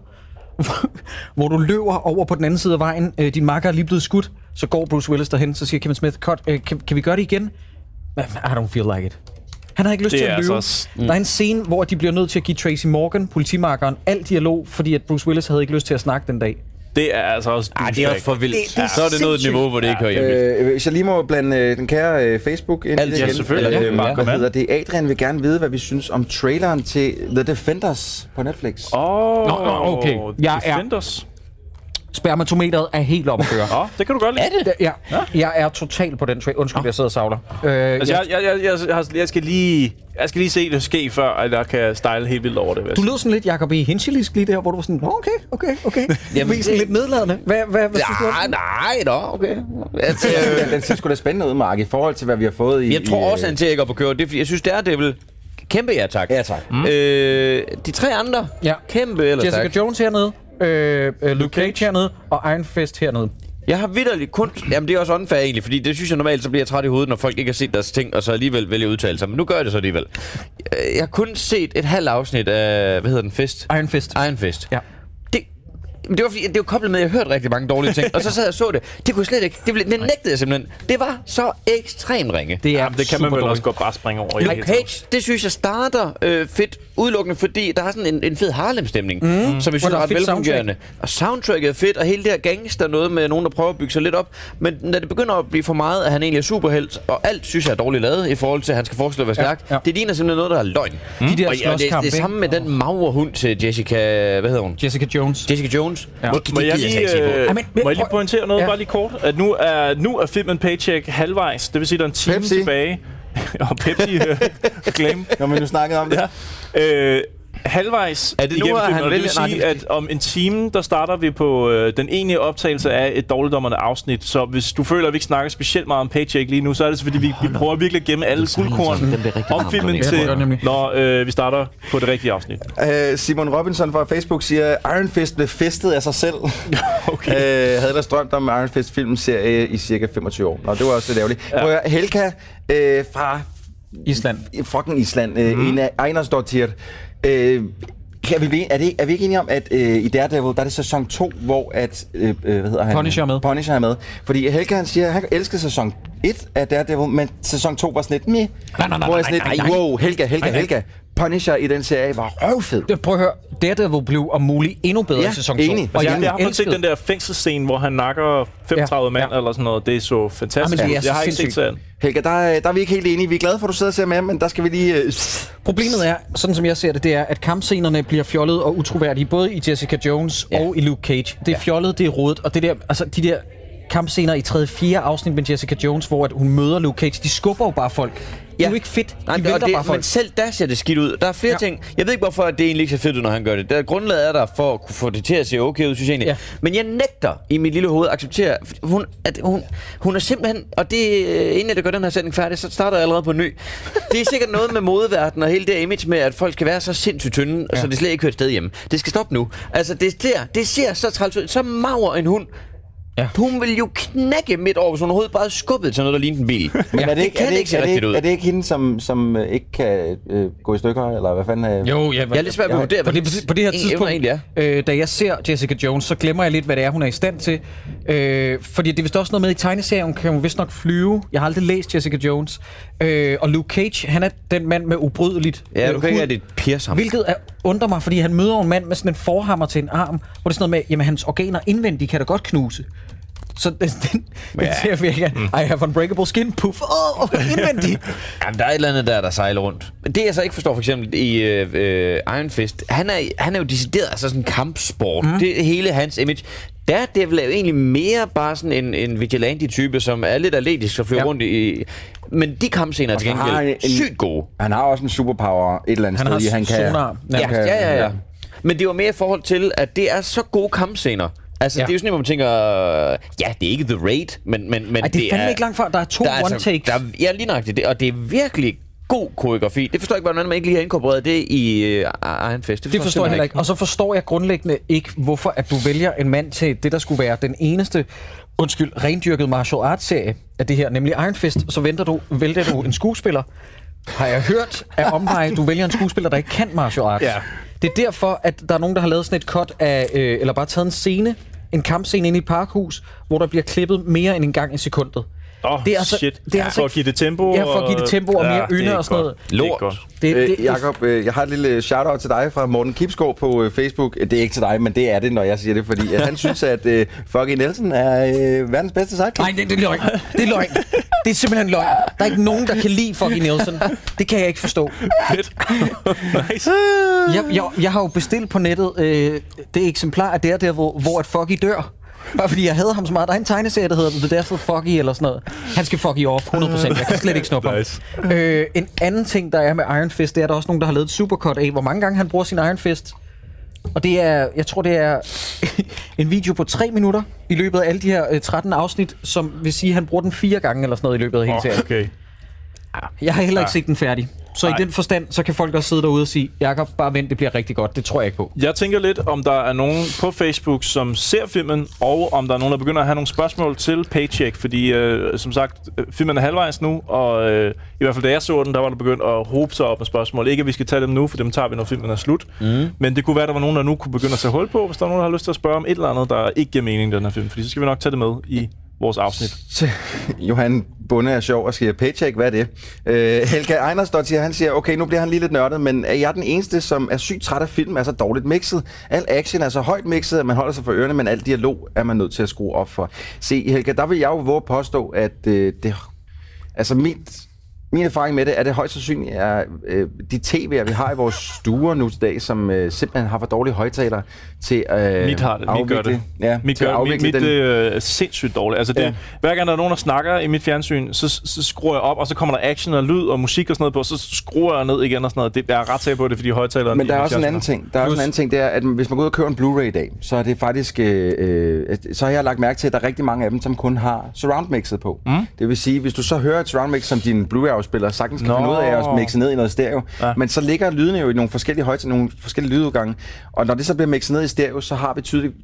hvor du løber over på den anden side af vejen. Øh, din makker er lige blevet skudt. Så går Bruce Willis derhen, så siger Kevin Smith, Cut, øh, kan, kan vi gøre det igen? I don't feel like it. Han har ikke lyst Det til er at løbe. altså- Mm. Der er en scene, hvor de bliver nødt til at give Tracy Morgan, politimarkeren, al dialog, fordi at Bruce Willis havde ikke lyst til at snakke den dag. Det er altså også... Ej, det er også for vildt. Det- det er Så er det nået et sindssygt. niveau, hvor det ikke hører hjemme. Øh, hvis jeg lige må blande øh, den kære øh, Facebook ind i Altid. det Ja, igen. selvfølgelig. Eller, Ja, øh, bare kom hvad an. hedder det? Adrian vil gerne vide, hvad vi synes om traileren til The Defenders på Netflix. Åh, oh, Nå, nå, okay. Jeg er- Defenders. Spermatometeret er helt op at køre. Nå, det kan du godt lide. Er det? Ja, jeg er total på den trade. Undskyld, jeg sidder og savler. Øh, Altså, jeg, jeg, jeg, jeg, jeg, har- jeg, skal lige, jeg skal lige se det ske, før at jeg kan style helt vildt over det. vil jeg du sige. lød sådan lidt Jacob E. Hinchelisk lige der, hvor du var sådan, "Nå, okay, okay, okay. Jamen, Jamen, det... sådan det- lidt nedladende. Hvad, hvad, hvad synes du om Nej, den? nej, nå, okay. Altså, Den, den ser sgu da spændende ud, Mark, i forhold til, hvad vi har fået i... jeg tror i, også, han til ikke op at køre. Det er, fordi jeg synes, det er det vel. Kæmpe ja, tak. Ja, tak. Mm. Øh, de tre andre. Ja. Kæmpe eller Jessica tak. Jones hernede, øh, øh, Luke Cage hernede, og Iron Fist hernede. Jeg har vitterligt kun... Jamen, det er også unfair egentlig, fordi det synes jeg normalt, så bliver jeg træt i hovedet, når folk ikke har set deres ting, og så alligevel vælger at udtale sig. Men nu gør jeg det så alligevel. Jeg har kun set et halvt afsnit af... Hvad hedder den? Fist? Iron Fist. Iron Fist. Ja. Det, det var fordi, det var koblet med, at jeg hørte rigtig mange dårlige ting, og så sad jeg og så det. Det kunne jeg slet ikke. Det, blev, det nægtede jeg simpelthen. Det var så ekstremt ringe. Det er Jamen, det kan man super vel dårligt. også godt bare springe over. i Luke det hele taget. Cage, det synes jeg starter øh, fedt, udelukkende fordi der er sådan en, en fed Harlem-stemning, mm. som vi synes der er er ret fedt velfungerende. Og soundtracket er fedt, og hele det her gangster noget med nogen, der prøver at bygge sig lidt op. Men når det begynder at blive for meget, at han egentlig er superhelt, og alt synes jeg er dårligt lavet i forhold til, at han skal forestille at være stærk, Ja, ja. det ligner simpelthen noget, der er løgn. De der Og ja, det, slåskampe, det er samme med den magre hund til Jessica... Hvad hedder hun? Jessica Jones. Jessica Jones. Ja. Må, Må jeg lige, øh, Ej, men- må jeg lige prøv- pointere noget, Ja. bare lige kort? At nu er, nu er filmen Paycheck halvvejs. Det vil sige, der er en time Pepsi. tilbage. Og Pepsi øh, reklame. Når vi nu snakkede om det. Ja. Øh, halvvejs Er det nu, igennem at filmen, han og det vil vælger- nej, sige, det- at om en time, der starter vi på øh, den egentlige optagelse af et dårligdommerne afsnit. Så hvis du føler, at vi ikke snakker specielt meget om Paycheck lige nu, så er det så, fordi vi, vi prøver virkelig at gemme alle guldkorn om filmen Ja, til, det gør nemlig. når øh, vi starter på det rigtige afsnit. Uh, Simon Robinson fra Facebook siger, Iron Fist blev festet af sig selv. Okay. uh, havde der drømt om Iron Fist filmserie i cirka femogtyve år. Nå, det var også lidt ærgerligt. Ja. Helka uh, fra Island. Fucking Island. Mm. En af Einarsdottir. Øh, Kan vi blive, er, det, er vi ikke enige om, at øh, i Daredevil, der er det sæson to, hvor at, øh, hvad hedder han? Punisher er med. Punisher er med. Fordi Helge, han siger, at han elskede sæson et af Daredevil, men sæson to var sådan lidt meh. Nej, nej, nej, hvor jeg sådan nej, lidt, nej, nej. wow, Helge, Helge, Nej, nej. Helge. Punisher i den serie var røvfed. Det, prøv at høre, Daredevil blev om muligt endnu bedre Ja, i sæson to. enig. Og jeg, jeg jeg har fået set elskede- den der fængselsscene, hvor han nakker femogtredive Ja, mand ja. eller sådan noget. Det er så fantastisk. Ja, men det er jeg har så ikke set sindssygt. serien. Helge, der, er- der er vi ikke helt enige. Vi er glade for, at du sidder og ser med, men der skal vi lige... Øh, Problemet er, sådan som jeg ser det, det er, at kampscenerne bliver fjollet og utroværdige, både i Jessica Jones Ja. og i Luke Cage. Det er fjollet, det er rodet, og det der, altså de der kampscener i tredje fjerde afsnit med Jessica Jones, hvor at hun møder Luke Cage, de skubber jo bare folk. Det er jo ikke fedt. De Nej, vælter og det, bare folk. men selv der ser det skidt ud. Der er flere Ja. ja. ting. Jeg ved ikke, hvorfor det egentlig ikke ser fedt ud, når han gør det. Der, grundlaget er der for at kunne få det til at se okay ud, synes jeg egentlig. Ja. Men jeg nægter i mit lille hoved at acceptere, hun, at hun, hun er simpelthen... Og det, øh, inden jeg gør den her sætning færdig, så starter jeg allerede på ny. Det er sikkert noget med modeverdenen og hele det image med, at folk skal være så sindssygt tynde, ja. så det slet ikke hører et sted hjemme. Det skal stoppe nu. Altså, det, der, det ser så træls ud. Så mager en hund. Ja. Hun vil jo knække midt over, hvis hun overhovedet bare skubbede til noget, der lignede en bil. men er det ikke, kan er det ikke ikke, se er det rigtigt ikke, ud. er det ikke hende, som, som øh, ikke kan øh, gå i stykker, eller hvad fanden er... Jo, ja, Jeg er lidt svært ved at vurdere, på hvad det, på det her hendes evner tidspunkt, egentlig øh, da jeg ser Jessica Jones, så glemmer jeg lidt, hvad det er, hun er i stand til. Øh, fordi det er vist også noget med i tegneserien, hun kan hun vist nok flyve. Jeg har aldrig læst Jessica Jones. Øh, og Luke Cage, han er den mand med ubrydeligt Ja, øh, du kan ikke hud. have det pierce ham. Hvilket er, undrer mig, fordi han møder en mand med sådan en forhammer til en arm, hvor det er sådan noget med, jamen hans organer indvendigt kan da godt knuse. Så den, den, den ser virkelig, I have unbreakable skin, puff, åh, oh, indvendigt. Jamen, der er et eller andet der, der sejler rundt. Men det jeg så ikke forstår, for eksempel i øh, øh, Iron Fist, han er, han er jo decideret altså sådan en kampsport. Mm. Det er hele hans image. Daredevil er jo egentlig mere bare sådan en, en vigilante-type, som er lidt atletisk og flyver Ja. ja. rundt i... Men de kampscener er til Og så har gengæld en- sygt gode. Han har også en superpower et eller andet Han sted, har i, han kan... sonar. Ja, kan- ja, ja, ja. Men det var mere i forhold til, at det er så gode kampscener. Altså, Ja. ja. det er jo sådan, at man tænker, ja, det er ikke The Raid, men, men, men Ej, det er fandme ikke langt fra. Der er to der er one-takes. Der, er- ja, lige nøjagtigt det, og det er virkelig god koreografi. Det forstår jeg ikke, hvordan man ikke lige har inkorporeret det i uh, Iron Fist. Det forstår jeg heller ikke. Og så forstår jeg grundlæggende ikke, hvorfor at du vælger en mand til det, der skulle være den eneste, undskyld, rendyrket martial arts serie af det her, nemlig Iron Fist. Så venter du, vælger du en skuespiller. Har jeg hørt af omvej, du vælger en skuespiller, der ikke kan martial arts. Ja. Det er derfor, at der er nogen, der har lavet sådan et cut af, øh, eller bare taget en scene, en kampscene inde i et parkhus, hvor der bliver klippet mere end en gang i sekundet. Åh, oh, Det er altså- shit. det er altså for at give det tempo. Ja, for at give det tempo og mere det er ynde og sådan godt. noget. Det er Lort. godt. Det, det, Øh, Jakob, øh, jeg har et lille shout-out til dig fra Morten Kipsgaard på øh, Facebook. Det er ikke til dig, men det er det, når jeg siger det, fordi øh, han synes, at øh, Foggy Nelson er øh, verdens bedste sidekick. Nej, det, det er løgn. Det er løgn. Det er simpelthen løgn. Der er ikke nogen, der kan lide Foggy Nelson. Det kan jeg ikke forstå. Fedt. Nice. Jeg, jeg, jeg har jo bestilt på nettet øh, det eksemplar af Daredevil, hvor at Foggy dør. Bare fordi jeg hader ham så meget. Der er en tegneserie, der hedder The Death of Foggy eller sådan noget. Han skal Foggy off, hundrede procent. Jeg kan slet ikke snuppe Nice. ham. Øh, en anden ting, der er med Iron Fist, det er, der også nogen, der har lavet et supercut af, hvor mange gange han bruger sin Iron Fist. Og det er, jeg tror, det er en video på tre minutter i løbet af alle de her øh, tretten afsnit, som vil sige, at han bruger den fire gange eller sådan noget i løbet af hele Oh, serien. okay. Jeg har heller ikke Ja. set den færdig. Så Nej. i den forstand, så kan folk også sidde derude og sige, Jakob, bare vent, det bliver rigtig godt. Det tror jeg ikke på. Jeg tænker lidt, om der er nogen på Facebook, som ser filmen, og om der er nogen, der begynder at have nogle spørgsmål til Paycheck. Fordi, øh, som sagt, øh, filmen er halvvejs nu, og øh, i hvert fald da jeg så den, der var der begyndt at hobe sig op med spørgsmål. Ikke at vi skal tage dem nu, for dem tager vi, når filmen er slut. Mm. Men det kunne være, der var nogen, der nu kunne begynde at tage hul på, hvis der er nogen, der har lyst til at spørge om et eller andet, der ikke giver mening i den her film. Fordi så skal vi nok tage det med i vores afsnit. Johan Bunde er sjov og siger, Paycheck, hvad er det? Øh, Helge Einarsdottir, han siger, okay, nu bliver han lige lidt nørdet, men er jeg den eneste, som er sygt træt af film, er så dårligt mixet? Al action er så højt mixet, at man holder sig for ørerne, men al dialog er man nødt til at skrue op for. Se, Helge, der vil jeg jo våge at påstå, at øh, det... Altså, mit... Min erfaring med det er, at det højst sandsynligt er øh, de tv'er, vi har i vores stuer nu til dag, som øh, simpelthen har for dårlige højtalere til at øh, Mit har det, mit gør det. Ja, Mit, til at gør, mit, afvikle mit den. øh, er sindssygt dårligt. Altså det, Ja. hver gang der er nogen, der snakker i mit fjernsyn, så, så skruer jeg op, og så kommer der action og lyd og musik og sådan noget på, så skruer jeg ned igen og sådan noget. Det, jeg er ret sikker på det, fordi højtalerne... Men der i er mit også en fjernsyn anden ting. Der er også en anden ting, det er, at hvis man går ud og køber en Blu-ray i dag, så er det faktisk... Øh, øh, så har jeg lagt mærke til, at der er rigtig mange af dem, som kun har surround-mixet på. Mm. Det vil sige, hvis du så hører et surround-mix, som din Blu-ray-afspiller sagtens kan Nå. finde ud af at mixe ned i noget stereo, Ja. men så ligger lydene jo i nogle forskellige højtaler, nogle forskellige lydudgange, og når det så bliver mixet ned i stereo, så har vi tydeligt, ty-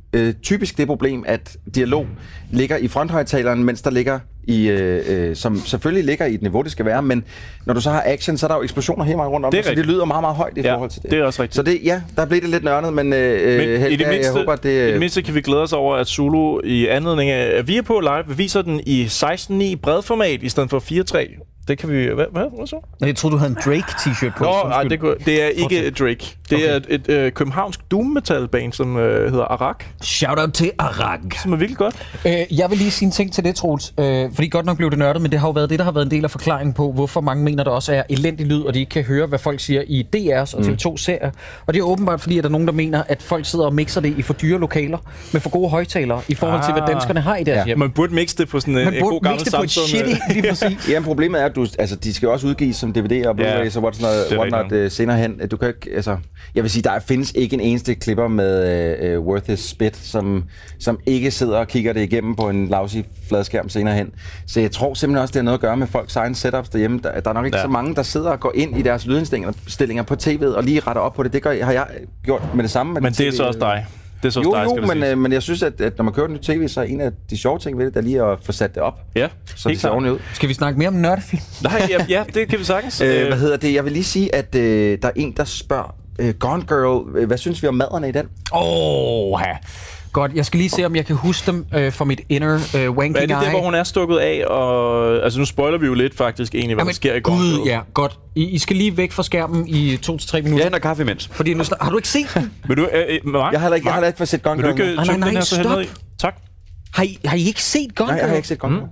øh, typisk det problem, at dialog ligger i fronthøjtaleren, mens der ligger i, øh, øh, som selvfølgelig ligger i et niveau, det skal være, men når du så har action, så er der jo eksplosioner hele vejen rundt om, det så det lyder meget, meget højt i ja, forhold til det. det er også rigtigt. Så det, ja, der blev det lidt nørnet, men, øh, men Helga, i det mindste, jeg håber, at det... I det mindste kan vi glæde os over, at Zulu i anledning af, at vi er på live, viser den i seksten ni bredformat i stedet for fire tre. Det kan vi... Hvad, hvad, hvad så? Jeg troede, du havde en Drake-t-shirt på. Nå, nej, det, det er ikke Drake. Det okay. er et, et øh, københavnsk doom-metal-band, som øh, hedder Arak. Shout-out til Arak. Som er virkelig godt. Øh, jeg vil lige sige en ting til det, Troels. Øh, fordi godt nok blev det nørdet, men det har jo været det, der har været en del af forklaringen på, hvorfor mange mener, der også er elendig lyd, og de ikke kan høre, hvad folk siger i D R's og T V to-serier. Og det er åbenbart, fordi at der er nogen, der mener, at folk sidder og mixer det i for dyre lokaler, med for gode højtalere, i forhold til, ah. hvad danskerne har i deres ja. hjem. Man burde mixe det på sådan en, en god gammel Samsung. Man burde mixe det på et shitty, lige præcis. Ja, problemet er, at du, altså, de skal også udgives som D V D og Blu-ray, yeah, så whatnot, whatnot uh, senere hen. Du kan ikke, altså, jeg vil sige, der findes ikke en eneste klipper med uh, Worth His Spit, som, som ikke sidder og kigger det igennem på en lousy fladskærm senere hen. Så jeg tror simpelthen også, det har noget at gøre med folks egen setups derhjemme. Der, der er nok ikke ja. så mange, der sidder og går ind i deres lydindstillinger på tv'et og lige retter op på det. Det gør, har jeg gjort med det samme. Med Men det, det er så også dig. Det er så jo, dig, jo, men, øh, men jeg synes, at, at når man kører et nyt tv, så er en af de sjove ting ved det, der lige at få sat det op. Ja, så det ser ordentligt ud. Skal vi snakke mere om nørdefilm? Nej, ja, ja, det kan vi sagtens. øh, hvad hedder det? Jeg vil lige sige, at øh, der er en, der spørger, øh, Gone Girl, øh, hvad synes vi om maderne i den? Åh, oh, ja. Godt, jeg skal lige se, om jeg kan huske dem øh, fra mit inner øh, wanking eye. Er det der, hvor hun er stukket af? Og, altså, nu spoiler vi jo lidt faktisk egentlig, hvad Jamen, der sker i Gone Girl. Ja, godt. I, I skal lige væk fra skærmen i to til tre minutter. Jeg henter kaffe imens. Fordi nu, har du ikke set den? Vil du, øh, øh, Mark? Jeg har heller ikke, jeg har heller ikke fået set Gone Girl. Vil du ikke nej, nej, nej, stop. Tak. Har I, har I ikke set Gone Girl? Nej, jeg har ikke set Gone Girl. Mm.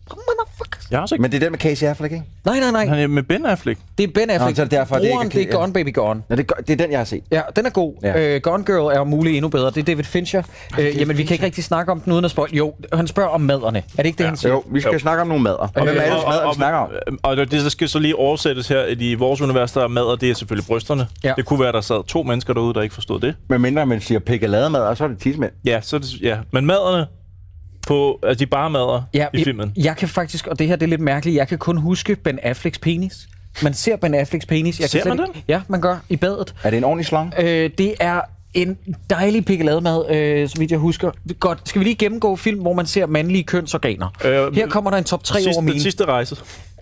Jeg har set. Men det er den med Casey Affleck, ikke? Nej, nej, nej. Han er med Ben Affleck. Det er Ben Affleck. Nå, så er det derfor, det ikke er- Broren, det er Gone Baby Gone. Nå, det, er, det er den, jeg har set. Ja, den er god. Ja. Uh, Gone Girl er muligt endnu bedre. Det er David Fincher. Uh, jamen, Fincher. Vi kan ikke rigtig snakke om den uden at spoil. Jo, han spørger om maderne. Er det ikke det, Ja. han siger? Jo, vi skal Jo. snakke om nogle mader. Og hvem er ellers mad, vi snakker om? Og det, der skal så lige oversættes her i vores univers, der er mad, og det er selvfølgelig brysterne. Ja. Det kunne være, der sad to mennesker derude, der ikke forstod det. Men mindre man siger pikkelademad, og så er det tidsmænd. Ja, så er det, ja. Men maderne på, altså de bare mader Ja, i filmen. Jeg, jeg kan faktisk, og det her det er lidt mærkeligt, jeg kan kun huske Ben Afflecks penis. Man ser Ben Afflecks penis. Jeg Ser kan man slet den? ikke- Ja, man gør i badet. Er det en ordentlig slang? Øh, det er en dejlig pikkelademad, øh, så vidt jeg husker. Godt. Skal vi lige gennemgå film, hvor man ser mandlige kønsorganer? Øh, Her kommer der en top tre sidste, over mine. Den sidste rejse.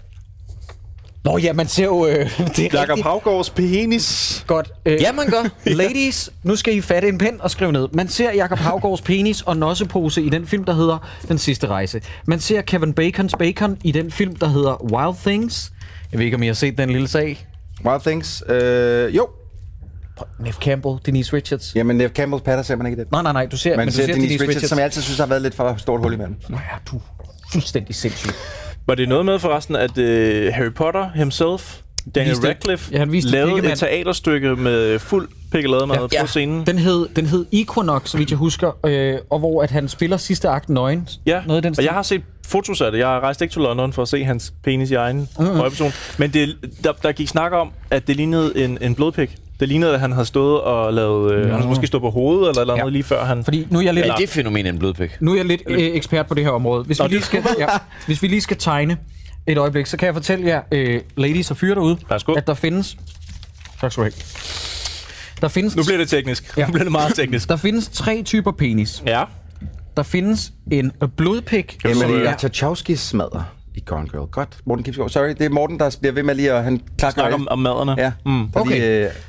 Nå ja, man ser jo... Øh, det er Jakob rigtigt. Havgårds penis. Godt. Øh, Ja, man gør. Ladies, nu skal I fatte en pen og skrive ned. Man ser Jakob Havgårds penis og nossepose i den film, der hedder Den Sidste Rejse. Man ser Kevin Bacons Bacon i den film, der hedder Wild Things. Jeg ved ikke, om I har set den lille sag. Wild Things? Øh, jo. Neve Campbell, Denise Richards. Jamen, Neve Campbell patter ser man ikke i det. Nej, nej, nej, du ser, Man men du ser ser Denise Richards, som jeg altid synes har været lidt for stort hul imellem. Nå ja, du er fuldstændig sindssyg. Var det noget med forresten, at uh, Harry Potter himself, Daniel Viste- Radcliffe, ja, han viste lavede Pikkemand. et teaterstykke med fuld pikkelademad ja, på Ja, scenen? Den hed, den hed Equinox, så vidt jeg husker, øh, og hvor at han spiller sidste akt nøgen. Ja, noget af den og stil. jeg har set fotos af det. Jeg har rejst ikke til London for at se hans penis i egen mm-hmm. højperson. Men det, der, der gik snak om, at det lignede en, en blodpik. Det lignede, at han havde stået og lavet... Øh, han havde måske stået på hovedet eller noget Ja. lige før han... Fordi nu er jeg lidt, Er det fænomen en blodpik? nu er jeg lidt øh, ekspert på det her område. Hvis, Nå, vi lige det- skal, ja, hvis vi lige skal tegne et øjeblik, så kan jeg fortælle jer, øh, ladies og fyre derude, Værsgo. at der findes... Tak skal du have. Der findes, Nu bliver det teknisk. Ja. Nu bliver det meget teknisk. der findes tre typer penis. Ja. Der findes en blodpik. Kan du- Emily Ja. Ratajkowskis smadrer i Gone Girl. Godt. Morten Kipsgaard. Sorry, det er Morten, der bliver ved med lige at... Han klakker Snak om, om maderne. Ja. Mm. Fordi, Okay. øh,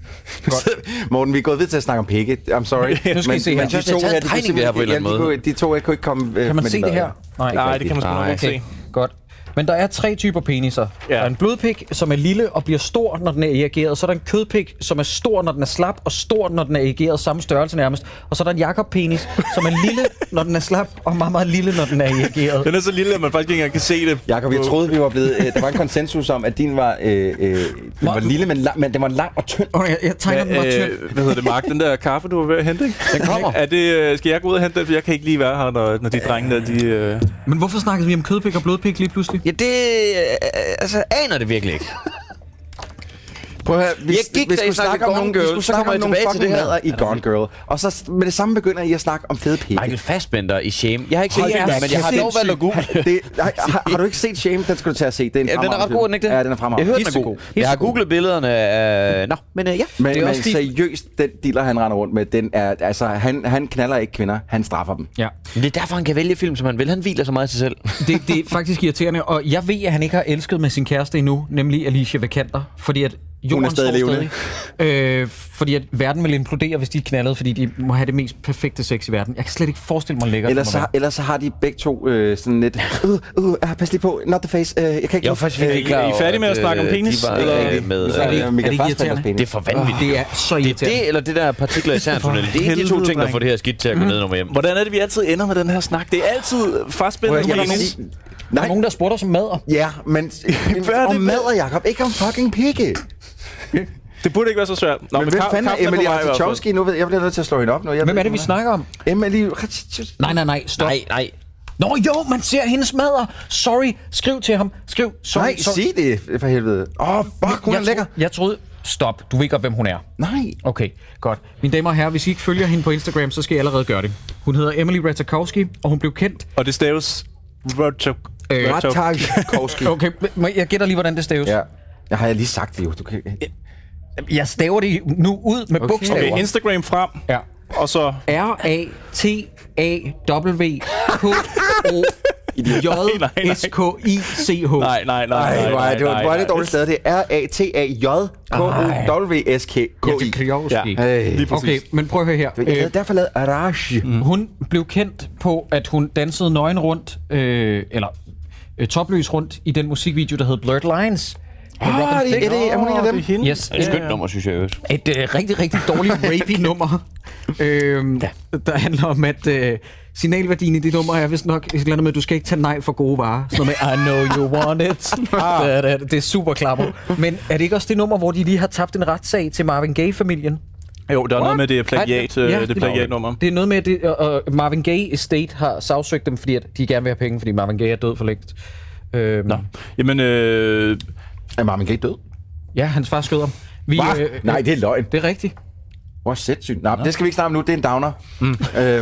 Morten, vi er gået ved til at snakke om pikke. I'm sorry. Nu skal I se her. men de Jeg synes, to det er her, taget de, tegning, kunne det her på en eller anden simpelthen- måde. ja, de, kunne, de to her kunne ikke komme øh, Kan man med se de det her? madder. Nej, Nej, det kan man sgu nok Nej. ikke se. Godt. Men der er tre typer peniser. Ja. Der er en blodpik, som er lille og bliver stor, når den er erigeret. Så er der en kødpik, som er stor, når den er slap, og stor, når den er erigeret. Samme størrelse nærmest. Og så er der en Jakob-penis, som er lille, når den er slap, og meget, meget lille, når den er erigeret. Den er så lille, at man faktisk ikke engang kan se det. Jakob, jeg troede, vi var blevet... Øh, der var en konsensus om, at din var, øh, øh, den var lille, men, lang, men den var lang og tynd. Okay, jeg, jeg tegner den meget tynd. Øh, hvad hedder det, Mark? Den der kaffe, du var ved at hente, ikke? Den kommer. Er det, øh, skal jeg gå ud og hente den? For jeg kan ikke lige være her, når, når de drenge der, de... Øh... Men hvorfor snakkede vi om kødpik og blodpik lige pludselig? Ja, det... Øh, altså, aner det virkelig ikke. Prøv at høre, vi, Jeg gik, vi da I skulle snakkede snakke om Gone nogle, vi Girl, skulle så snakke kommer om jeg nogle tilbage til det fucking her. madder i Gone Girl. Og så med det samme begynder I at snakke om fede pikke. Michael Fassbender i Shame. Jeg har ikke set Hold filmen, da men jeg har kæft, dog valgt at google. Det, har, har, har du ikke set Shame? Den skal du til at se. Det er en Ja, den er ret fremragende god, film. den ikke det? Ja, den er fremragende. Jeg hørte, den er god. Jeg har googlet billederne af... Nå, men uh, ja. Men, det er men også de... seriøst, den dealer, han render rundt med, den er, altså, han, han knaller ikke kvinder, han straffer dem. Ja. Det er derfor, han kan vælge film, som han vil. Han hviler så meget af sig selv. Det, det er faktisk irriterende, og jeg ved, at han ikke har elsket med sin kæreste endnu, nemlig Alicia Vikander, fordi at jorden stadig står levende. stadig. Øh, fordi at verden vil implodere, hvis de er knaldede, fordi de må have det mest perfekte sex i verden. Jeg kan slet ikke forestille mig lækkert. Ellers så, ellers så har de begge to øh, sådan lidt, uh, uh, pas lige på, not the face, uh, jeg kan ikke... Jeg var faktisk virkelig ikke klar I er over, færdige med at snakke om øh, penis, De var eller- ikke med... Så er det, er Michael det ikke Fassbenders irriterende? penis. Det er for vanvittigt. Det er så Det er irriterende. det, eller det der partikler i særtunnelen. Det er de to helvede, ting, der dreng. får det her skidt til at gå ned nummer hjem. Hvordan er det, vi altid ender med den her snak? Det er altid fastspændende Prøv at- jeg vil penis. sige- Der er Nej, nogen, der spurgte os om madder. ja, men om madder, Jacob, ikke om fucking pikke. Det burde ikke være så svært. Nå, Men hvem ka- fanden er kaffen Emily på vej i hvert fald. Ratajkowski? Nu ved jeg, jeg bliver nødt til at slå hende op nu. Jeg Hvem ved er det, vi ikke, snakker om? Emily Ratajkowski. Nej, nej, nej, stop. Nej, nej. Nå jo, man ser hendes madder. Sorry, skriv til ham. Skriv, sorry, Nej, sorry. sig det for helvede. Åh, oh, fuck, hun jeg er lækker. tro- Jeg troede... Stop, du ved godt, hvem hun er. Nej. Okay, godt. Mine damer og herrer, hvis I ikke følger hende på Instagram, så skal I allerede gøre det. Hun hedder Emily Ratajkowski, og hun blev kendt... Og det staves... Rotok. Øh, Ratajkowski. Okay, men jeg gætter lige, hvordan det staves. Ja, jeg har jeg lige sagt det jo. Du kan... Jeg staver det nu ud med Okay. bogstaver. Okay, Instagram frem, Ja. og så... R A T A W K O J S K I C H. Nej, nej, nej, nej, Nej, hvor nej, er det, nej, hvor er det nej. dårligt sted. Det er R A T A J K O W S K K I. Ja, Hey. lige præcis. Okay, men prøv at høre her. Jeg havde Øh, derfor lavet Arash. Mm. Hun blev kendt på, at hun dansede nøgen rundt, øh, eller øh, topløs rundt i den musikvideo, der hed Blurred Lines. Med Robin Ah, det, Thicke. er, det, er hun en af dem? Det er hende. Yes. Det er et skønt nummer, synes jeg øvrigt. Et øh, rigtig, rigtig dårligt rapey nummer, øhm, ja. der handler om, at øh, signalværdien i det nummer er vist nok et eller andet med, at du skal ikke tage nej for gode varer. Sådan noget med, I know you want it. det, er, det er super klapper. Men er det ikke også det nummer, hvor de lige har tabt en retssag til Marvin Gaye-familien? Jo, der er noget med det plagiat, øh, Ja, det plagiatnummer. Det er noget med, at det, og Marvin Gaye Estate har sagsøgt dem, fordi at de gerne vil have penge, fordi Marvin Gaye er død for længst. Øhm, Nå. Jamen, øh, Er Marvin Gaye død? Ja, hans far skød ham. Vi, Hva? Nej, det er løgn. det er rigtigt. Hvor sindssygt. Nå, det skal vi ikke snakke om nu. Det er en downer. Mm.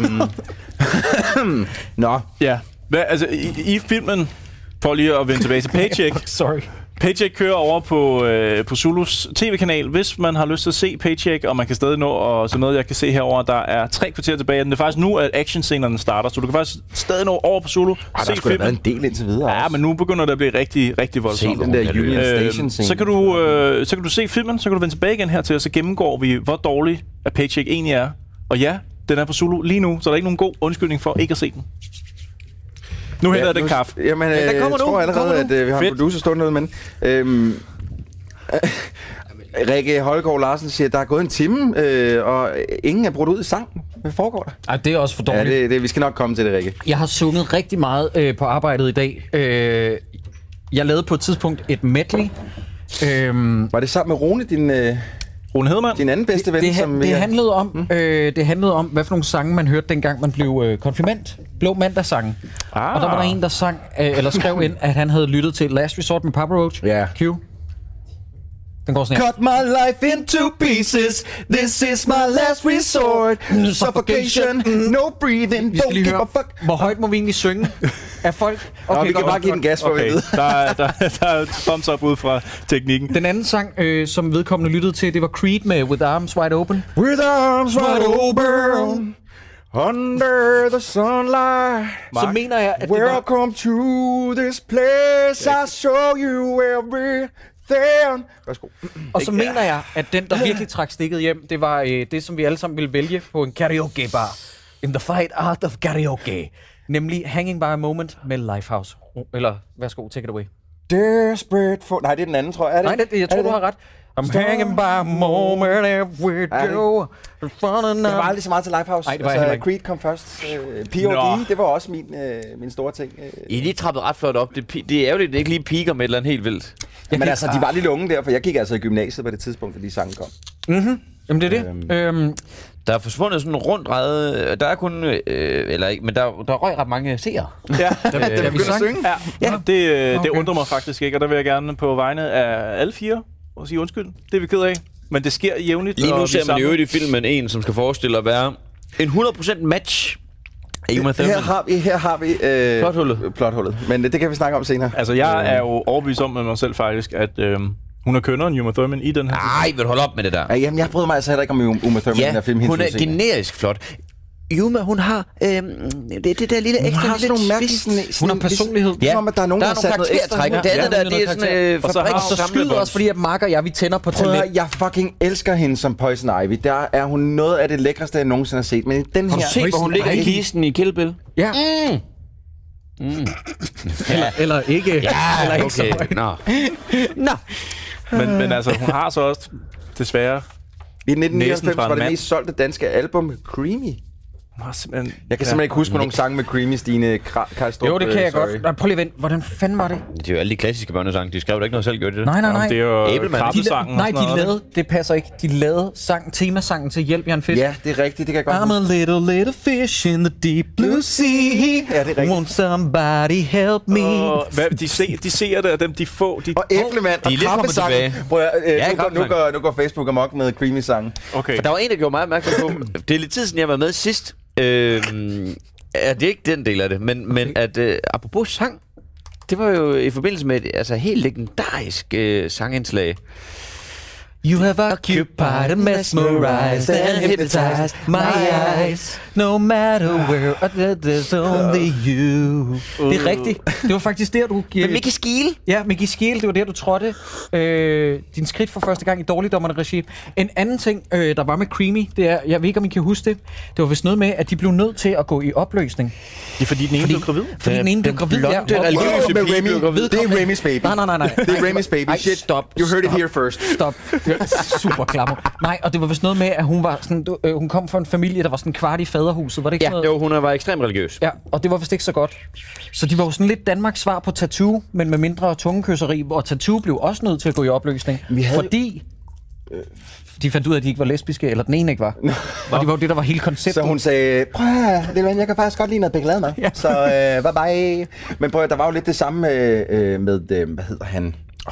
Øhm. Nå. ja. Hvad, altså, i, i filmen, for lige at vende tilbage til Paycheck, Sorry. Paycheck kører over på, øh, på Zulus tv-kanal, hvis man har lyst til at se Paycheck, og man kan stadig nå, og så noget jeg kan se herover, der er tre kvarter tilbage. Det er faktisk nu, at actionscenerne starter, så du kan faktisk stadig nå over på Zulu, Ej, se der skulle da filmen. været en del indtil videre. Ja, også. men nu begynder det at blive rigtig, rigtig Se voldsomt. den der Union Øh, Station scene. så, kan du, øh, så kan du se filmen, så kan du vende tilbage igen hertil, og så gennemgår vi, hvor dårlig at Paycheck egentlig er. Og ja, den er på Zulu lige nu, så der er ikke nogen god undskyldning for ikke at se den. Nu henter jeg den kaffe. Jamen, øh, der jeg kommer nu. tror allerede, Kommer at øh, vi har en Fedt. producer stående, men... Øhm, Rikke Holgaard Larsen siger, at der er gået en time, øh, og ingen er brudt ud i sang. Hvad foregår der? Ej, det er også for Ja, dårligt. det, det, vi skal nok komme til det, Rikke. Jeg har sunget rigtig meget øh, på arbejdet i dag. Øh, jeg lavede på et tidspunkt et medley. Øh, Var det sammen med Rune, din, øh, Rune Hedemann? din anden bedste ven? det, som det, vi det, har- handlede om, mm. øh, det handlede om, hvad for nogle sange man hørte, dengang man blev øh, konfirmand. Blå mandagssange. Ah. Og der var der en, der sang, øh, eller skrev ind, at han havde lyttet til Last Resort med Papa Roach. Ja. Q. Den går sådan her. Cut my life into pieces. This is my last resort. Suffocation, no breathing. Vi skal Don't lige give a høre, fuck. hvor højt må vi egentlig synge af folk? Okay, vi kan godt, bare give den gas for Okay, at vide. der, er- der, der er et thumbs up ud fra teknikken. Den anden sang, øh, som vedkommende lyttede til, det var Creed med With Arms Wide Open. With arms wide open, under the sunlight. Så mener jeg, at det var... Welcome to this place. I show you everything. Værsgo. Og så mener jeg, at den, der virkelig trak stikket hjem, det var øh, det, som vi alle sammen ville vælge på en karaoke-bar. In the fight art of karaoke. Nemlig Hanging by a Moment med Lifehouse. Eller, værsgo, take it away. Desperate for... Nej, det er den anden, tror jeg. Er det? Nej, det, jeg tror, Er du har ret. I'm hanging by a moment every Er det go. Jeg var aldrig så meget til Lifehouse. Nej, det var jeg heller ikke. Creed kom først. Uh, P O D, Nå. det var også min, uh, min store ting. Uh, I er lige trappet ret flot op. Det, pi- det er ærgerligt, at det ikke lige piker med et eller andet helt vildt. men altså, de var lidt unge der, for jeg gik altså i gymnasiet på det tidspunkt, da de sange kom. Jamen, det er det. Øhm, øhm, Der er forsvundet sådan en rundt ræde. Der er kun... Øh, eller ikke, men der, der røg ret mange seere. Ja, da, da vi begyndte at sang, synge? ja, ja. Det, øh, det Okay. undrer mig faktisk ikke, og der vil jeg gerne på vegne af alle fire og sige undskyld. Det er vi ked af. Men det sker jævnligt. Lige og nu vi ser man samler- jo i filmen en, som skal forestille at være en hundrede procent match af Uma Her Thurman. har vi, her har vi øh, Plothullet. plothullet. Men det kan vi snakke om senere. Altså, jeg er jo overbevist om med mig selv faktisk, at øh, hun er kønnere end Uma Thurman i den her. Ej, vil du holde op med det der? Ja, jamen, jeg bryder mig altså heller ikke om Uma Thurman i den her film. hun er hendes generisk flot. Uma, hun har øhm, det, det der lille Hun ekstra har sådan lille nogle mærkelige... twist. Sådan, Hun har sådan, personlighed. Ja. Som om, at der er nogen, Der der, er har sat nogle noget ekstra. karaktertræk. Det Ja, andet der, hun er det er noget sådan øh, Og så har- fabriks Og så skyder også, fordi at Mark og jeg, vi tænder på Prøv at talent. høre, jeg fucking elsker hende som Poison Ivy. Der er hun noget af det lækreste, jeg nogensinde har set. Men i den Har her... du set, hvor hun ligger i kisten i Kill Bill? Ja. Mm. Eller, eller ikke. Ja, eller ikke okay. så Nå. Nå. Men, men altså, hun har så også desværre... I nitten nioghalvfems Næsen fra en var det mand. mest solgte danske album Creamy. Hun har simpelthen... Jeg kan simpelthen ikke huske, nogen sang med Creamy, Stine Kra- Karlstrup. Jo, det kan øh, jeg sorry. godt. Nej, prøv lige at vente. Hvordan fanden var det? Det er jo alle de klassiske børnesange. De skrev da ikke noget selv, gjorde de det? Nej, nej, nej. Jamen, det er jo Æblemand. De, krabbesangen og nej, sådan de noget, lavede, det passer ikke. De lavede sang, temasangen til Hjælp, Jan Fisk. Ja, det er rigtigt. Det kan jeg godt I'm a little, little fish in the deep blue sea. Ja, det er rigtigt. Won't somebody help me? Og hvad, de, se, de ser det, og dem de få... De, Og Æblemand De er og lidt kommet Krabbesang. tilbage. Prøv at, øh, Ja, nu, går, nu, Krabbesang. går, nu går Facebook amok med Creamy-sangen. okay. For der var en, der gjorde mig opmærksom på, det er lidt tid siden, jeg var med sidst. Øhm, er det ikke den del af det, men, men at øh, apropos sang, det var jo i forbindelse med et altså, helt legendarisk øh, sangindslag. You have occupied and mesmerized and hypnotized my eyes. No matter where, there's only you. Det er rigtigt. Det var faktisk der, du... Men Mickey Skeel? Ja, Mickey Skeel, det var der, du trådte øh, din skridt for første gang i Dårligdommerne regi. En anden ting, øh, der var med Creamy, det er, jeg ved ikke, om I kan huske det, det var vist noget med, at de blev nødt til at gå i opløsning. Det er fordi, den ene blev gravid. Fordi den ene blev gravid. blonde, ja, og- religiøse og- pige og- Remy. blev gravid. Det er Remy's baby. Nej, nej, nej, nej. Det er Remy's baby. Ej, Shit. stop. You heard it stop, here first. Stop. Det var super klammer. Nej, og det var vist noget med, at hun var sådan, du, øh, hun kom fra en familie, der var sådan kvart i faderhuset. Var det ikke Ja, sådan noget? jo, hun var ekstremt religiøs. Ja, og det var vist ikke så godt. Så de var jo sådan lidt Danmarks svar på Tattoo, men med mindre tungekysseri, og Tattoo blev også nødt til at gå i opløsning. Vi havde- Fordi de fandt ud af, at de ikke var lesbiske, eller den ene ikke var. Og det var jo det, der var hele konceptet. Så hun sagde, prøv at høre, lille ven, jeg kan faktisk godt lide noget beglade mad. Ja. Så øh, bye bye. Men prøv at, der var jo lidt det samme øh, øh, med, øh, hvad hedder han? Oh.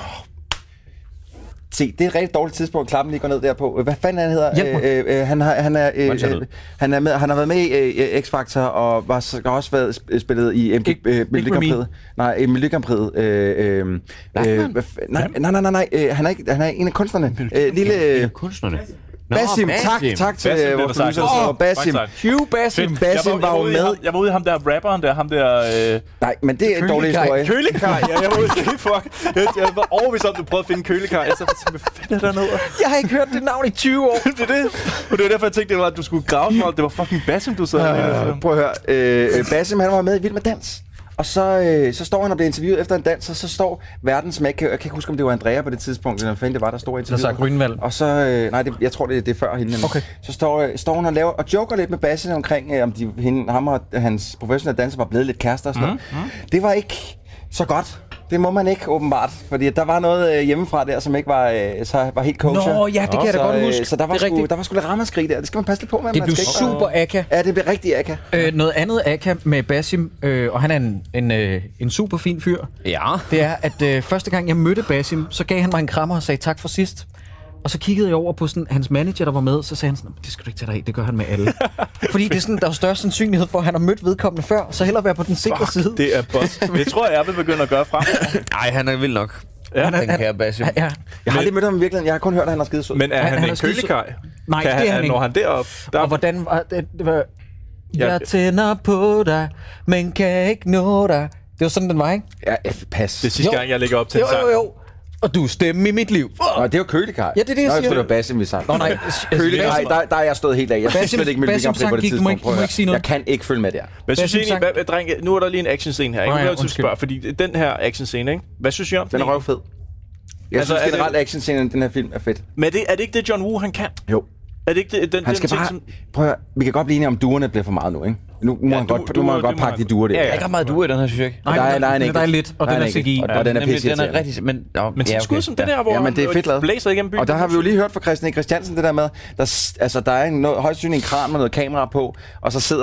Se, det er et rigtig dårligt tidspunkt, klappen lige går ned der på. Hvad fanden han hedder? Hjælp mig. Øh, øh, han, har, han, er, øh, Hvordan ser øh, det han, er med, han har været med i øh, X-Factor og var, så- har også været sp- spillet i M G, Ikke- øh, ikke Melodi Grand Remy. Prix. Nej, i Melodi Grand Prix. Øh, øh, øh, hvad f- nej, nej, nej, nej, nej. Øh, han, er ikke, han er en af kunstnerne. Øh, lille... Øh, kunstnerne. Nå, Basim, tak, tak til Basim, øh, det vores var sagt. producer. Åh, Og Basim. tak, tak. Hugh Basim. Fedt. Basim jeg var jo ude i med. ham- Jeg var ude i ham der rapperen der, ham der... Øh, Nej, men det er en dårlig Kølekaj. historie. Kølekaj, ja, jeg var ude i fuck. Jeg, jeg var overbevist om, at du prøvede at finde Kølekaj. Jeg så hvad fanden er der noget? Jeg har ikke hørt det navn i tyve år. Det er det. Og det var derfor, jeg tænkte, det var, at du skulle grave mig. Det var fucking Basim, du sad med. Øh, Prøv at høre. Øh, øh, Basim, han var med i Vild med Dans. Og så, øh, så står han og bliver interviewet efter en dans, og så står verden, som jeg ikke kan, jeg kan ikke huske, om det var Andrea på det tidspunkt, eller hvad fanden det var, der stod i interviewet. sagt Grønvald. Og så, øh, nej, det, jeg tror, det, det er før hende. nemlig. Okay. Så står, øh, står hun og, laver, og joker lidt med Basim omkring, øh, om de, hende, ham og hans professionelle danser var blevet lidt kærester og sådan noget. Mm, mm. Det var ikke så godt. Det må man ikke, åbenbart. Fordi der var noget øh, hjemmefra der, som ikke var, øh, så var helt kosher. Nå, ja, det kan jeg da så, godt øh, huske. Så der var, Det er sgu, rigtigt. der var sgu lidt ramaskrig der. Det skal man passe lidt på med. Det man blev skal ikke- super akka. Ja, det blev rigtig akka. Øh, noget andet akka med Basim, øh, og han er en, en, øh, en super fin fyr. Ja. Det er, at øh, første gang jeg mødte Basim, så gav han mig en krammer og sagde tak for sidst. Og så kiggede jeg over på sådan, hans manager, der var med, så sagde han sådan, det skal du ikke tage dig af, det gør han med alle. Fordi det er sådan, der er større sandsynlighed for, at han har mødt vedkommende før, så hellere være på den sikre side. Det er boss. Det tror jeg, jeg vil begynde at gøre frem. Ej, han er vild nok. Ja, Den kære Basim. Ja, ja. Jeg har aldrig mødt ham i virkeligheden. Jeg har kun hørt, at han har skide sød. Men er Han- han, han er en skide- Kølekaj? Nej, Kan det er han Når ikke. han derop? Der... Og hvordan var det? Det var, Ja. jeg tænder på dig, men kan ikke nå dig. Det var sådan, den var, ikke? Ja, f- pas. Det er sidste Jo. gang, jeg lægger op til Jo, en sang. jo, jo. Og du er stemme i mit liv. Nå, det er jo Kølekaj. Ja, det er det, jeg Nå, siger. tror, det var Basim, vi sang. Nå, nej. Kølekaj, der, der er jeg stået helt af. Jeg synes Basim- slet ikke, Melodi Basim Grand Prix på sang det gik, du må tidspunkt. ikke- Prøv at du må høre. ikke sige noget. Jeg kan ikke følge med der. Men jeg synes Basim egentlig, sang- hvad, drenge, nu er der lige en actionscene her. Ikke? Nå Nu ja, bliver jeg til at undskyld. spørge, fordi den her actionscene, ikke? Hvad synes I om Den er egentlig? røvfed. Jeg Altså, synes er det- generelt, actionscenen i den her film er fedt. Men er det, er det ikke det, John Woo, han kan? Jo. Er det ikke det, den, Han den skal ting, bare... som... Prøv at høre, vi kan godt blive enige om, duerne bliver for meget nu, ikke? Nu må Ja, han du- godt, du nu må må- han godt det må pakke han. de duer der. Ja, Der ja. er ikke ret meget duer i den her, synes jeg ikke. Nej, Der er- der er en men der er enkelt. lidt, og Der den er en C G I. enkelt. Og den er nemlig- pisse Den er irriterende. rigtig... Men, nå, Men så ja, skud okay. som det der, hvor Ja, men det er han fedt lavet. blæser igennem byen. Og der har vi jo lige hørt fra Christian E. Christiansen det der med, der, s- altså, der er en, noget, højst synligt en kran med noget kamera på, og så sidder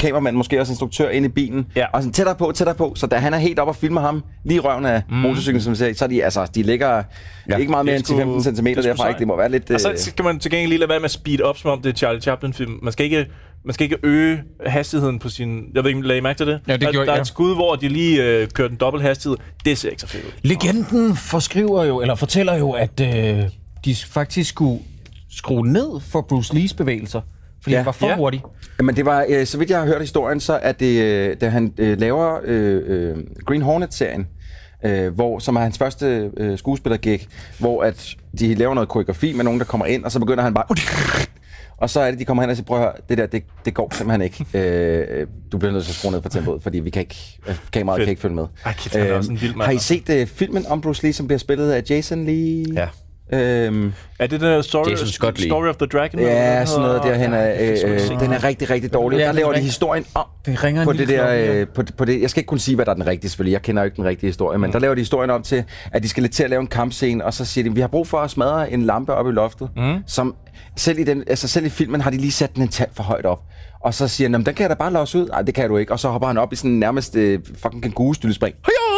kameramand, måske også instruktør, ind i bilen. Ja. Og sådan tættere på, tættere på. Så da han er helt op og filmer ham, lige i røven af mm. motorcyklen, som siger, så er de, altså, de ligger ja. ikke meget mere end ti til femten centimeter derfra. Ikke? Det må være lidt... Og så øh... skal man til gengæld lige lade være med at speed op, som om det er Charlie Chaplin-film. Man skal ikke... Man skal ikke øge hastigheden på sin... Jeg ved ikke, lagde I mærke til det? Ja, det der, gjorde, der er ja. et skud, hvor de lige øh, kører den dobbelt hastighed. Det ser ikke så fedt ud. Legenden forskriver jo, eller fortæller jo, at øh, de faktisk skulle skrue ned for Bruce Lees bevægelser, fordi Ja. han var for Ja. hurtig. Men det var, øh, så vidt jeg har hørt historien, så er det, øh, da han øh, laver øh, øh, Green Hornet-serien, øh, hvor, som er hans første øh, skuespillergig, hvor at de laver noget koreografi med nogen, der kommer ind, og så begynder han bare... Og så er det, de kommer hen og siger, prøv at høre, det der, det, det går simpelthen ikke. Øh, du bliver nødt til at skrue ned for tempoet, fordi vi kan ikke, kameraet Fedt. kan ikke følge med. Ej, kæft, han er også en vild mand, Har I altså. set øh, filmen om Bruce Lee, som bliver spillet af Jason Lee? Ja. Øhm, Er det den story, Jason Scott Lee. story of the Dragon? eller hvad ja, den sådan noget hedder? derhen. Ja, Øh, det er øh, sgu den er rigtig, rigtig dårlig. Ja, Der den er laver de rigtig- historien om Det ringer en på lille det der, klokke, ja. øh, på, på det. Jeg skal ikke kunne sige, hvad der er den rigtige, selvfølgelig. Jeg kender jo ikke den rigtige historie, men der laver de historien om til, at de skal lidt til at lave en kampscene, og så siger de, vi har brug for at smadre en lampe op i loftet, mm. som selv i, den, altså selv i filmen har de lige sat den en tand for højt op. Og så siger han, den kan jeg da bare låse ud. Nej, det kan du ikke. Og så hopper han op i sådan nærmest øh, fucking kængurustylespring.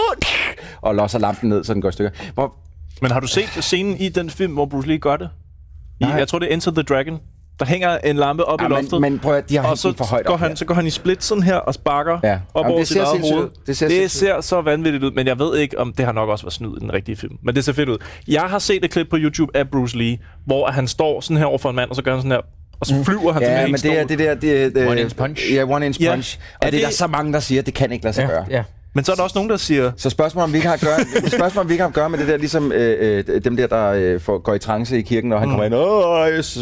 Og låser lampen ned, så den går i stykker. Hvor, Men har du set scenen i den film, hvor Bruce Lee gør det? I, Nej. jeg tror, det er Enter the Dragon. Der hænger en lampe op ja, i loftet. men, men prøv at, de har og hængt så den for højt går op. han, her. så går han i split sådan her og sparker Ja. op Jamen, over det sit ser eget sindssygt hoved. ud. Det ser det sindssygt ser så vanvittigt ud, men jeg ved ikke, om det har nok også været snyd i den rigtige film. Men det ser fedt ud. Jeg har set et klip på YouTube af Bruce Lee, hvor han står sådan her over for en mand, og så gør han sådan her, og så flyver han Ja, til men det er det der... Det, er, det, One inch punch. Ja, one inch Ja. punch. Og Er det, det er det- der så mange, der siger, at det kan ikke lade sig Ja, gøre. ja. Men så er der også nogen, der siger... Så spørgsmålet om vi ikke har at gøre, spørgsmålet om vi ikke har at gøre med det der, ligesom øh, øh, dem der, der øh, får, går i trance i kirken, når han mm. kommer ind, Åh, yes,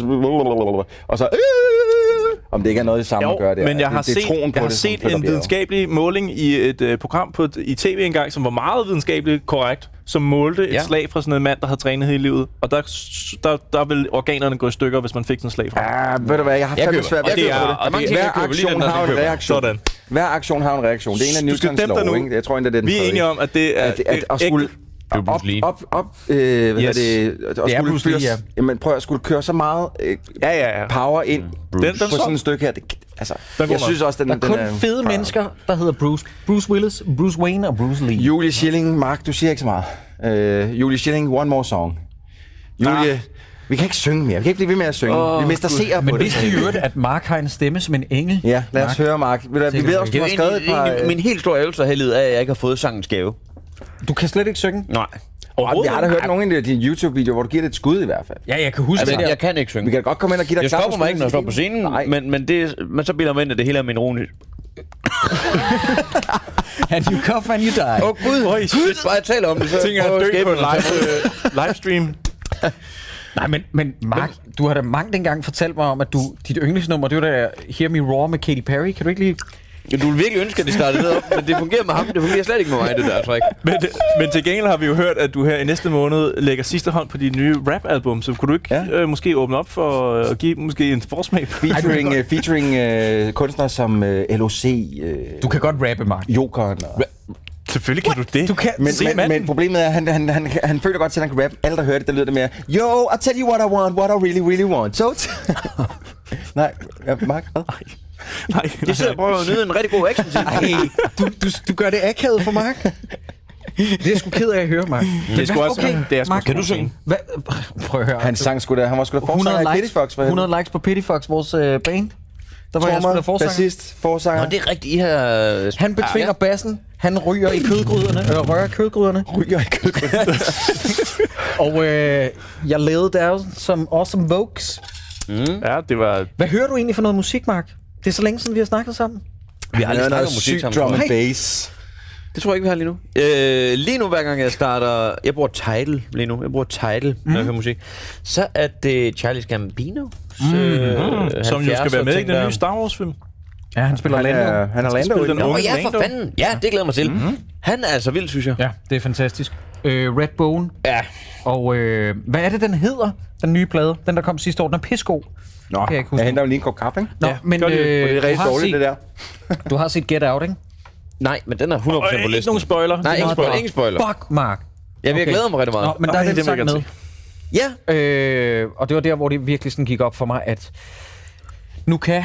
og så, øh, om det ikke er noget, det samme Jo, at gøre der. men jeg har det, det er set, troen på jeg har det, som set flytter en bjerget. videnskabelig måling i et uh, program på et, i tv engang, som var meget videnskabeligt korrekt, som målte et Ja. slag fra sådan en mand, der havde trænet hele livet. Og der, der, der vil organerne gå i stykker, hvis man fik sådan et slag fra. Ja, ved du hvad, jeg har Jeg fandme køber. svært Og ved det at er- købe og mange det. ting, Hver jeg køber lige aktion den, der har en køber. reaktion. Sådan. Hver aktion har en reaktion. Det er en af Du skal Newtons stemme dig lov, nu. ikke? Jeg tror endda, det er den Vi er tredje. enige om, at det er... At, at, at, at skulle Det er op, Bruce Lee. op, op, øh, hvad Yes. yes. det, at Det er skulle Bruce Lee, fyres- ja. Jamen prøv at skulle køre så meget øh, Ja, ja, ja. power ind Den, den på så. sådan et stykke her. Det, altså, Den går jeg nok. synes også, den, Der er den kun er fede mennesker, der hedder Bruce. Bruce Willis, Bruce Wayne og Bruce Lee. Julie Schilling, Mark, du siger ikke så meget. Øh, Julie Schilling, one more song. Julie, Ah. vi kan ikke synge mere. Vi kan ikke blive ved med at synge. Åh, vi mister Gud. seere på Men det. vidste I i øvrigt, at Mark har en stemme som en engel? Ja, lad os Mark. høre, Mark. Ved du, Vi ved også, Det du er har jo skrevet et egentlig, par... egentlig min helt store ærgelse af livet er, at jeg ikke har fået sangens gave. Du kan slet ikke synge? Nej. Øh, jeg har da hørt nogle af dine YouTube-videoer, hvor du giver det et skud i hvert fald. Ja, jeg kan huske Altså, det der. jeg kan ikke synge. Vi kan da godt komme ind og give dig Jeg klap stopper mig ikke, når jeg står på scenen, Nej. men, men, det, men så bilder man ind, at det hele er min roligt. And you cough and you die. Åh oh, gud, Gud, hvis bare jeg taler om det, så tænker, prøver at dø på en skæbnen. live, øh, livestream. Nej, men, men Mark, du har da mange dengang fortalt mig om, at du, dit yndlingsnummer, det var der Hear Me Roar med Katy Perry. Kan du ikke lige... Ja, du vil virkelig ønske, at det startede ned op, men det fungerer med ham. Det fungerer slet ikke med mig, det der træk. Men, men til gengæld har vi jo hørt, at du her i næste måned lægger sidste hånd på dit nye rap-album, så kunne du ikke Ja. øh, måske åbne op for at give måske en forsmag? Featuring, uh, featuring uh, kunstnere som uh, L O C, uh, Du kan godt rappe, Mark. Jokeren. Og... Selvfølgelig kan du det. Du kan Men, Se men, manden. men problemet er, at han, han, han, han føler godt til, at han kan rappe. Alle, der hører det, der lyder det mere, yo, I'll tell you what I want, what I really, really want. So nej, ja, Mark, hvad? Nej, De sidder og prøver at nyde en rigtig god action scene. Ej, du, du, du gør det akavet for Mark. Det er jeg sgu ked af at høre, Mark. Det er sgu også- det er sgu Mark, kan du synge? Hvad? Prøv at høre. Han sang sgu da, han var sgu da forsanger af Kitty Fox. for helvede. hundrede likes på Pity Fox, vores øh, band. Der var jeg sgu da Trommer, forsanger. bassist, forsanger. Nå, det er rigtigt, I har... Han betvinger bassen. Han ryger i kødgryderne. Øh, rører kødgryderne. ryger i kødgryderne. Og øh, jeg lavede der som Awesome Vokes. Ja, det var... Hvad hører du egentlig for noget musik, Mark? Det er så længe siden, vi har snakket sammen. Vi har aldrig Han er snakket noget om musik sygt sammen. drum tror and jeg. bass. Det tror jeg ikke, vi har lige nu. Øh, lige nu, hver gang jeg starter... Jeg bruger Tidal lige nu. Jeg bruger Tidal, når jeg hører musik. Så er det Charles Gambino. Mm. Øh, Som jo skal være med i den nye nye Star Wars-film. Ja, han spiller Han Lando. er, han er Lando. spille ikke? den Åh unge oh, ja, for Lando. fanden. Ja, det glæder mig til. Mm-hmm. Han er altså vild, synes jeg. Ja, det er fantastisk. Øh, Red Bone. Ja. Og øh, hvad er det, den hedder? Den nye plade. Den, der kom sidste år. Den er pissegod. Nå, Kan jeg ikke huske. jeg henter jo lige en kop kaffe, ikke? Nå, Ja, men gør det. øh, Det er du, rigtig har dårligt, set, det der. du har set Get Out, ikke? Nej, men den er hundrede procent Og på ikke listen. nogen spoiler. Nej, ingen spoiler. Ingen spoiler. Fuck, Mark. Ja, men jeg Okay. glæder mig rigtig meget. Nå, men der Ej, er den det vil jeg sang gerne med. Ja. Øh, og det var der, hvor det virkelig sådan gik op for mig, at nu kan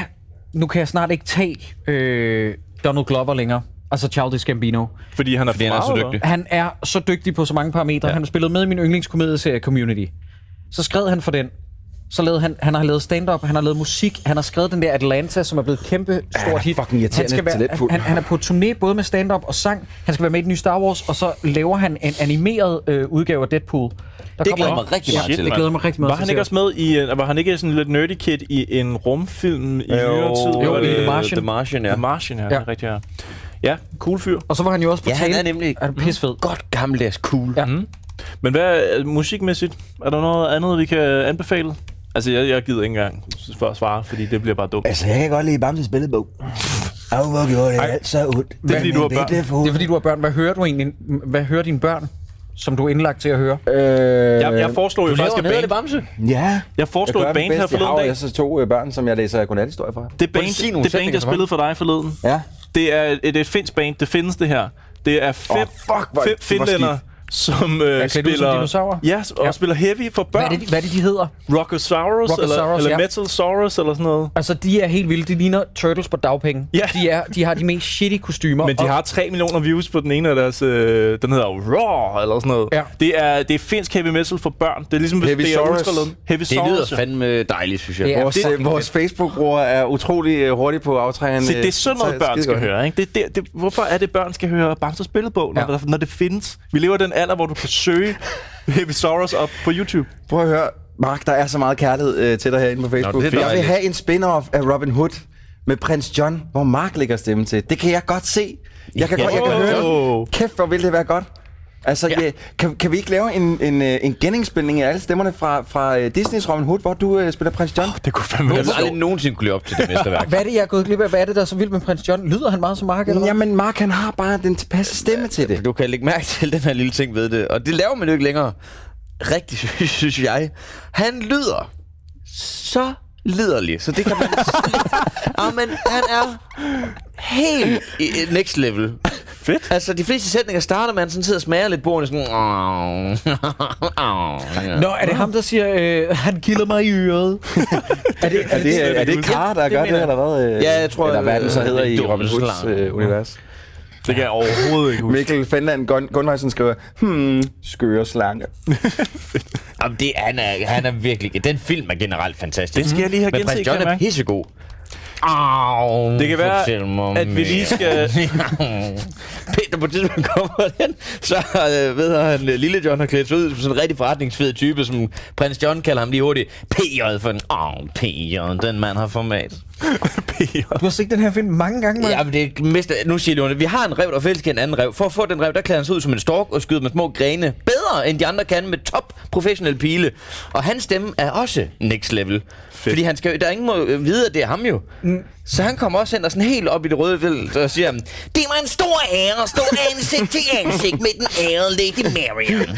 nu kan jeg snart ikke tage øh, Donald Glover længere. Altså Childish Gambino. Fordi han er, Fordi han er så dygtig. Han er så dygtig på så mange parametre. Ja. Han har spillet med i min yndlingskomedieserie Community. Så skrev han for den. Så lavede han, han har lavet stand-up, han har lavet musik, han har skrevet den der Atlanta, som er blevet kæmpe stort hit. Fucking irriterende han, være, talentfuld. han, han er på turné både med stand-up og sang. Han skal være med i den nye Star Wars, og så laver han en animeret øh, udgave af Deadpool. Der Det glæder mig rigtig meget ja, til. Det glæder mig rigtig meget Var han ikke også med i, var han ikke sådan lidt nerdy kid i en rumfilm i nyere tid? Jo, Var i det The Martian. The Martian, ja. The Martian, ja, Ja. det er rigtigt, ja. Ja, cool fyr. Og så var han jo også på Ja, han tale. er nemlig Er pissefed. godt gammeldags cool. Ja. Mm. Men hvad er musikmæssigt? Er der noget andet, vi kan anbefale? Altså, jeg, jeg gider ikke engang for at svare, fordi det bliver bare dumt. Altså, jeg kan godt lide Bamses billedbog. Au, hvor gjorde det alt så ondt. Det er, fordi du har børn. Det er fordi, du har børn. Hvad hører du egentlig? Hvad hører dine børn, som du er indlagt til at høre? Øh, Jeg, jeg foreslår jo Du faktisk laver et det, band. Bamse? Ja. Jeg foreslår et band her Jeg har forleden jo dag. altså to øh, børn, som jeg læser godnathistorier fra. Det Prøv lige at sige band, nogle det band sætninger jeg for spillede for dig forleden, Ja. det er et, et finsk band. Det findes det her. Det er fem, Åh, fuck, hvor- fem det var finlænder, som øh, klædt ud som spiller... dinosaurer? Ja, og Ja. spiller heavy for Hvad er, børn. det, hvad er det, de hedder? Rockosaurus, eller, Rockosaurus, eller ja. Metalsaurus, eller sådan noget. Altså, de er helt vilde. De ligner Turtles på dagpenge. Ja. De, er, de har de mest shitty kostymer. Men de og- har tre millioner views på den ene af deres... Øh, den hedder Raw, eller sådan noget. Ja. Det er, det er finsk heavy metal for børn. Det er ligesom, hvis Heavy det er Saurus. ultraløn. Heavy Det lyder Saurus, ja. fandme dejligt, synes jeg. Det er- Vores, det- øh, vores Facebook-bruger er utrolig øh, hurtige på aftrækkeren. Se, det er sådan noget, børn skal høre. Ikke? Det, det, det, hvorfor er det, børn skal høre Bamses billedbog, når, Ja. ja. når det findes? Vi lever i den alder, hvor du kan søge Heavy Saurus op på YouTube. Prøv at høre, Mark, der er så meget kærlighed øh, til dig herinde på Facebook. Nå, det er jeg vil dejligt. have en spin-off af Robin Hood med Prins John, hvor Mark lægger stemme til. Det kan jeg godt se. Jeg kan, Ja. godt, jeg kan Åh. høre. Kæft, hvor vil det være godt. Altså, Ja. ja. kan, kan vi ikke lave en, en, øh, en genindspilning af alle stemmerne fra, fra uh, Disneys Robin Hood, hvor du uh, spiller Prins John? Det kunne fandme Jeg være vil aldrig sjovt. nogensinde kunne leve op til det mesterværk. Hvad er det, jeg er gået glip af? Hvad er det, der er så vildt med Prins John? Lyder han meget som Mark, eller hvad? Jamen, Mark, han har bare den tilpasse stemme til det. Du kan lægge mærke til den her lille ting ved det. Og det laver man jo ikke længere. Rigtig, synes jeg. Han lyder så liderlig. Så det kan man... Ja, men han er helt i i next level. Fedt. Altså, de fleste sætninger starter med, at han sådan sidder og smager lidt bordene sådan... Nå, er det ham, der siger, øh, han kilder mig i øret? er det, Er det, er det Kara, der det gør mener det, jeg. eller hvad? Øh, Ja, jeg tror, Eller hvad den så øh, hedder i det er Robin Hoods Slang. øh, univers. Det kan jeg overhovedet ikke huske. Mikkel Fenland Gun- Gunnarsen skriver, hmm, skøre slange. Jamen, det, han, er, han er virkelig... Den film er generelt fantastisk. Den skal jeg lige have Men genset, Prins kan John jeg er mærke. pissegod. Au, Det kan være, fortæl mig at vi lige mere. skal... Peter på et tidspunkt kommer den, så øh, ved han, lille John har klædt sig ud som sådan en rigtig forretningsfed type, som prins John kalder ham lige hurtigt. P J for den. Åh, oh, P J, den mand har format. Du har set den her film mange gange, man. Ja, men det er mest, nu siger du, vi har en rev, der fælsker en anden rev. For at få den rev, der klæder han sig ud som en stork og skyder med små grene. Bedre end de andre kan med top professionel pile. Og hans stemme er også next level. Fedt. Fordi han skal, der er ingen må vide, at det er ham jo. Mm. Så han kommer også hen og sådan helt op i det røde vild og siger, det var en stor ære at stå ansigt til ansigt med den ærede Lady Marian.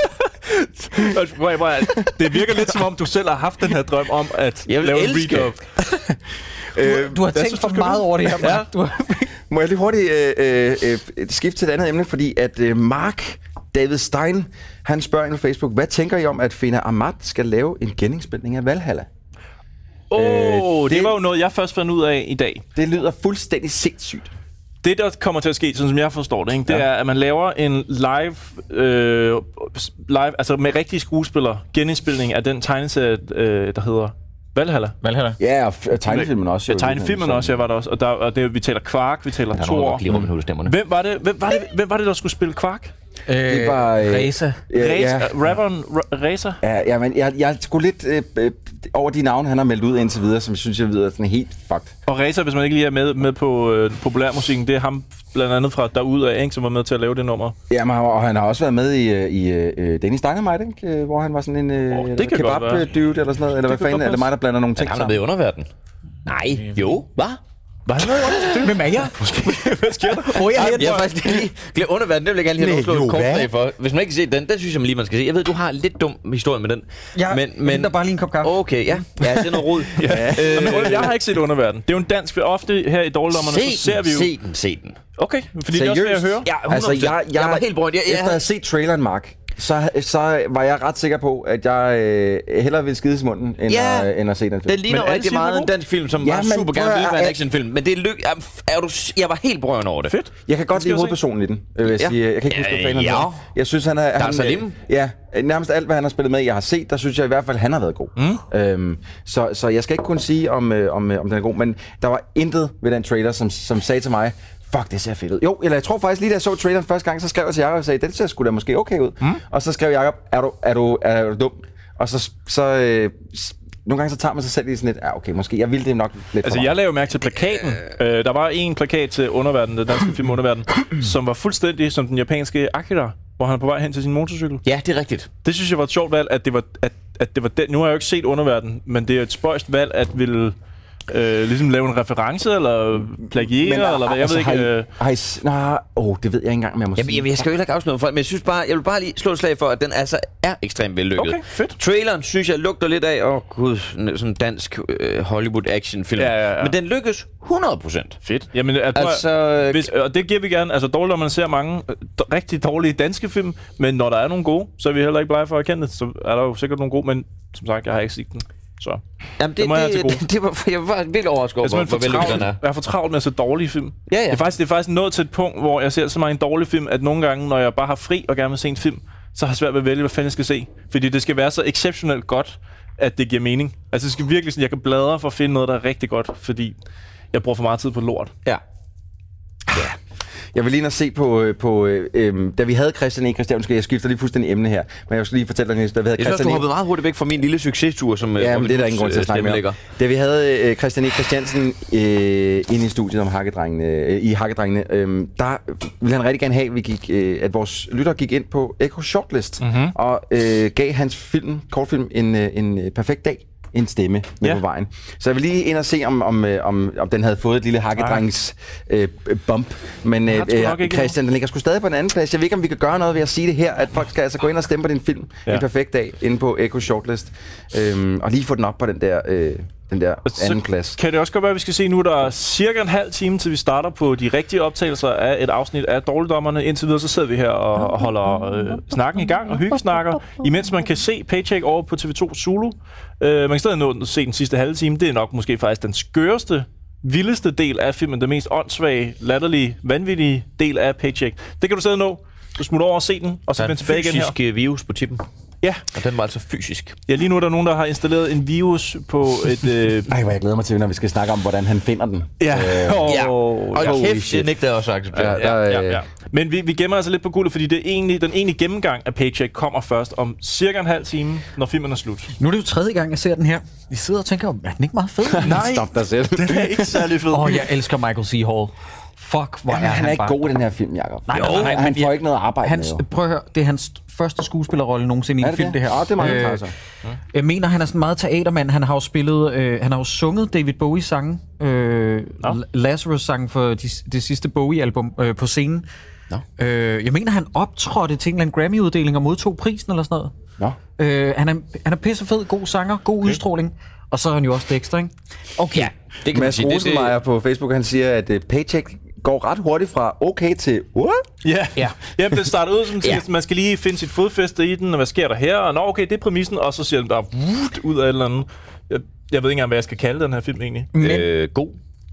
Det virker lidt som om, du selv har haft den her drøm om at Jeg vil lave en elske. read-up. Du har tænkt synes, for du skal meget vide? over det her, Mark. Du har... Må jeg lige hurtigt øh, øh, øh, skifte til et andet emne, fordi at øh, Mark David Stein, han spørger ind på Facebook, hvad tænker I om, at Fina Amat skal lave en genindspilning af Valhalla? Åh, oh, det, det- var jo noget, jeg først fandt ud af i dag. Det lyder fuldstændig sindssygt. Det, der kommer til at ske, sådan som jeg forstår det, ikke, det ja. er, at man laver en live, øh, live, altså med rigtige skuespillere, genindspilning af den tegneserie, øh, der hedder Valhalla. Valhalla. Ja, og f- tegnefilmen også. Ja, tegnefilmen også, ja, var der også. Og, der, og det, vi taler Quark, vi taler Der er nogen, der Thor. godt kan lide Robin Hood-stemmerne. Hvem var det, hvem var det, hvem var det, der skulle spille Quark? Øh, Det var, øh, Reza. Ja, Reza, ja. rapperen Ra- Reza? Ja, ja, men jeg, jeg skulle lidt øh, øh, over de navne, han har meldt ud indtil videre, som jeg synes, jeg ved er sådan helt fucked. Og Reza, hvis man ikke lige er med, med på øh, populærmusikken, det er ham blandt andet fra Derudad, ikke, som var med til at lave det nummer. Jamen, og han har også været med i, øh, i øh, Dennis Dynamite, ikke? Øh, hvor han var sådan en øh, Åh, det kan godt være. kebab-dude eller sådan noget. Eller hvad kan fanden, godt er det mig, der blander nogle Er ting han der med i sammen? underverden? Nej, jo, hvad? Var han med i Hvem er jeg? Hvad sker der? Hvor er jeg Jeg har faktisk lige glemt underverden, det vil jeg gerne lige have Nej, slået jo, et kort hvad? slag for. Hvis man ikke kan se den, den synes jeg lige, man skal se. Jeg ved, du har en lidt dum historie med den. Jeg men, men, henter bare lige en kop kaffe. Okay, ja. Ja, det er noget rod. Ja. Øh, men jeg har ikke set Underverden. Det er jo en dansk, ofte her i Dårligdommerne, så ser vi jo... Se den, se den. Okay, fordi det er også det, jeg hører. Ja, hundrede procent. Altså, jeg, jeg, jeg var helt brugt. Jeg, jeg, efter at have set traileren, Mark, så, så var jeg ret sikker på, at jeg øh, hellere ville skides i munden, end, Ja. at, end at se den film. Den ligner Men er rigtig det meget god? en dansk film, som Ja, var men super prøv gerne at- ville være en er- actionfilm. Men det er lyk... Er, er du... Jeg var helt brøven over det. Fedt. Jeg kan godt skal lide jeg se. hovedpersonen i den, øh, vil jeg Ja. sige. Jeg kan ikke huske, hvad fanden han Ja. hedder. Jeg synes, han er... Dar han, Salim? Ja, nærmest alt, hvad han har spillet med, jeg har set, der synes jeg i hvert fald, han har været god. Mm. Øhm, så, så jeg skal ikke kun sige, om, øh, om, øh, om den er god, men der var intet ved den trailer, som, som sagde til mig, fuck, det ser fedt ud. Jo, eller jeg tror faktisk lige, da jeg så traileren første gang, så skrev jeg til Jacob og sagde, det ser sgu da måske okay ud. Mm. Og så skrev Jacob, er du, er du, er du dum? Og så, så øh, s- nogle gange så tager man sig selv i sådan lidt, ja okay, måske, jeg ville det nok lidt Altså, for jeg lavede mærke til plakaten. Øh, der var en plakat til Underverden, den danske film Underverden, som var fuldstændig som den japanske Akira, hvor han er på vej hen til sin motorcykel. Ja, det er rigtigt. Det synes jeg var et sjovt valg, at det var, at, at det var den. Nu har jeg jo ikke set Underverden, men det er et spøjst valg at ville øh, ligesom lave en reference, eller plagiere, Men, eller hvad, jeg altså, ved ikke. Har I, Øh, har I, s- nå, oh, det ved jeg ikke engang, om jeg må Jamen, sige. jeg, jeg skal jo heller ikke afsløre noget for det, men jeg synes bare, jeg vil bare lige slå et slag for, at den altså er ekstremt vellykket. Okay, fedt. Traileren synes jeg lugter lidt af, åh oh, gud, sådan en dansk øh, Hollywood actionfilm. Ja, ja, ja. Men den lykkes hundrede procent. fedt. Jamen, at, Altså, altså, hvis, og det giver vi gerne. Altså, dårligt, når man ser mange øh, d- rigtig dårlige danske film, men når der er nogle gode, så er vi heller ikke blege for at erkende det. Så er der jo sikkert nogle gode, men som sagt, jeg har ikke set den. Så Jamen, det, Det må jeg have til det, gode. det, det var, jeg var virkelig overrasket over, jeg er hvor, simpelthen hvor for vellykket den travlt, er. jeg er for travlt med at se dårlige film. Ja, ja. Det, er faktisk, det er faktisk nået til et punkt, hvor jeg ser så mange dårlige film, at nogle gange, når jeg bare har fri og gerne vil se en film, så har jeg svært ved at vælge, hvad fanden jeg skal se. Fordi det skal være så exceptionelt godt, at det giver mening. Altså, det skal virkelig sådan, jeg kan bladre for at finde noget, der er rigtig godt, fordi jeg bruger for meget tid på lort. Ja. Jeg vil lige ind og se på, øh, på øh, øh, da vi havde Christian E. Christian, skal jeg skifter lige fuldstændig emne her, men jeg skal lige fortælle dig, da vi havde Jeg synes også, Christian du E. hoppede meget hurtigt væk fra min lille succestur, som Ja, men det er der ingen grund til at snakke mere om. Da vi havde øh, Christian E. Christiansen øh, inde i studiet om Hakkedrengene, øh, i Hakkedrengene, øh, der ville han rigtig gerne have, at, vi gik, øh, at vores lytter gik ind på Echo Shortlist mm-hmm. og øh, gav hans film, kortfilm en, øh, en øh, perfekt dag. En stemme med Ja. på vejen. Så jeg vil lige ind og se, om, om, øh, om, om den havde fået et lille hakkedrengs øh, bump. Men øh, har den sgu nok øh, ikke Christian, den ligger sgu stadig på en anden plads. Jeg ved ikke, om vi kan gøre noget ved at sige det her, at folk skal altså gå ind og stemme på din film Ja. en perfekt dag inde på Echo Shortlist. Øhm, og lige få den op på den der, øh, den der anden plads. Kan det også godt være, at vi skal se nu, der er cirka en halv time, til vi starter på de rigtige optagelser af et afsnit af Dårligdommerne. Indtil videre, så sidder vi her og, og holder øh, snakken i gang og hyggesnakker, imens man kan se Paycheck over på T V to Zulu. Øh, man kan stadig nå at se den sidste halve time. Det er nok måske faktisk den skøreste, vildeste del af filmen. Den mest åndssvage, latterlige, vanvittige del af Paycheck. Det kan du stadig nå. Du smutter over og se den, og så Der er vende en tilbage igen her. fysisk virus på tippen. Ja. Og den var altså fysisk. Ja, lige nu er der nogen, der har installeret en virus på et... Øh, Ej, hvor jeg glæder mig til, når vi skal snakke om, hvordan han finder den. ja, Øh, Ja. Og holy kæft, shit. det nægter jeg også at acceptere. Ja, der, ja, øh, ja. Men vi, vi gemmer altså lidt på guldet, fordi det er egentlig, den egentlige gennemgang af Paycheck kommer først om cirka en halv time, når filmen er slut. Nu er det jo tredje gang, jeg ser den her. Vi sidder og tænker, er den ikke meget fed? Nej, Stop dig selv. den er ikke særlig fed. Åh, oh, jeg elsker Michael C. Hall. Fuck, hvor Jamen, er han han er ikke bare... god i den her film, Jacob. Nej, Jo, nej, nej, han men får jeg- ikke noget arbejde Hans, med. Jo. prøv at høre, det er hans første skuespillerrolle nogensinde i Er en det film, det? det her. Åh, det er meget klart, så. Jeg mener, han er sådan meget teatermand. Han har jo spillet, øh, han har jo sunget David Bowies sange, øh, Lazarus-sangen for de, det sidste Bowie-album øh, på scenen. Nå. Øh, jeg mener, han optrådte til en eller anden Grammy-uddeling og modtog prisen eller sådan noget. Nå. Øh, han er, han er pissefed, god sanger, god okay. udstråling. Og så er han jo også Dexter, ikke? Okay. Ja, det kan man Mads sige. Det, det, Rosenmeier på Facebook, han siger, at uh, Paycheck går ret hurtigt fra okay til what? Ja, Ja. Jamen, det starter ud som Ja. ja. man skal lige finde sit fodfæste i den, og hvad sker der her? Og nå, okay, det er præmissen, og så siger den bare vudt ud af et eller andet. Jeg, jeg ved ikke engang, hvad jeg skal kalde den her film egentlig. Men, øh, god.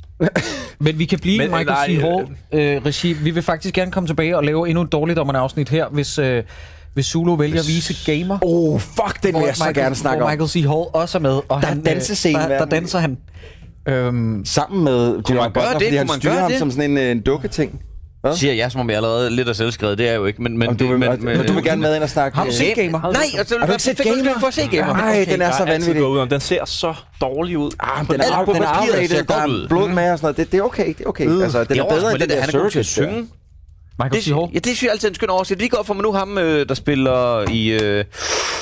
men vi kan blive Men, Michael nej, C. Hall øh, regi. Vi vil faktisk gerne komme tilbage og lave endnu et dårligdommerne afsnit her, hvis, øh, hvis Zulu vælger at vise Gamer. Oh, fuck, den vil jeg så Michael, gerne snakke hvor om. Michael C. Hall også er med. Og Der er han, øh, dansescene, Der, hvad der er danser han. Øhm, Sammen med Gerard gøre Butler, det? fordi Kunne han man styrer gøre ham det? som sådan en, øh, en dukketing. Hvad? Siger jeg, som om jeg allerede lidt er selvskrevet. Det er jeg jo ikke. Men, men, Om du vil, men, og, men, du vil gerne med ind og snakke... Har du øh, set Gamer? Nej, altså, Har du ikke set Gamer? For at se Gamer. Nej, den er så Der altid vanvittig. gået ud om. Den ser så dårlig ud. Ah, den Alt er, på den er papiret ser R-rated, der godt er ud. blod med og sådan noget. Det, det er okay, det er okay. Altså, den Det er er bedre også end den lidt, at der han er god til at Surrogate. synge. Michael Det, C. Hall. ja, det synes jeg altid er en skøn overskrift. Det er lige godt for mig nu ham, øh, der spiller i... Øh,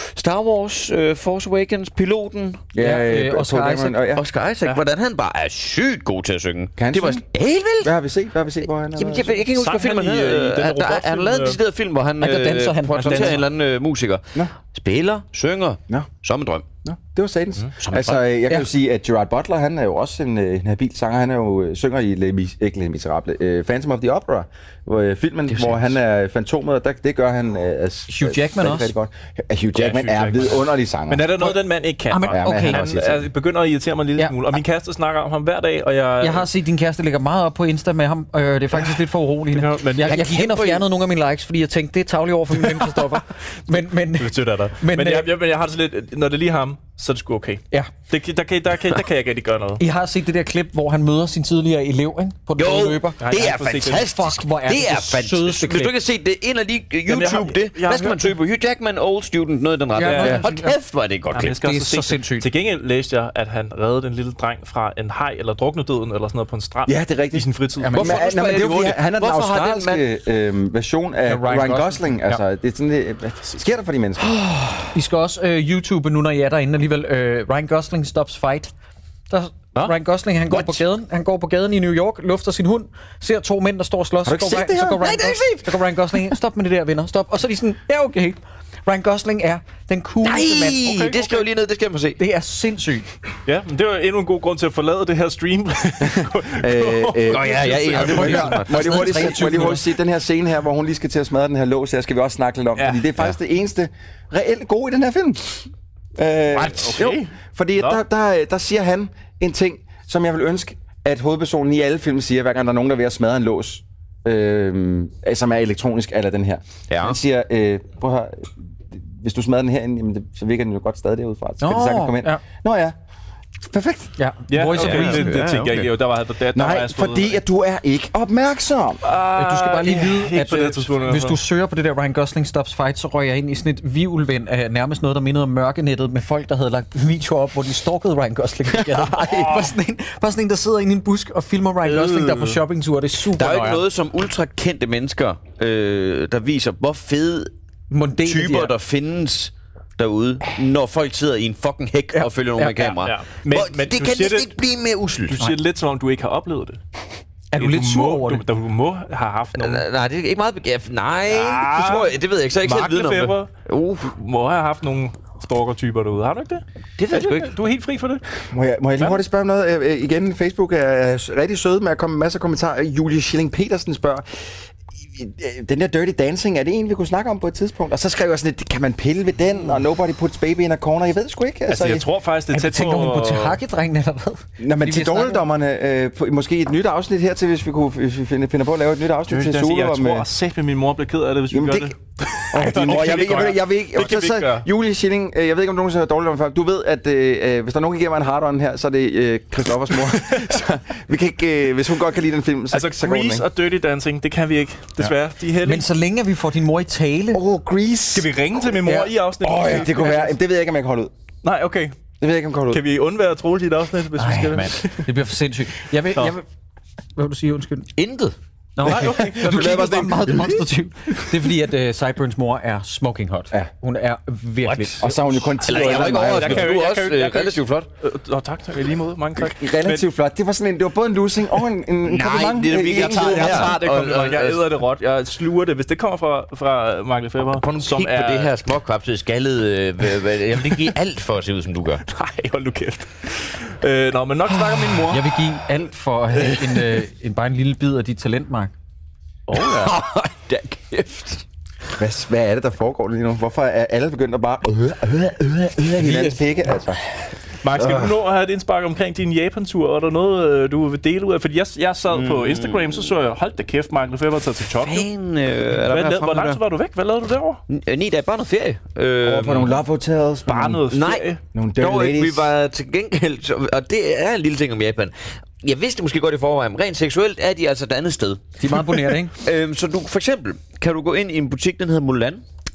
Star Wars, uh, Force Awakens, piloten, Ja, øh, øh, Oscar Paul Isaac. Dameron, og ja. Oscar Isaac, ja. hvordan han bare er sygt god til at synge. Kan han det var synge? helt vildt. Hvad har vi set? Hvad har vi set, hvor han er? Jamen, jeg, jeg, jeg kan ikke huske, hvad Sang filmen han i, hed. øh, i den Han, her der, han har robotfilm, lavet en øh? decideret film, hvor han, Han kan danse, og han- portrætterer han en eller anden øh, musiker. Nå. Spiller, synger, Nå. som en drøm. Nå, det var satans. Mm, som altså, en jeg kan Ja. jo sige, at Gerard Butler, han er jo også en, øh, en habil sanger. Han er jo øh, synger i Les Mis- ikke Les Misérables, øh, Phantom of the Opera, hvor, øh, filmen, hvor han er fantomet, og der, det gør han øh, as, Hugh Jackman rigtig, også. rigtig godt. Ja, Hugh Jackman Hugh er Jackman. vidunderlig sanger. Men er der noget, den mand ikke kan? Ah, men, Ja, men okay. han er Han også irriterende. er, begynder at irritere mig en lille Ja. smule, og min kæreste snakker om ham hver dag, og jeg... Jeg har set, din kæreste lægger meget op på Insta med ham. Øh, det er faktisk lidt for uroligende. Det kan- men jeg, jeg jeg gik ind og fjernede nogle af mine likes, fordi jeg tænkte, det er tavligt over for min ven, Christoffer. Men, men, Det betyder der. Men, Men, men, jeg, øh, jeg, men jeg har det så lidt... Når det er lige ham, så er det sgu okay. ja. Det, der, kan, der, kan, der kan jeg ikke rigtig gøre noget. I har set det der klip, hvor han møder sin tidligere elev, ikke? På den Jo, røde løber. Nej, det jeg er har fået set det. fantastisk. Fuck, hvor er det det er det fantastisk. sødeste Hvis du klip. ikke har set det, ind og lige YouTube Jamen, jeg har- det. jeg har Hvad skal man hørt søge på? Hugh Jackman, Old Student, noget i den retning. Ja, Ja, ja. Hold kæft, hvor er det et godt Jamen, klip. jeg skal Det er også så se det. sindssygt. Til gengæld læste jeg, at han reddede en lille dreng fra en haj eller druknedøden eller sådan noget på en strand. Ja, det er rigtigt. I sin fritid. Jamen, Hvorfor- Men, nu spørger nej, men det er jeg jo fordi, lige han er den Hvorfor har den australske øh, version af Ja, Ryan Ryan, Gosling. Gosling. Altså, Ja. det er sådan, det, hvad sker der for de mennesker? I skal også øh, YouTube nu, når I er derinde alligevel. Øh, Ryan Gosling stops fight. Der, Nå? Ryan Gosling, han går What? på gaden. Han går på gaden i New York, lufter sin hund, ser to mænd, der står og slås. Har du ikke så går set Ryan, det her? så går Nej, Ryan, det har jeg Gos- ikke så går Ryan Gosling, stop med det der, venner, stop. Og så er de sådan, ja okay. Ryan Gosling er den cooleste Nej, mand. Okay, det skal jo lige ned, det skal jeg få se. Det er sindssygt. Ja, men det var endnu en god grund til at forlade det her stream. øh, øh, Nå ja, jeg er enig. Må jeg, må jeg lige hurtigt, treogtyve må jeg lige minutter. hurtigt sige, den her scene her, hvor hun lige skal til at smadre den her lås her, skal vi også snakke lidt om, Ja. fordi det er faktisk det eneste reelt gode i den her film. Øh, Okay. Jo, fordi Nå. der, der, der siger han en ting, som jeg vil ønske, at hovedpersonen i alle film siger, hver gang der er nogen, der er ved at smadre en lås, øh, som er elektronisk, eller den her. Ja. Han siger, øh, prøv at høre, hvis du smadrer den herinde, jamen det, så virker den jo godt stadig derudfra. Så kan Nå, de sagtens komme ind. ja. Nå ja, perfekt. Ja, Ja, Voice of okay, Reason. det, det Ja, tænkte okay. jeg ikke. Der var, der, der, der var Nej, jeg slået. fordi at du er ikke opmærksom. Du skal bare lige vide, ikke at på det her øh, tidspunkt, i hvis hvert du fald. søger på det der Ryan Gosling Stops Fight, så røg jeg ind i sådan et vivlvind af nærmest noget, der mindede om mørkenettet, med folk, der havde lagt videoer op, hvor de stalkede Ryan Gosling. Bare sådan, en, bare sådan en, der sidder inde i en busk og filmer Ryan Gosling, der er på shoppingtur. Det er super Der er jo ikke nøjeren. noget som ultrakendte mennesker, øh, der viser, hvor fede Mondæne de typer, er. der findes derude, når folk sidder i en fucking hæk ja. og følger nogen Ja, med kamera. ja, ja. Men- Hvor, men det du kan siger næsten det- ikke blive mere usselt. Du siger det lidt, som om du ikke har oplevet det. Er du lidt sur må, over du, det? Du må have haft nogen. Nej, det er ikke meget begæft. Nej, Ah, det tror jeg, det ved jeg ikke, så er jeg ikke selv Mark viden om det. Lefebvre. Uh, Du må have haft nogle stalker-typer derude. Har du ikke det? det ved jeg sgu ikke. Du er helt fri for det. Må jeg, må jeg lige Ja. hurtigt spørge om noget? Øh, øh, igen, Facebook er rigtig søde med at komme med masser af kommentarer. Julie Schilling Petersen spørger, den der Dirty Dancing, er det en, vi kunne snakke om på et tidspunkt? Og så skrev jeg sådan lidt, kan man pille ved den? Og Nobody Puts Baby in a Corner. Jeg ved sgu ikke. Altså, jeg tror faktisk, det er Er tæt det tænker hun på til at- hakkedrengen eller hvad? Nå, men Fordi til vi snakker- dårligdommerne, øh, på, måske et nyt afsnit her til, hvis vi kunne hvis vi finder, finder på at lave et nyt afsnit til Zulu. Jeg om, tror øh, sæt med min mor bliver ked af det, hvis vi Jamen, gør det- det. Åh, det din mor, kan jeg, vi ved, jeg, godt. ved, jeg ved ikke. Det kan Så- vi ikke så- gøre. Julie Schilling, øh, jeg ved ikke, om du nogensinde har dårligt om før. Du ved, at øh, hvis der er nogen, der giver mig en hard-on her, så er det øh, Christoffers mor. Så vi kan ikke, øh, hvis hun godt kan lide den film, så, Altså, så går den Grease ikke. og Dirty Dancing, det kan vi ikke, desværre. De er heldige. Men så længe vi får din mor i tale... Åh, oh, Grease. Skal vi ringe til min mor Ja. i afsnittet? Åh, oh, ja, det kunne være. Jamen, det ved jeg ikke, om jeg kan holde ud. Nej, okay. Det ved jeg ikke, om jeg kan holde ud. Kan vi undvære Troels i et afsnit, hvis vi Nej, skal det? mand. Det bliver for sindssygt. Jeg vil... Nå. Jeg vil hvad vil du sige? Undskyld. Intet. Nå, Nej, okay. Du Jeg kigger bare bare meget demonstrativt. Det er fordi, at uh, Sideburns mor er smoking hot. Ja. Hun er virkelig... Og så er hun jo kun ti Eller, år jeg var ældre end ikke mig. overrasket. Jeg kan jo- Du er jeg også kan jo- jeg øh, kan jo- relativt flot. Øh, Åh, tak, tak. I lige måde. Mange tak. Relativt flot. Det var sådan en, det var både en losing og en, en, en Nej, kompliment. det er da øh, i virkelig- en Jeg tager, tid jeg her. tager det Og- kompliment. Jeg og- æder det råt. Jeg sluger det. Hvis det kommer fra, fra Mark Lefebvre, Prøv nu som kig er... på det her småkvapsede skaldede... Øh, hvad- hvad- jeg vil ikke give alt for at se ud, som du gør. Nej, hold nu kæft. Øh, nå, men nok snakker min mor. Jeg vil give alt for at have en, øh, en, bare en lille bid af dit talent, Mark. Åh, ja. Da kæft. Hvad, hvad er det, der foregår lige nu? Hvorfor er alle begyndt at bare øh, øh, øh, øh, hinandens pikke? Altså. Mark, skal du nå at have et indspark omkring din Japan-tur? Er der noget, øh, du vil dele ud af? Fordi jeg, jeg sad mm. på Instagram, så så jeg, hold da kæft, Mark Lefebvre tager til Tokyo. Fan, øh, er der Hvad, mere lavede, frem hvor lang der? tid var du væk? Hvad lavede du derovre? N- Ni dage, bare noget ferie. Øh, Over på nogle love hotels. Bare noget Nej, ferie. Nogle dirty dog ikke. Vi ladies. var til gengæld, så- og det er en lille ting om Japan. Jeg vidste måske godt i forvejen, men rent seksuelt er de altså et andet sted. De er meget imponerende, ikke? Øhm, så du, for eksempel, kan du gå ind i en butik, den hedder Mulan,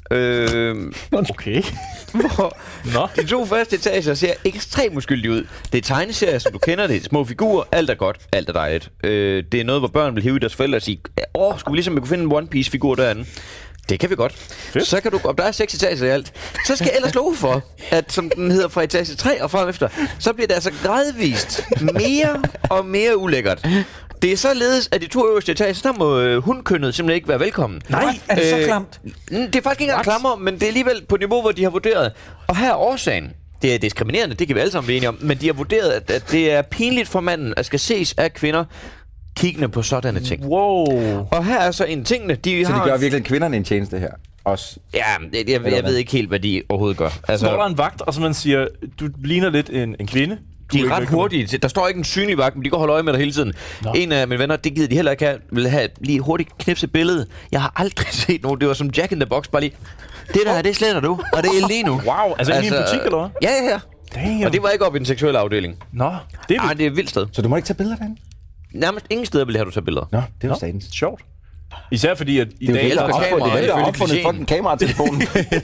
øhm, Okay. hvor Nå. de to første etager ser ekstremt uskyldige ud. Det er tegneserier, som du kender, det er små figurer, alt er godt, alt er dejligt. Øh, det er noget, hvor børn vil hive i deres forældre og sige, åh, skulle vi ligesom vi kunne finde en One Piece-figur derinde. Det kan vi godt. Fedt. Så kan du, om der er seks etager i alt, så skal jeg ellers love for, at som den hedder fra etage tre og frem efter, så bliver det altså gradvist mere og mere ulækkert. Det er således, at de to øverste etager, der må øh, hundkønnet simpelthen ikke være velkommen. Nej, er det så klamt? Øh, det er faktisk ikke engang klammer, men det er alligevel på niveau, hvor de har vurderet. Og her er årsagen. Det er diskriminerende, det kan vi alle sammen blive enige om, men de har vurderet, at, at det er pinligt for manden, at skal ses af kvinder kiggende på sådanne ting. Wow. Og her er så en tingene, de Så har... de gør virkelig kvinderne en tjeneste her? Også. Ja, jeg, jeg, jeg ved ikke helt, hvad de overhovedet gør. Altså, står der en vagt, og så man siger, du ligner lidt en, en kvinde. De er ret hurtige. Der står ikke en synlig vagt, men de går og holder øje med dig hele tiden. Nå. En af mine venner, det gider de heller ikke have, vil have lige hurtigt knipse billede. Jeg har aldrig set nogen. Det var som Jack in the Box, bare lige. Det der, det sletter du, og det er lige nu. Wow, altså, altså i en butik, eller hvad? Ja, ja, ja. Damn. Og det var ikke op i den seksuelle afdeling. Nå, det er Ej, det er et vildt sted. Så du må ikke tage billeder derinde? Nærmest ingen steder vil jeg have, du tager billeder. Nå, det var statens. Sjovt. Især fordi, at i det er dag... jo det, der elsker har opfundet, kameraer, det, der har ifølge opfundet klichéen. fucking kameratelefonen.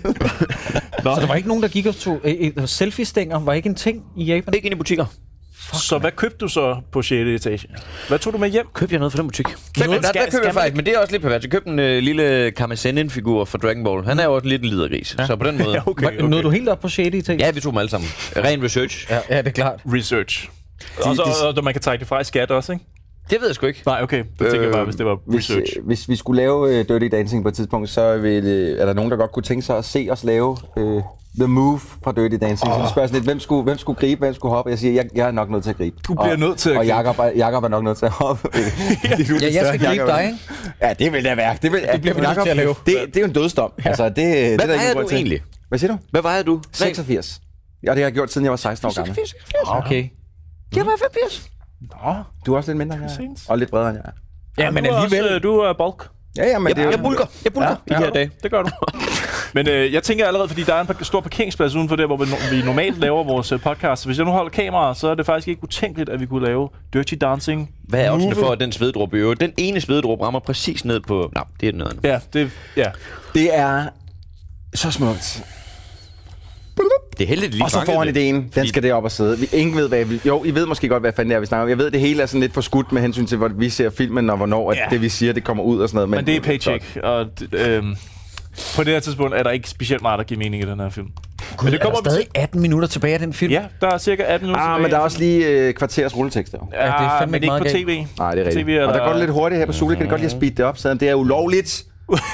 Så der var ikke nogen, der gik og tog øh, øh, selfie-stænger? Var ikke en ting i Japan? Ikke ind i butikker. Så hvad købte du så på sjette etage? Hvad tog du med hjem? Købte jeg noget fra den butik? Noget Der, der, skal- der købte skal jeg man faktisk, men det er også lidt pervers. Jeg købte en øh, lille Kamasenin-figur fra Dragon Ball. Han er jo også lidt en lidergris, ja. Så på den måde... Ja, okay, okay. Nåede du helt op på sjette etage? Ja, vi tog dem alle sammen. Ren research. Ja, ja, det er klart. Research. Og så og, og, man kan trække det fra i skat også, ikke? Det ved jeg sgu ikke. Nej, okay. Det tænker jeg bare, hvis det var Hvis, research. øh, hvis vi skulle lave uh, Dirty Dancing på et tidspunkt, så vil, uh, er der nogen, der godt kunne tænke sig at se os lave uh, The Move fra Dirty Dancing. Oh. Så de spørger sådan lidt, hvem skulle, hvem skulle gribe, hvem skulle hoppe? Jeg siger, jeg, jeg er nok nødt til at gribe. Du bliver og, nødt til at og gribe. Jacob er, Jacob er nok nødt til at hoppe. Ja, jeg skal gribe dig, ikke? Ja, det vil da være. Det, vil, Det bliver vi nødt Jacob, til at lave. Det, det er jo en dødsdom. Ja. Altså, det, det er Hvad der ingen vejer grund du til. egentlig? Hvad siger du? Hvad vejer du? seksogfirs. Ja, det har jeg gjort, siden jeg var seksten år gammel. Okay. Jeg var femogfirs. Nå, Du er også lidt mindre end jeg er. Præcis. Og lidt bredere end jeg er. Ja, men du er alligevel... Også, du er bulk. Ja, ja, men Jeg, det er jo... jeg bulker. Jeg bulker ja, de her dage. Det gør du. Men øh, jeg tænker allerede, fordi der er en par- stor parkeringsplads uden for der, hvor vi, no- vi normalt laver vores øh, podcast. Så hvis jeg nu holder kameraet, så er det faktisk ikke utænkeligt, at vi kunne lave Dirty Dancing. Hvad er også Move. for, at den sveddråbe øver? Den ene sveddråbe rammer præcis ned på... Nej, det er noget andet. Ja, det, ja. Det er så smukt. Det er heldigt, lige Og så foran ideen, den skal derop og sidde. Vi, ingen ved, hvad vi... Jo, I ved måske godt, hvad fanden det er, vi snakker om. Jeg ved, det hele er sådan lidt for skudt med hensyn til, hvor vi ser filmen, og hvornår Ja. at det, vi siger, det kommer ud og sådan noget. Men det er paycheck, og øh, på det her tidspunkt er der ikke specielt meget, der giver mening i den her film. Gud, men det kommer er der stadig atten minutter tilbage af den film? Ja, der er cirka atten minutter Ah, tilbage. men der er også lige øh, kvarters rulletekst der. Ja, det er fandme men ikke ikke på meget tv. Nej, det er rigtigt. T V er og der der- går det lidt hurtigt her på Sule. Kan det godt lige at speede det op, så det er ulovligt.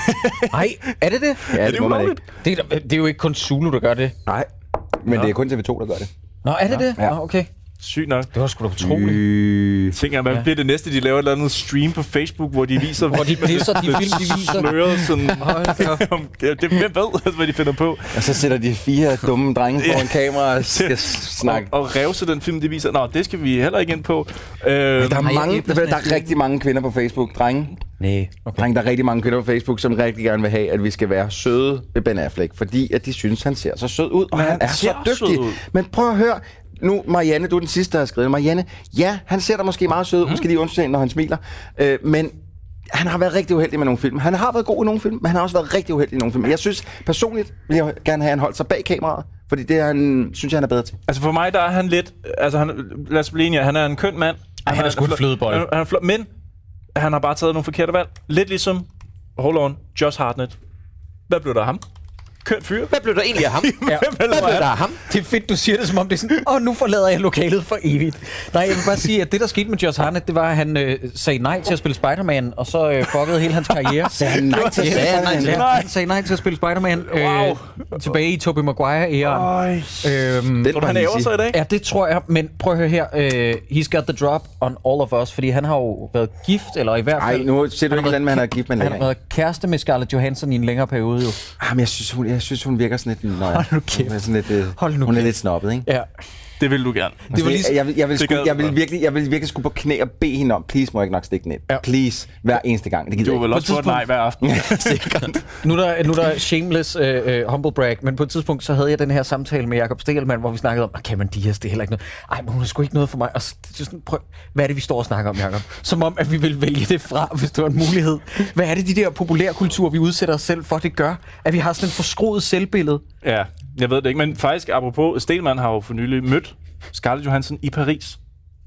Nej, er det det? Ja, det, det må man ulovligt? ikke. Det er, det er jo ikke kun Zulu, der gør det. Nej, men det er kun T V to, der gør det. Nå, er det det? Ja. Nå, okay. Sygt nok. Det var sgu da utroligt. Øh. Tænker, hvad bliver det næste? De laver et eller andet stream på Facebook, hvor de viser... Hvor de disser de film, de viser. Sløret sådan... Hold da. om- ja, det, hvem ved, hvad de finder på? Og så sætter de fire dumme drenge foran kamera og skal snakke. Og, og revse den film, de viser. Nå, det skal vi heller ikke ind på. Øh, Der er, Nej, mange, jeg- der, der er rigtig mange kvinder på Facebook, drenge. Nej. Okay. Drenge, der er rigtig mange kvinder på Facebook, som rigtig gerne vil have, at vi skal være søde ved Ben Affleck, fordi at de synes, han ser så sød ud, og Men han han er så ser sød dygtig. ud. Men prøv at høre, nu Marianne, du er den sidste, der har skrevet. Marianne, ja, han ser da måske meget sød ud, mm. måske lige undtagen, når han smiler, øh, men han har været rigtig uheldig med nogle film. Han har været god i nogle film, men han har også været rigtig uheldig i nogle film. Jeg synes personligt, vil jeg gerne have, at han holdt sig bag kameraet, fordi det er han, synes jeg, han er bedre til. Altså for mig, der er han lidt... Altså, han, lad os blive enige, han er en køn mand. Ej, han er sgu en fl- flødebold. Han, han er flot, men han har bare taget nogle forkerte valg. Lidt ligesom, hold on, Josh Hartnett. Hvad blev der af ham? Køn fyr. Hvad blev der egentlig af ham? Ja. Hvad blev der af ham? Det er fedt, du siger det, som om det er sådan, åh, nu forlader jeg lokalet for evigt. Nej, jeg vil bare sige, at det, der skete med Josh Hartnett, det var, at han øh, sagde nej til at spille Spider-Man, og så øh, fuckede hele hans karriere. Sagde han nej til at Ja, sige han, Spider-Man? ja, han sagde nej til at spille Spider-Man øh, Wow. tilbage i Tobey Maguire-æren. Øhm, Den Tror du, han æver sig i dag? Ja, det tror jeg, men prøv at høre her. Øh, he's got the drop on all of us, fordi han har jo været gift, eller i hvert fald... Ej, nu siger du han ikke, har hvordan man har gift med en Han har længere. været kæreste med Scarlett Johansson i en længere periode, jo. Ah, men jeg synes, hun, jeg synes, hun virker sådan lidt... Nøj, Hold nu kæft. Hun er, sådan lidt, øh, Hold nu hun er kæft. lidt snobbet, ikke? Ja. Det vil du gerne. Det var lige jeg, jeg, vil- jeg, vil Det sku, gad jeg, du vil godt. virkelig, jeg vil virkelig skulle på knæ og bede hende om, please må jeg ikke nok stikke den ind. Ja. Please, hver eneste gang. Det gider Du jeg vil ikke. også få et nej hver aften. Sikkert. Nu er der, nu er der shameless øh, øh, humble brag, men på et tidspunkt så havde jeg den her samtale med Jakob Stegelmann, hvor vi snakkede om, at Cameron Diaz, det er heller ikke noget. Ej, men hun er sgu ikke noget for mig. Og så, så sådan, prøv, hvad er det, vi står og snakker om, Jakob? Som om, at vi vil vælge det fra, hvis det var en mulighed. Hvad er det, de der populærkultur, vi udsætter os selv for, det gør? At vi har sådan en forskruet selvbillede. Ja, jeg ved det ikke. Men faktisk, apropos, Stelman har jo for nylig mødt Scarlett Johansson i Paris.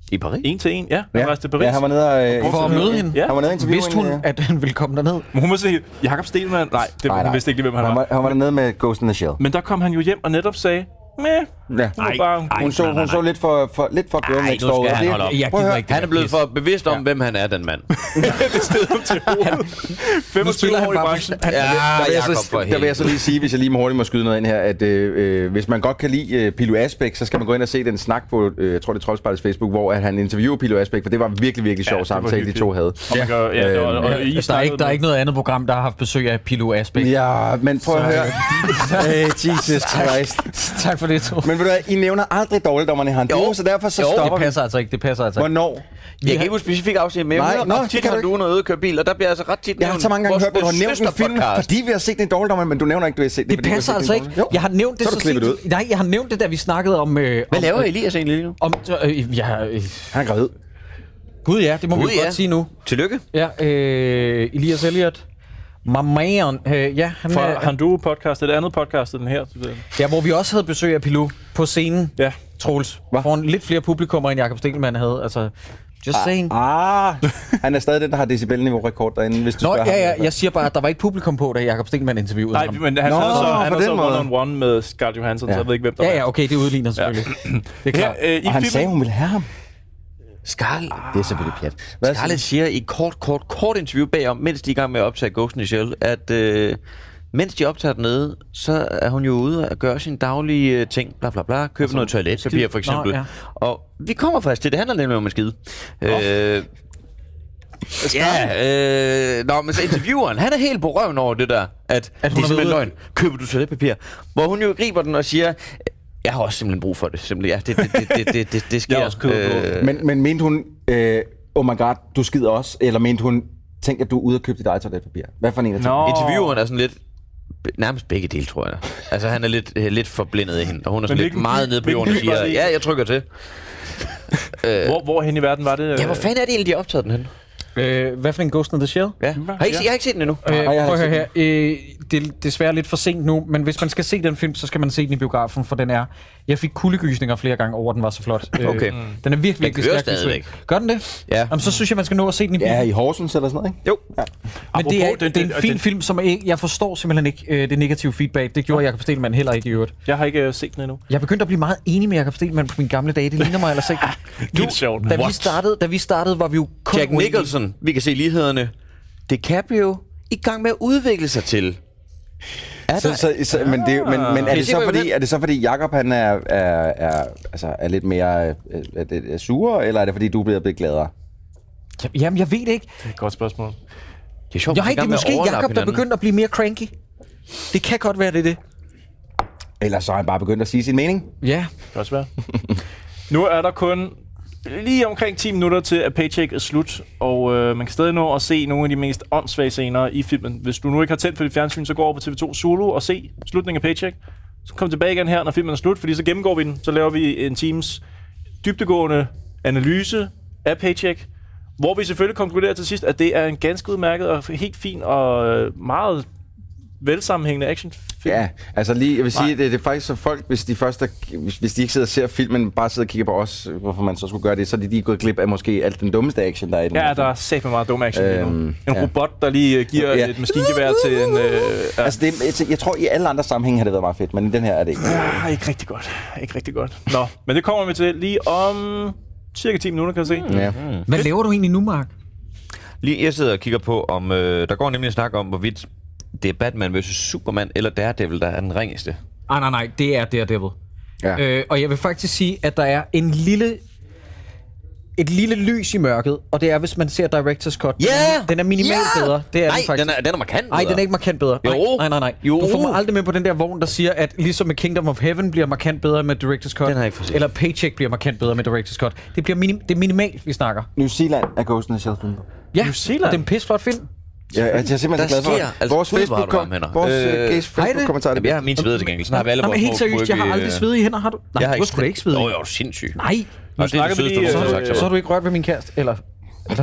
I Paris? En til en, ja. Han Ja. rejste til Paris. Ja, han var nede og... Øh, For at møde hende. Ja. Han var nede og interviewe Vidste hun, hende, ja. at han ville komme derned? Men hun må sige, Jakob Stegelmann, nej, det, Nej, hun nej. vidste ikke lige, hvem han Han var. var, han var dernede med Ghost in the Shell. Men der kom han jo hjem og netop sagde, meh, Ja. hun var bare... Hun så, hun så lidt for, for, lidt for girl Ej, next nu door. skal han Det- holde op. Jeg Prøv at gider høre. ikke det Han er der blevet pis. for bevidst om, hvem han er, den mand. det sted ham til hovedet. Nu femogtyve spiller han år i bare... branchen. Han, Ja, Der vil, jeg Jacob, så, for der vil jeg så helvede. lige sige, hvis jeg lige hurtigt må skyde noget ind her, at øh, hvis man godt kan lide øh, Pilo Asbæk, så skal man gå ind og se den snak på, øh, jeg tror det er Troldspejlets Facebook, hvor at han interviewer Pilo Asbæk, for det var virkelig, virkelig sjov Ja, det var samtale, de hyggeligt. to havde. Og man gør, ja, og, og, og I der, er ikke, der er ikke noget. noget andet program, der har haft besøg af Pilo Asbæk. Ja, men prøv at høre. Hey, Jesus Christ. Tak for det, Tor. Men ved du hvad, I nævner aldrig dårligdommerne i Handu, Jo. så derfor så Jo, det stopper Det vi. passer altså ikke, det passer altså ikke. Hvornår? Jeg kan ikke huske specifikt afsnit, men jeg Nej, hører nå, ret det tit, kan når du du er ude og køre bil, og der bliver altså ret tit Jeg har så mange gange hørt, at du har nævnt en film, fordi vi har set den i dårligdommerne, men du nævner ikke, du har set det. Det fordi vi har passer set altså den i ikke. dårligdommerne. Jo. Jeg har nævnt det Så har du klippet det sent- Nej, jeg har nævnt det, da vi snakkede om... Øh, Hvad om, laver øh, Elias egentlig lige nu? Om, øh, ja, øh, Han er gravid. Gud ja, det må Gud, vi jo ja. godt sige nu. Tillykke. Ja, øh, Elias Elliot. My man. Øh, ja, han, For er, han du podcast, det andet podcast, den her. ja, hvor vi også havde besøg af Pilou på scenen. Ja. Troels. Hva? Foran lidt flere publikummer, end Jakob Stegelmann havde. Altså, just saying. Ah, han er stadig den, der har decibelniveau-rekord derinde, hvis du Nå, spørger ja, ham. ja, jeg siger bare, at der var ikke publikum på, da Jakob Stegelmann interviewede Nej, ham. men han Nå, er så, han på er den så måde. one-on-one med Scarlett Johansson, ja. så jeg ved ikke, hvem der Ja, er. ja, okay, det udligner selvfølgelig. Ja. Det er klart. Her, øh, i Og han filmen, sagde, hun ville have ham. Scarlett, Det er selvfølgelig pjat. Hvad Scarlett siger i et kort, kort, kort interview bagom, mens de er i gang med at optage Ghost in the Shell, at øh, mens de optager dernede, så er hun jo ude og gøre sine daglige øh, ting, bla bla bla, købe noget toiletpapir for eksempel. Nå, ja. Og vi kommer faktisk til, det handler nemlig om at skide. Øh, ja, øh, nå, men så intervieweren, han er helt på røven over det der, at, At at hun det er er simpelthen ude- løgn. Køber du toiletpapir? Hvor hun jo griber den og siger, jeg har også simpelthen brug for det. Simpelthen, ja, det, det, det, det, det, det, det sker. Jeg er også kødet på. Men, men mente hun, øh, oh my god, du skider også? Eller mente hun, tænk at du er ude og købe dit eget toiletpapir? Hvad for en af Nå. Intervieweren er sådan lidt... Nærmest begge dele, tror jeg. Altså, han er lidt, øh, lidt forblindet af hende, og hun er sådan lidt hvilken meget by- nede på hvilken jorden og by var siger, det i? ja, jeg trykker til. hvor, hvor hen i verden var det? Ja, hvor fanden er det egentlig, de har optaget den hen? Øh, hvad for en Ghost in the Shell? Ja. Har I ikke, jeg har ikke set den endnu. Øh, jeg har prøv at høre ikke her. Øh, det er desværre lidt for sent nu, men hvis man skal se den film, så skal man se den i biografen, for den er... Jeg fik kuldegysninger flere gange over, den var så flot. Øh, Okay. Den er virkelig, virkelig kører stærk. visuelt. stadigvæk. Gør den det? Ja. Jamen, så synes jeg, man skal nå at se den i bilen. Ja, i Horsens eller sådan noget, ikke? Jo. Ja. Men det er, Apropos, det, det er en det- fin det- film, som ikke, jeg forstår simpelthen ikke øh, det negative feedback. Det gjorde Jakob Stegelmann heller ikke i øvrigt. Jeg har ikke uh, set den endnu. Jeg er begyndt at blive meget enig med Jakob Stegelmann på mine gamle dage. Det ligner mig ellers ikke. Det er sjovt. Da vi, startede, da vi startede, var vi jo kun Jack uenige. Nicholson, vi kan se lighederne. DiCaprio i gang med at udvikle sig til. Er Så, der, så, så, men det, er jo- men, men er, Kan I det se, så hvor jeg fordi, vil? er det så fordi Jakob han er, er, er, altså, er lidt mere øh, er det, er sur, eller er det fordi du er blevet, blevet gladere? Jamen, jeg ved det ikke. Det er et godt spørgsmål. det er sjovt, Jeg vi har er i ikke, det gang er med at måske overlappe Jakob, der hinanden. begyndte at blive mere cranky. Det kan godt være, det er det. Eller så har han bare begyndt at sige sin mening? Ja. Det kan også være. Nu er der kun lige omkring ti minutter til, at Paycheck er slut, og øh, man kan stadig nå at se nogle af de mest åndssvage scener i filmen. Hvis du nu ikke har tændt for dit fjernsyn, så gå over på T V to Zulu og se slutningen af Paycheck. Så kom tilbage igen her, når filmen er slut, fordi så gennemgår vi den. Så laver vi en times dybdegående analyse af Paycheck, hvor vi selvfølgelig konkluderer til sidst, at det er en ganske udmærket og helt fin og øh, meget velsammenhængende actionfilm. Ja, altså lige, jeg vil sige, det, det er faktisk så folk, hvis de først er, hvis, hvis de ikke sidder og ser filmen, bare sidder og kigger på os, hvorfor man så skulle gøre det, så er de lige gået glip af måske alt den dummeste action, der er i den. Ja, der er sæt med meget dum action lige nu. Øhm, En ja. robot, der lige øh, giver Ja. et maskingevær til en... Øh, ja. Altså, det, jeg, jeg tror, i alle andre sammenhænge har det været meget fedt, men i den her er det ikke. Ah, ikke rigtig godt. Ikke rigtig godt. Nå, men det kommer vi til lige om cirka ti minutter, kan jeg se. Ja. Hvad laver du egentlig nu, Mark? Lige, jeg sidder og kigger på, om øh, der går nemlig en snak om, hvorvidt det er Batman versus Superman eller Daredevil, der er den ringeste. Ah, nej, nej, det er Daredevil. Ja. Øh, og jeg vil faktisk sige, at der er en lille... Et lille lys i mørket, og det er, hvis man ser Director's Cut. Ja! Den er minimalt Ja! bedre. Det er Nej, den faktisk. den er, den er markant Nej, den er ikke markant bedre. Jo. Nej, nej, nej, nej. Jo. Du får mig aldrig med på den der vogn, der siger, at ligesom med Kingdom of Heaven bliver markant bedre med Director's Cut. Den har jeg ikke fået set. Eller Paycheck bliver markant bedre med Director's Cut. Det bliver minim- det er minimalt, vi snakker. New Zealand er Ghost in the Shell film. Ja, New Zealand? og det er en pisflot film. Ja, jeg er simpelthen Der så glad for sker altså vores Gud, hvor Facebook, har du varme hænder. vores Øh, øh, Facebook-kommentar. Jamen, jeg har min svede til gengæld. Sådan har vi alle Nej, vores men helt små seriøst, jeg har quirky, aldrig øh, svedige hænder, har du? Nej, Jeg har du har sgu da ikke svedige. Jo, jeg er jo sindssyg. Nej, Og det er snakker det vi sødeste, lige, du så, har har sagt du, til så har mig. du ikke rørt ved min kæreste, eller... eller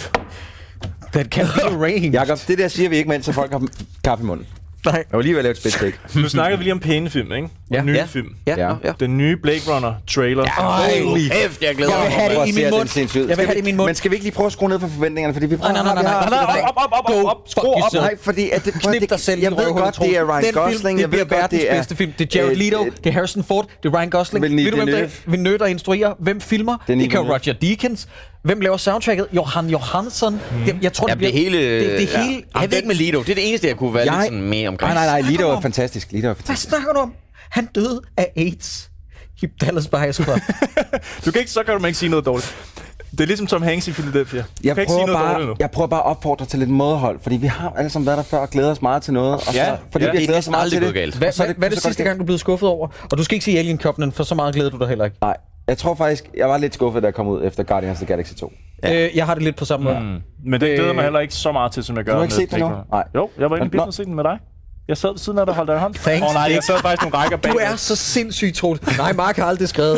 That can be arranged. Jakob, det der siger vi ikke, mens så folk har kaffe i munden. Nej. Jeg var lige ved at lave et spidtæk. Nu snakker vi lige om pæne film, ikke? Ja. nye Ja. film. Ja, Ja. ja. ja. Den nye Blade Runner trailer. Holy kæft, jeg glæder Jeg vil mig. have det Hvor i ser min den mund. sindssygt ud. Jeg vil have det i min mund. Men skal vi ikke lige prøve at skrue ned for forventningerne? Fordi vi prøver, Nej, nej, nej, nej, nej, Nej, nej, op, op, op, op, op. Fuck yourself. Nej, fordi at det, prøv, Knip det, dig selv i jeg ved røvhullet, godt, det er Ryan Den Gosling. film, det Jeg bliver ved godt, verdens det er bedste film. Det er Jared øh, Leto, øh, det er Harrison Ford, det er Ryan Gosling. Denis Ved du, hvem der Villeneuve. vil nødt at instruere? Hvem filmer? Denis Det kan Villeneuve. Roger Deakins. Hvem laver soundtracket? Johan Johansson. Det, jeg tror, Ja, det bliver... det hele... Det, det ja. hele... Jeg ved ikke med Lido. Det er det eneste, jeg kunne være Jeg- lidt sådan med omkring. Nej, nej, nej, Lido er om? fantastisk. Lido er Hvad fantastisk. snakker du om? Han døde af AIDS. I Dallas Buyers Club. Du kan ikke, så kan du ikke sige noget dårligt. Det er ligesom Tom Hanks i Philadelphia. Du Jeg kan ikke sige prøver, noget dårligt bare, nu. jeg prøver bare at opfordre til lidt mådehold, fordi vi har alle sammen været der før og glæder os meget til noget. Og så, Ja, fordi ja. vi Det er glæder os næsten meget aldrig til gået det. galt. Hvad, Og så er hvad, det- hvad er det så går sidste det gang, du er blevet skuffet over? Og du skal ikke sige Alien Covenant, for så meget glæder du dig heller ikke. Nej, jeg tror faktisk, jeg var lidt skuffet, da jeg kom ud efter Guardians of the Galaxy to. Ja. Øh, jeg har det lidt på samme måde. Mm. Men det glæder Øh, mig heller ikke så meget til, som jeg gør du har ikke med set det Blade nu? Runner. Nej. Jo, jeg var inde i Nå. bilen og set den med dig. Jeg sad ved siden af dig og holdt dig i hånd. Thanks, Åh oh, nej, jeg Nick. sad faktisk nogle rækker bag. Du er så sindssygt troligt. Nej, Mark har aldrig skrevet.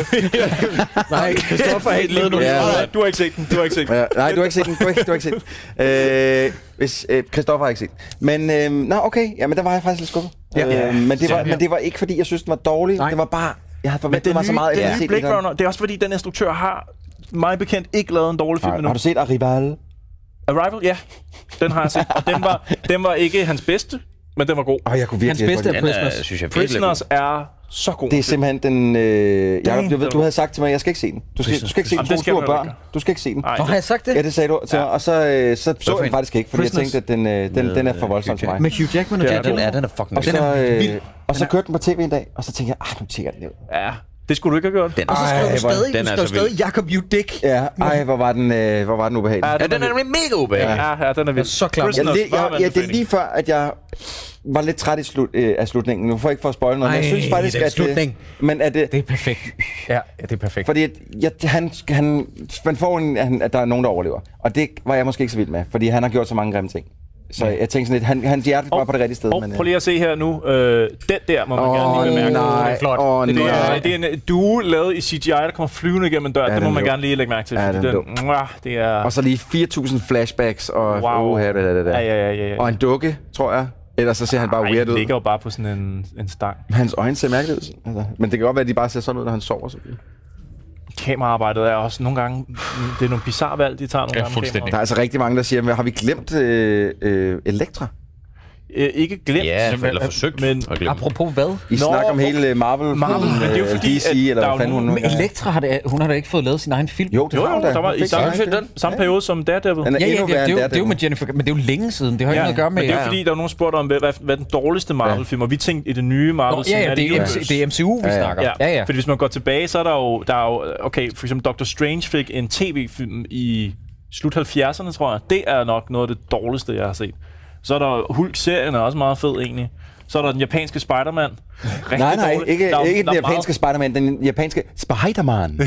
Nej, Christoffer har ikke lavet noget. Ja. Nej, nej, du har ikke set den. Du har ikke set den. Ja, nej, du har ikke set den. Du har ikke, du har ikke set den. Øh, hvis, øh, Christoffer har ikke set den. Men, øh, nå, okay. Jamen, der var jeg faktisk lidt skuffet. Ja. Øh, men, det var, Ja. men det var ikke, fordi jeg synes, den var dårlig. Nej. Det var bare... Jeg havde Men forventet den mig så nye, meget, efter den at have nye set Blade den. Runner, det er også fordi, den instruktør har mig bekendt ikke lavet en dårlig film endnu. Har du set Arrival? Arrival, ja. Den har jeg set. Og den var, den var ikke hans bedste, men den var god. Åh, jeg kunne Hans virkelig... bedste er Den er, Prisoners. synes jeg, virkelig Prisoners er så god. Det er simpelthen den... Øh, Jacob, jeg ved, det du var- havde sagt til mig, at jeg skal ikke se den. Du skal, du skal ikke se den, Jamen, det tro, skal du har man børn. ikke. Du skal ikke se den. Nej, Nå, har jeg sagt det? Ja, det sagde du til mig, og så, øh, så så jeg for den en? faktisk ikke, fordi jeg Prisoners. tænkte, at den, øh, den, den er for voldsom til mig. Med Hugh Jackman og Ja, Jack Den er, Gyllenhaal. den er fucking Og vild. så, vild. øh, og så kørte den på tv en dag, og så tænkte jeg, ah, nu tjekker den ned. Ja, det skulle du ikke have gjort. Den, Og så skrev Ej, du hvor- stadig, den du er skrev så vild. stadig Jacob, you dick. Ja, ej, hvor var den, øh, hvor var den ubehagelig. ja, den er nemlig mega ubehagelig. Ja, ja, den er vild. Så klam. Ja, Prisoners, det, varm jeg, ja, det er anbefaling. lige før, at jeg var lidt træt i slut, øh, af slutningen. Nu får jeg ikke for at spoile noget, men jeg Ej, synes faktisk, den at... slutning. Men at det... Det er perfekt. Ja, ja det er perfekt. Fordi at, jeg, han, han, man får en, han, at der er nogen, der overlever. Og det var jeg måske ikke så vild med, fordi han har gjort så mange grimme ting. Så jeg tænkte sådan lidt, han, hans hjerte var på det rigtige sted. Og men, prøv lige at se her nu. Øh, den der må man Åh, gerne lige bemærke. nej. Det er flot. Åh, det, nej. er, det er en due lavet i C G I, der kommer flyvende igennem en dør. Ja, Ja, det må den man er gerne lige lægge mærke til. Ja, fordi den er den, mwah, det er... Og så lige fire tusind flashbacks og... Wow. Uh, her, der, der, der. Ja, ja, ja, ja. Og en dukke, tror jeg. Ellers så ser han bare Ej, weird han ud. ligger jo bare på sådan en, en stang. Hans øjne ser mærkeligt ud. Altså. Men det kan godt være, at de bare ser sådan ud, når han sover. Så. Kameraarbejdet er også nogle gange... Det er nogle bizarre valg, de tager nogle Ja, gange. fuldstændig. Der er altså rigtig mange, der siger, har vi glemt øh, øh, Elektra? Øh, ikke glemt. Ja, simpelthen, eller forsøgt Men at glemme. Apropos hvad? I Nå, snakker om hele Marvel, Marvel, men det er jo øh, fordi, D C, at eller der er hvad jo fanden hun nu Men er. Elektra har, det, hun har da ikke fået lavet sin egen film. Jo, det Jo, har hun jo, da. der var Hun i fik samme, sin egen film. samme periode som Daredevil. Den er Ja, ja, endnu det, værre det, end det, er jo- det er jo Daredevil. med Jennifer, men det er jo længe siden. Det har ikke noget at gøre med... men det er jo Ja. fordi, der er nogen, der spurgte om, hvad, hvad, hvad er den dårligste Marvel-film, og vi tænkte i det nye Marvel Nå, ja, ja, det er, Cinematic M C, Universe. det er M C U, vi Ja, ja. snakker. Ja, Ja, ja. fordi hvis man går tilbage, så er der jo, der er jo okay, for eksempel Doctor Strange fik en tv-film i slut halvfjerdserne, tror jeg. Det er nok noget af det dårligste, jeg har set. Så er der Hulk-serien, er også meget fed egentlig. Så er der den japanske Spider-Man. Rigtig Nej, nej, dårlig. ikke, Der er- ikke der den er meget- japanske Spider-Man, den japanske Spider-Man.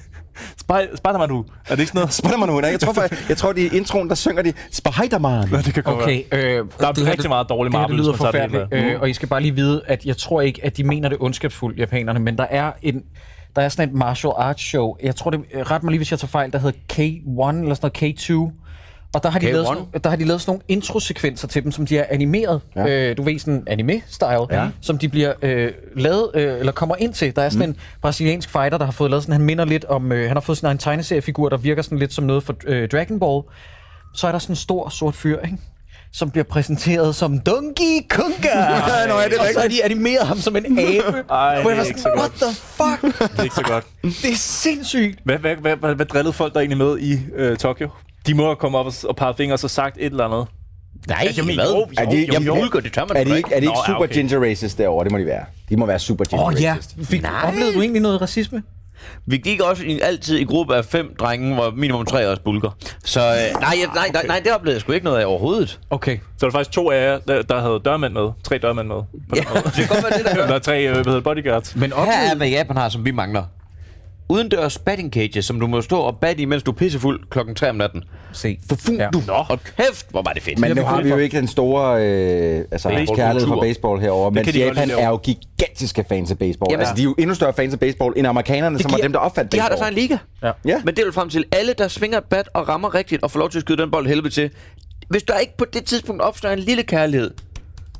Spy- Spider-Man, du. Er det ikke sådan noget? Spider-Man nu, jeg tror, for, jeg tror, de i introen, der synger de Spider-Man. Det kan godt Okay, øh, Der er det her, rigtig meget dårlig det her, Marvel, det lyder hvis man tager det forfærdeligt, hele øh, og I skal bare lige vide, at jeg tror ikke, at de mener det ondskabsfuldt, japanerne, men der er en... Der er sådan et martial arts show. Jeg tror, det ret mig lige, hvis jeg tager fejl, der hedder K et eller sådan noget K to. Og der har, de K et? lavet sådan, nogle- der har de lavet sådan nogle introsekvenser til dem, som de er animeret. Ja. Øh, du ved, sådan anime-style, ja. Som de bliver øh, lavet, øh, eller kommer ind til. Der er sådan mm. en brasiliansk fighter, der har fået lavet sådan, han minder lidt om, øh, han har fået sådan en tegneseriefigur, der virker sådan lidt som noget for øh, Dragon Ball. Så er der sådan en stor sort fyr, ikke? Som bliver præsenteret som Donkey Konga. Nå, er det og så har de animeret ham som en abe. Ej, Hvor det jeg var er ikke sådan, så what the fuck? Det er ikke så godt. Det er sindssygt. Hvad, hvad, hvad, hvad, hvad drillede folk der egentlig med i øh, Tokyo? De må have kommet op og, og peget fingre og så sagt et eller andet. Nej, Altså, jeg mener, hvad? jo, Er de, Jo, jo, jo, det tør man er sgu de da ikke, er de ikke Nå, ja, super okay. ginger racist derovre? Det må de være. De må være super ginger Åh oh, ja, racist. Fik, oplevede du egentlig noget racisme? Vi gik også i, altid i gruppe af fem drenge, hvor minimum tre også bulker. Så øh, nej, jeg- nej, nej, nej, det oplevede jeg sgu ikke noget af overhovedet. Okay. Så var der faktisk to af jer, der, der havde dørmænd med. Tre dørmænd med. På Ja, den måde. det kan godt være det, der gør. Der er tre øh, hvad hedder det, bodyguards. Men Her er, oplevede, hvad Japan har, som vi mangler. Udendørs batting cages, som du må stå og batte i, mens du er pissefuld klokken tre om natten. se. Forfung Ja. du. Og kæft, hvor var det fedt. Men nu har vi jo ikke den store øh, altså, Baseball- kærlighed for kultur. baseball herovre. Men kan de godt Japan lide er jo gigantiske fans af baseball. Jamen, altså, de er jo endnu større fans af baseball end amerikanerne, som var giver- dem, der opfandt De har baseball. der så en liga. Ja. Ja. Men det er jo frem til alle, der svinger et bat og rammer rigtigt og får lov til at skyde den bold helvede til. Hvis der ikke på det tidspunkt opstår en lille kærlighed,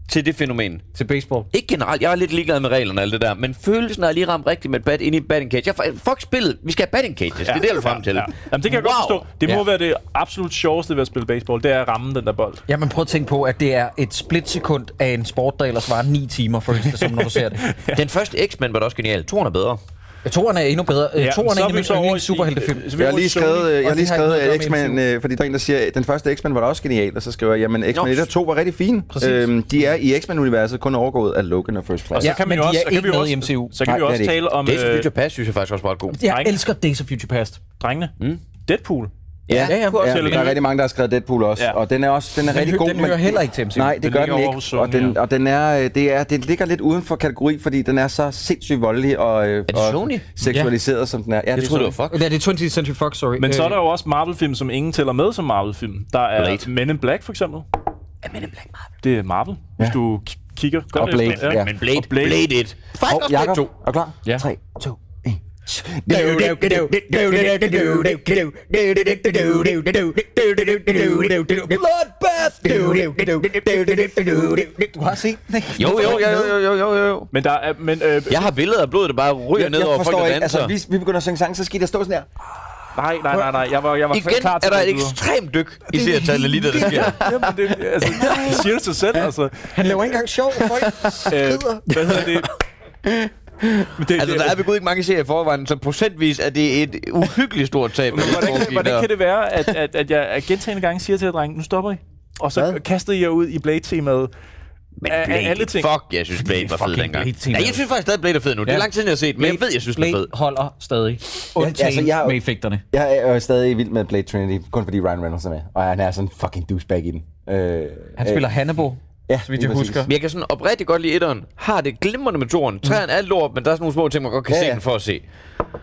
til det fænomen. Til baseball. Ikke generelt, jeg er lidt ligeglad med reglerne og alt det der, men følelsen er lige ramt rigtigt med et bat ind i batting cage. Jeg, fuck spillet, vi skal have batting cages, ja, det er det, jeg vil frem til. Ja, ja. Jamen, det kan jeg wow. godt forstå. Det må Ja. være det absolut sjoveste ved at spille baseball, det er at ramme den der bold. Ja, men prøv at tænke på, at det er et splitsekund af en sport, der ellers var ni timer, for som når du ser det. Den første X-Men var da også genial. Toren er bedre. Toren er endnu bedre. Ja, Toren så er er en vi af så mine over i- yndlings superheltefilm. så vi Jeg har over i lige Sony, skrevet, jeg har og lige det har ikke noget skrevet at gøre med X-Men, M C U. øh, fordi der er en, der siger, at den første X-Men var da også genial, og så skriver jeg, jamen X-Men et og to var rigtig fine. Præcis. Øhm, de er i X-Men-universet kun overgået af Logan og First Class. Så Ja, kan vi men jo de også, er så kan ikke vi jo med i også, M C U. så kan Nej, vi jo det er også det tale om Days of øh, Future Past synes jeg faktisk også var god. Jeg Drenge. elsker Days of Future Past. drengene. Mm. Deadpool. Ja, Ja, ja. Ja, tælle der er med. rigtig mange, der har skrevet Deadpool også, Ja. og den er også den er Den, rigtig hø- god. den hører heller ikke til M C U. Nej, det Den gør ligger den over ikke, hos Sony, og den, ja. og den er, øh, det er, det ligger lidt uden for kategori, fordi den er så sindssygt voldelig og, øh, det og Sony? seksualiseret, som den er. Ja, Jeg troede, det var fuck. Ja, det er twentieth Century Fox, sorry. Men så er Øh, der jo også Marvel-film, som ingen tæller med som Marvel-film. Der er Blade. Men in Black, for eksempel. Er Men in Black Marvel? Det er Marvel, hvis Ja. du k- kigger godt Og Blade, efter. ja. Men Blade, Og Blade. Blade et. Faktisk Hov, også Blade Jakob, to. er du klar? Ja. tre, to, et. Du har set den, ikke? Jo, jo, jo, jo, jo, jo, jo, jo. Men der er... Men, øh, Jeg har billeder af blodet, der bare ryger Jeg, ned jeg over folk, forstår der ikke, danser. altså vi, vi begynder at synge sang, så skal der stå sådan her. nej, nej, nej, nej. Jeg var, jeg var Igen klar til er der at et gå videre. ekstremt dyk i seertallet lige der, det sker. Jamen, det, altså, det siger det sig selv, altså. Han laver ikke engang sjov, folk. Øh, hvad hedder det? Men det, Altså, der er ved Gud ikke mange serier i forvejen, så procentvis er det et uhyggeligt stort tab. Men hvordan, kan, hvordan kan det være, at, at, at jeg at gentagende gange siger til jer, drenge, nu stopper I? Og så Hvad? kastede I jer ud i Blade-temaet. Men af- af Blade, alle ting. fuck, jeg synes Blade var fed Fucking dengang. Blade-tema. Ja, jeg synes faktisk stadig Blade er fed nu. Det er Ja. lang tid, jeg har set, men jeg ved, jeg synes, den er Blade fed. holder stadig. Undtagen altså, jeg- med effekterne. Jeg er jo stadig vild med Blade Trinity, kun fordi Ryan Reynolds er med, og han er sådan en fucking douchebag i den. Øh, Han spiller Hannibal, ja, så vidt lige jeg præcis. husker. Men jeg kan sådan oprigtigt godt lide etteren. Har det glimrende med toren. Træerne er lort, men der er sådan nogle små ting, man godt kan Ja, se ja. den for at se.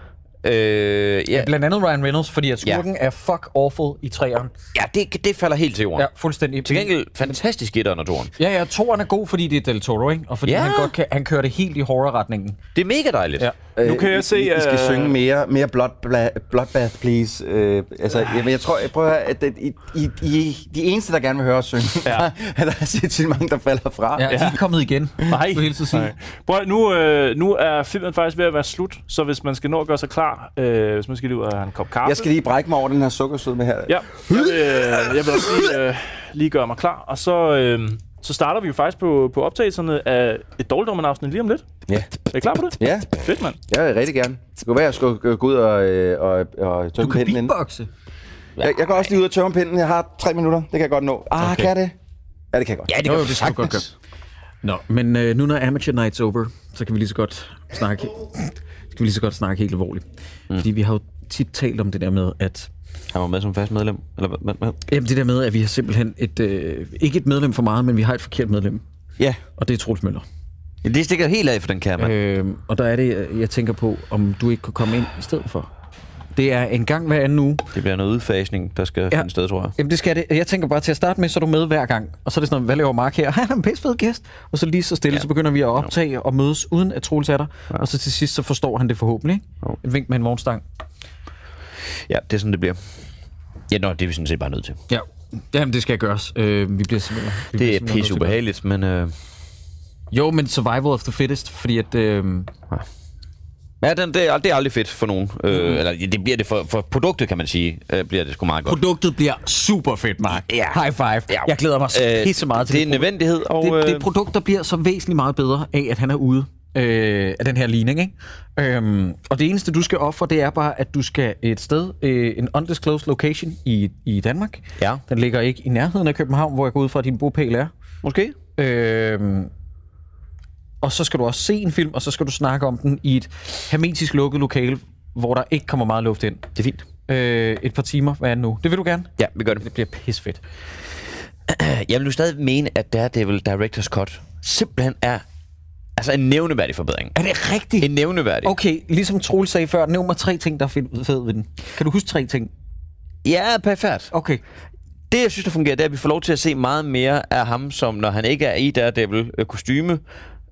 Øh, ja, Blandt andet Ryan Reynolds, fordi at skurken er fuck awful i træeren. ja det, det falder helt til jorden. Ja, Ja. fuldstændig. Til gengæld fantastisk i etteren og toren. Ja, ja, toeren er god, fordi det er Del Toro, ikke? Og fordi Ja. han godt kan, han kører det helt i horror-retningen. Det er mega dejligt. Ja. Ja. Nu kan jeg se, I, I skal øh, synge mere, mere blood, bla- Bloodbath, please. Øh, altså, jamen, jeg tror, jeg prøver at, at, at I, I, I, de eneste, der gerne vil høre os synge, Ja. ja. der er sindssygt mange, der falder fra. Ja, de er kommet igen. Nej, Du hele tiden sige. nej. Prøv, at- nu, øh, nu er filmen faktisk ved at være slut, så hvis man skal nå at gøre sig klar, øh, hvis man skal lige ud og have en kop kaffe. Jeg skal lige brække mig over den her sukkersød med her. Ja, jeg vil, øh, jeg vil også lige, øh, lige gøre mig klar, og så, øh, så starter vi jo faktisk på, på optagelserne af et dårligdommerafsnit lige om lidt. Ja. Er I klar på det? Ja, Fedt, mand. jeg vil rigtig gerne. Det kunne være, at jeg skulle gå ud og, øh, og, og Du tømme kan pinden. inden. beatboxe. Jeg, jeg går også lige ud og tømme pinden. Jeg har tre minutter. Det kan jeg godt nå. Ah, Okay. kan jeg det? Ja, det kan jeg godt. Ja, det Jo, kan jo, du det skal du godt gøre. sagtens. Nå, men øh, nu når Amateur Night's over, så kan vi lige så godt snakke, skal vi lige så godt snakke helt alvorligt. Mm. Fordi vi har jo tit talt om det der med, at Han var med som fast medlem. Eller hvad? hvad? jamen, det der med, at vi har simpelthen et, øh, ikke et medlem for meget, men vi har et forkert medlem. Ja. Og det er Troels Møller. Ja, det stikker helt af for den kære mand. Øh, og der er det, jeg tænker på, om du ikke kunne komme ind i stedet for. Det er en gang hver anden uge. Det bliver noget udfasning, der skal ja. finde sted, tror jeg. Jamen det skal det. Jeg tænker bare til at starte med, så er du med hver gang. Og så er det sådan noget, hvad laver Mark her? Han er en pissefed gæst. Og så lige så stille, ja. så begynder vi at optage og mødes, uden at Troels er der. Ja. Og så til sidst, så forstår han det forhåbentlig. Ikke? Jo. Et vink med en vognstang. Ja, det er sådan, det bliver. Ja, nå, det er vi sådan set bare nødt til. Ja, jamen det skal gøres. Øh, vi bliver simpelthen... Vi bliver Det er simpelthen nødt pisse til at gøre ubehageligt, men... Øh... det. Jo, men survival of the fittest, fordi at... Øh, Ja, den, det, er, det er aldrig fedt for nogen. Mm. Øh, eller det bliver det for, for produktet, kan man sige, øh, bliver det sgu meget godt. produktet bliver super fedt, Mark. Ja. High five. Ja. Jeg glæder mig Øh, pisse meget til det. Det er en nødvendighed, og... det, det øh, produkt, der bliver så væsentligt meget bedre af, at han er ude øh, af den her ligning. Ikke? Øhm, og det eneste, du skal ofre, det er bare, at du skal et sted, øh, en undisclosed location i, i Danmark. Ja. Den ligger ikke i nærheden af København, hvor jeg går ud fra, at din bopæl er. Måske? Øhm, og så skal du også se en film, og så skal du snakke om den i et hermetisk lukket lokale, hvor der ikke kommer meget luft ind. Det er fint. Øh, et par timer, hvad er det nu? Det vil du gerne? Ja, vi gør det. Det bliver pissefedt. Jeg vil jo stadig mene, at Daredevil Director's Cut simpelthen er altså en nævneværdig forbedring. Er det rigtigt? En nævneværdig. Okay, ligesom Troels sagde før, nævn mig tre ting, der er fed fed ved den. Kan du huske tre ting? Ja, perfekt. Okay. Det, jeg synes, der fungerer, det er, at vi får lov til at se meget mere af ham, som når han ikke er i Daredevil-kostyme,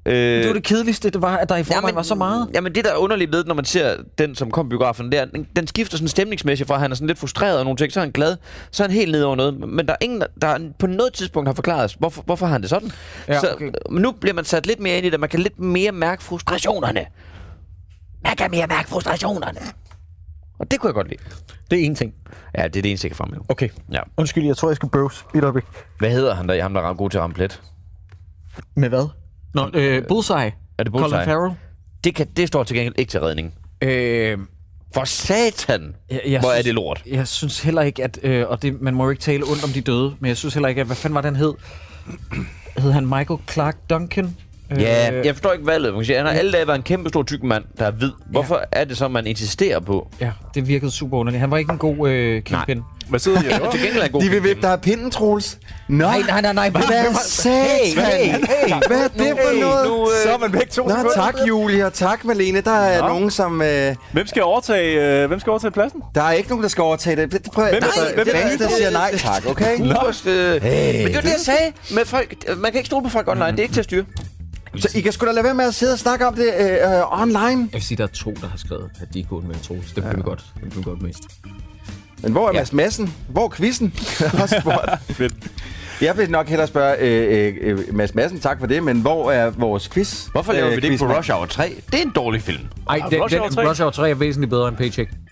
Øh, Det var det kedeligste, det var, at der i forvejen Jamen, var så meget. Jamen det, der er underligt ved, når man ser den, som kom i biografen, der, den, den skifter sådan stemningsmæssigt fra, at han er sådan lidt frustreret og nogle ting, så er han glad, så er han helt nede over noget. Men der er ingen, der på noget tidspunkt har forklaret os, hvorfor, hvorfor har han det sådan. Ja, så, okay. Men nu bliver man sat lidt mere ind i det, man kan lidt mere mærke frustrationerne. Man kan mere mærke frustrationerne. Og det kunne jeg godt lide. Det er én ting. Ja, det er det eneste, jeg kan fremhæve. Okay. Ja. Undskyld, jeg tror, jeg skal bøvs. Et øjeblik. Hvad hedder han der? Ham, der er god til at ramme plet. Med hvad? Nå, øh, Bullseye. Er det Bullseye? Colin Farrell. Det, kan, det står til gengæld ikke til redning. Øh, For satan! jeg, jeg Hvor synes, er det lort. Jeg synes heller ikke, at... Øh, og det, man må jo ikke tale ondt om de døde, men jeg synes heller ikke, at... Hvad fanden var den hed? Hed han Michael Clark Duncan? Ja, Øh, jeg forstår ikke valget. Man kan sige, han har alle dage været en kæmpe stor tyk mand, der er hvid. Hvorfor er det så, man insisterer på? Ja, det virkede super underligt. Han var ikke en god øh, kingpin. Hvad sidder I og laver? Til gengæld er en god De vil kingpin. vippe dig af pinden, Troels. Nå, Nej, nej, nej, nej. hvad satan? hey, hey. Hvad er det for noget? Nu, øh, Så er man væk to Nå, sekunder. tak Julie, og tak Malene. Der er Nå. nogen, som... Øh, Hvem skal overtage, øh, hvem skal overtage pladsen? der er ikke nogen, der skal overtage det. Det prøver, Hvem- altså, hvem- hvem- fans, der siger nej tak, okay? Ubers, øh, Hey. men det var det, jeg sagde. Med folk, man kan ikke stole på folk online. Det er ikke til at styre. Så I kan sgu da lade være med at sidde og snakke om det øh, øh, online. Jeg vil sige, der er to, der har skrevet, at de er gået med Troels. Det bliver vi godt. Det bliver vi godt mest. Men hvor er Mads Madsen? Hvor er quizzen? Også spurgt. Fedt. Jeg vil nok hellere spørge øh, øh, øh, Mads Madsen, tak for det, men hvor er vores quiz? Hvorfor laver Øh, vi det ikke på quizmand? Rush Hour tre? Det er en dårlig film. Ej, Ah, den, Rush Hour den, tre? Rush Hour tre er væsentligt bedre end Paycheck.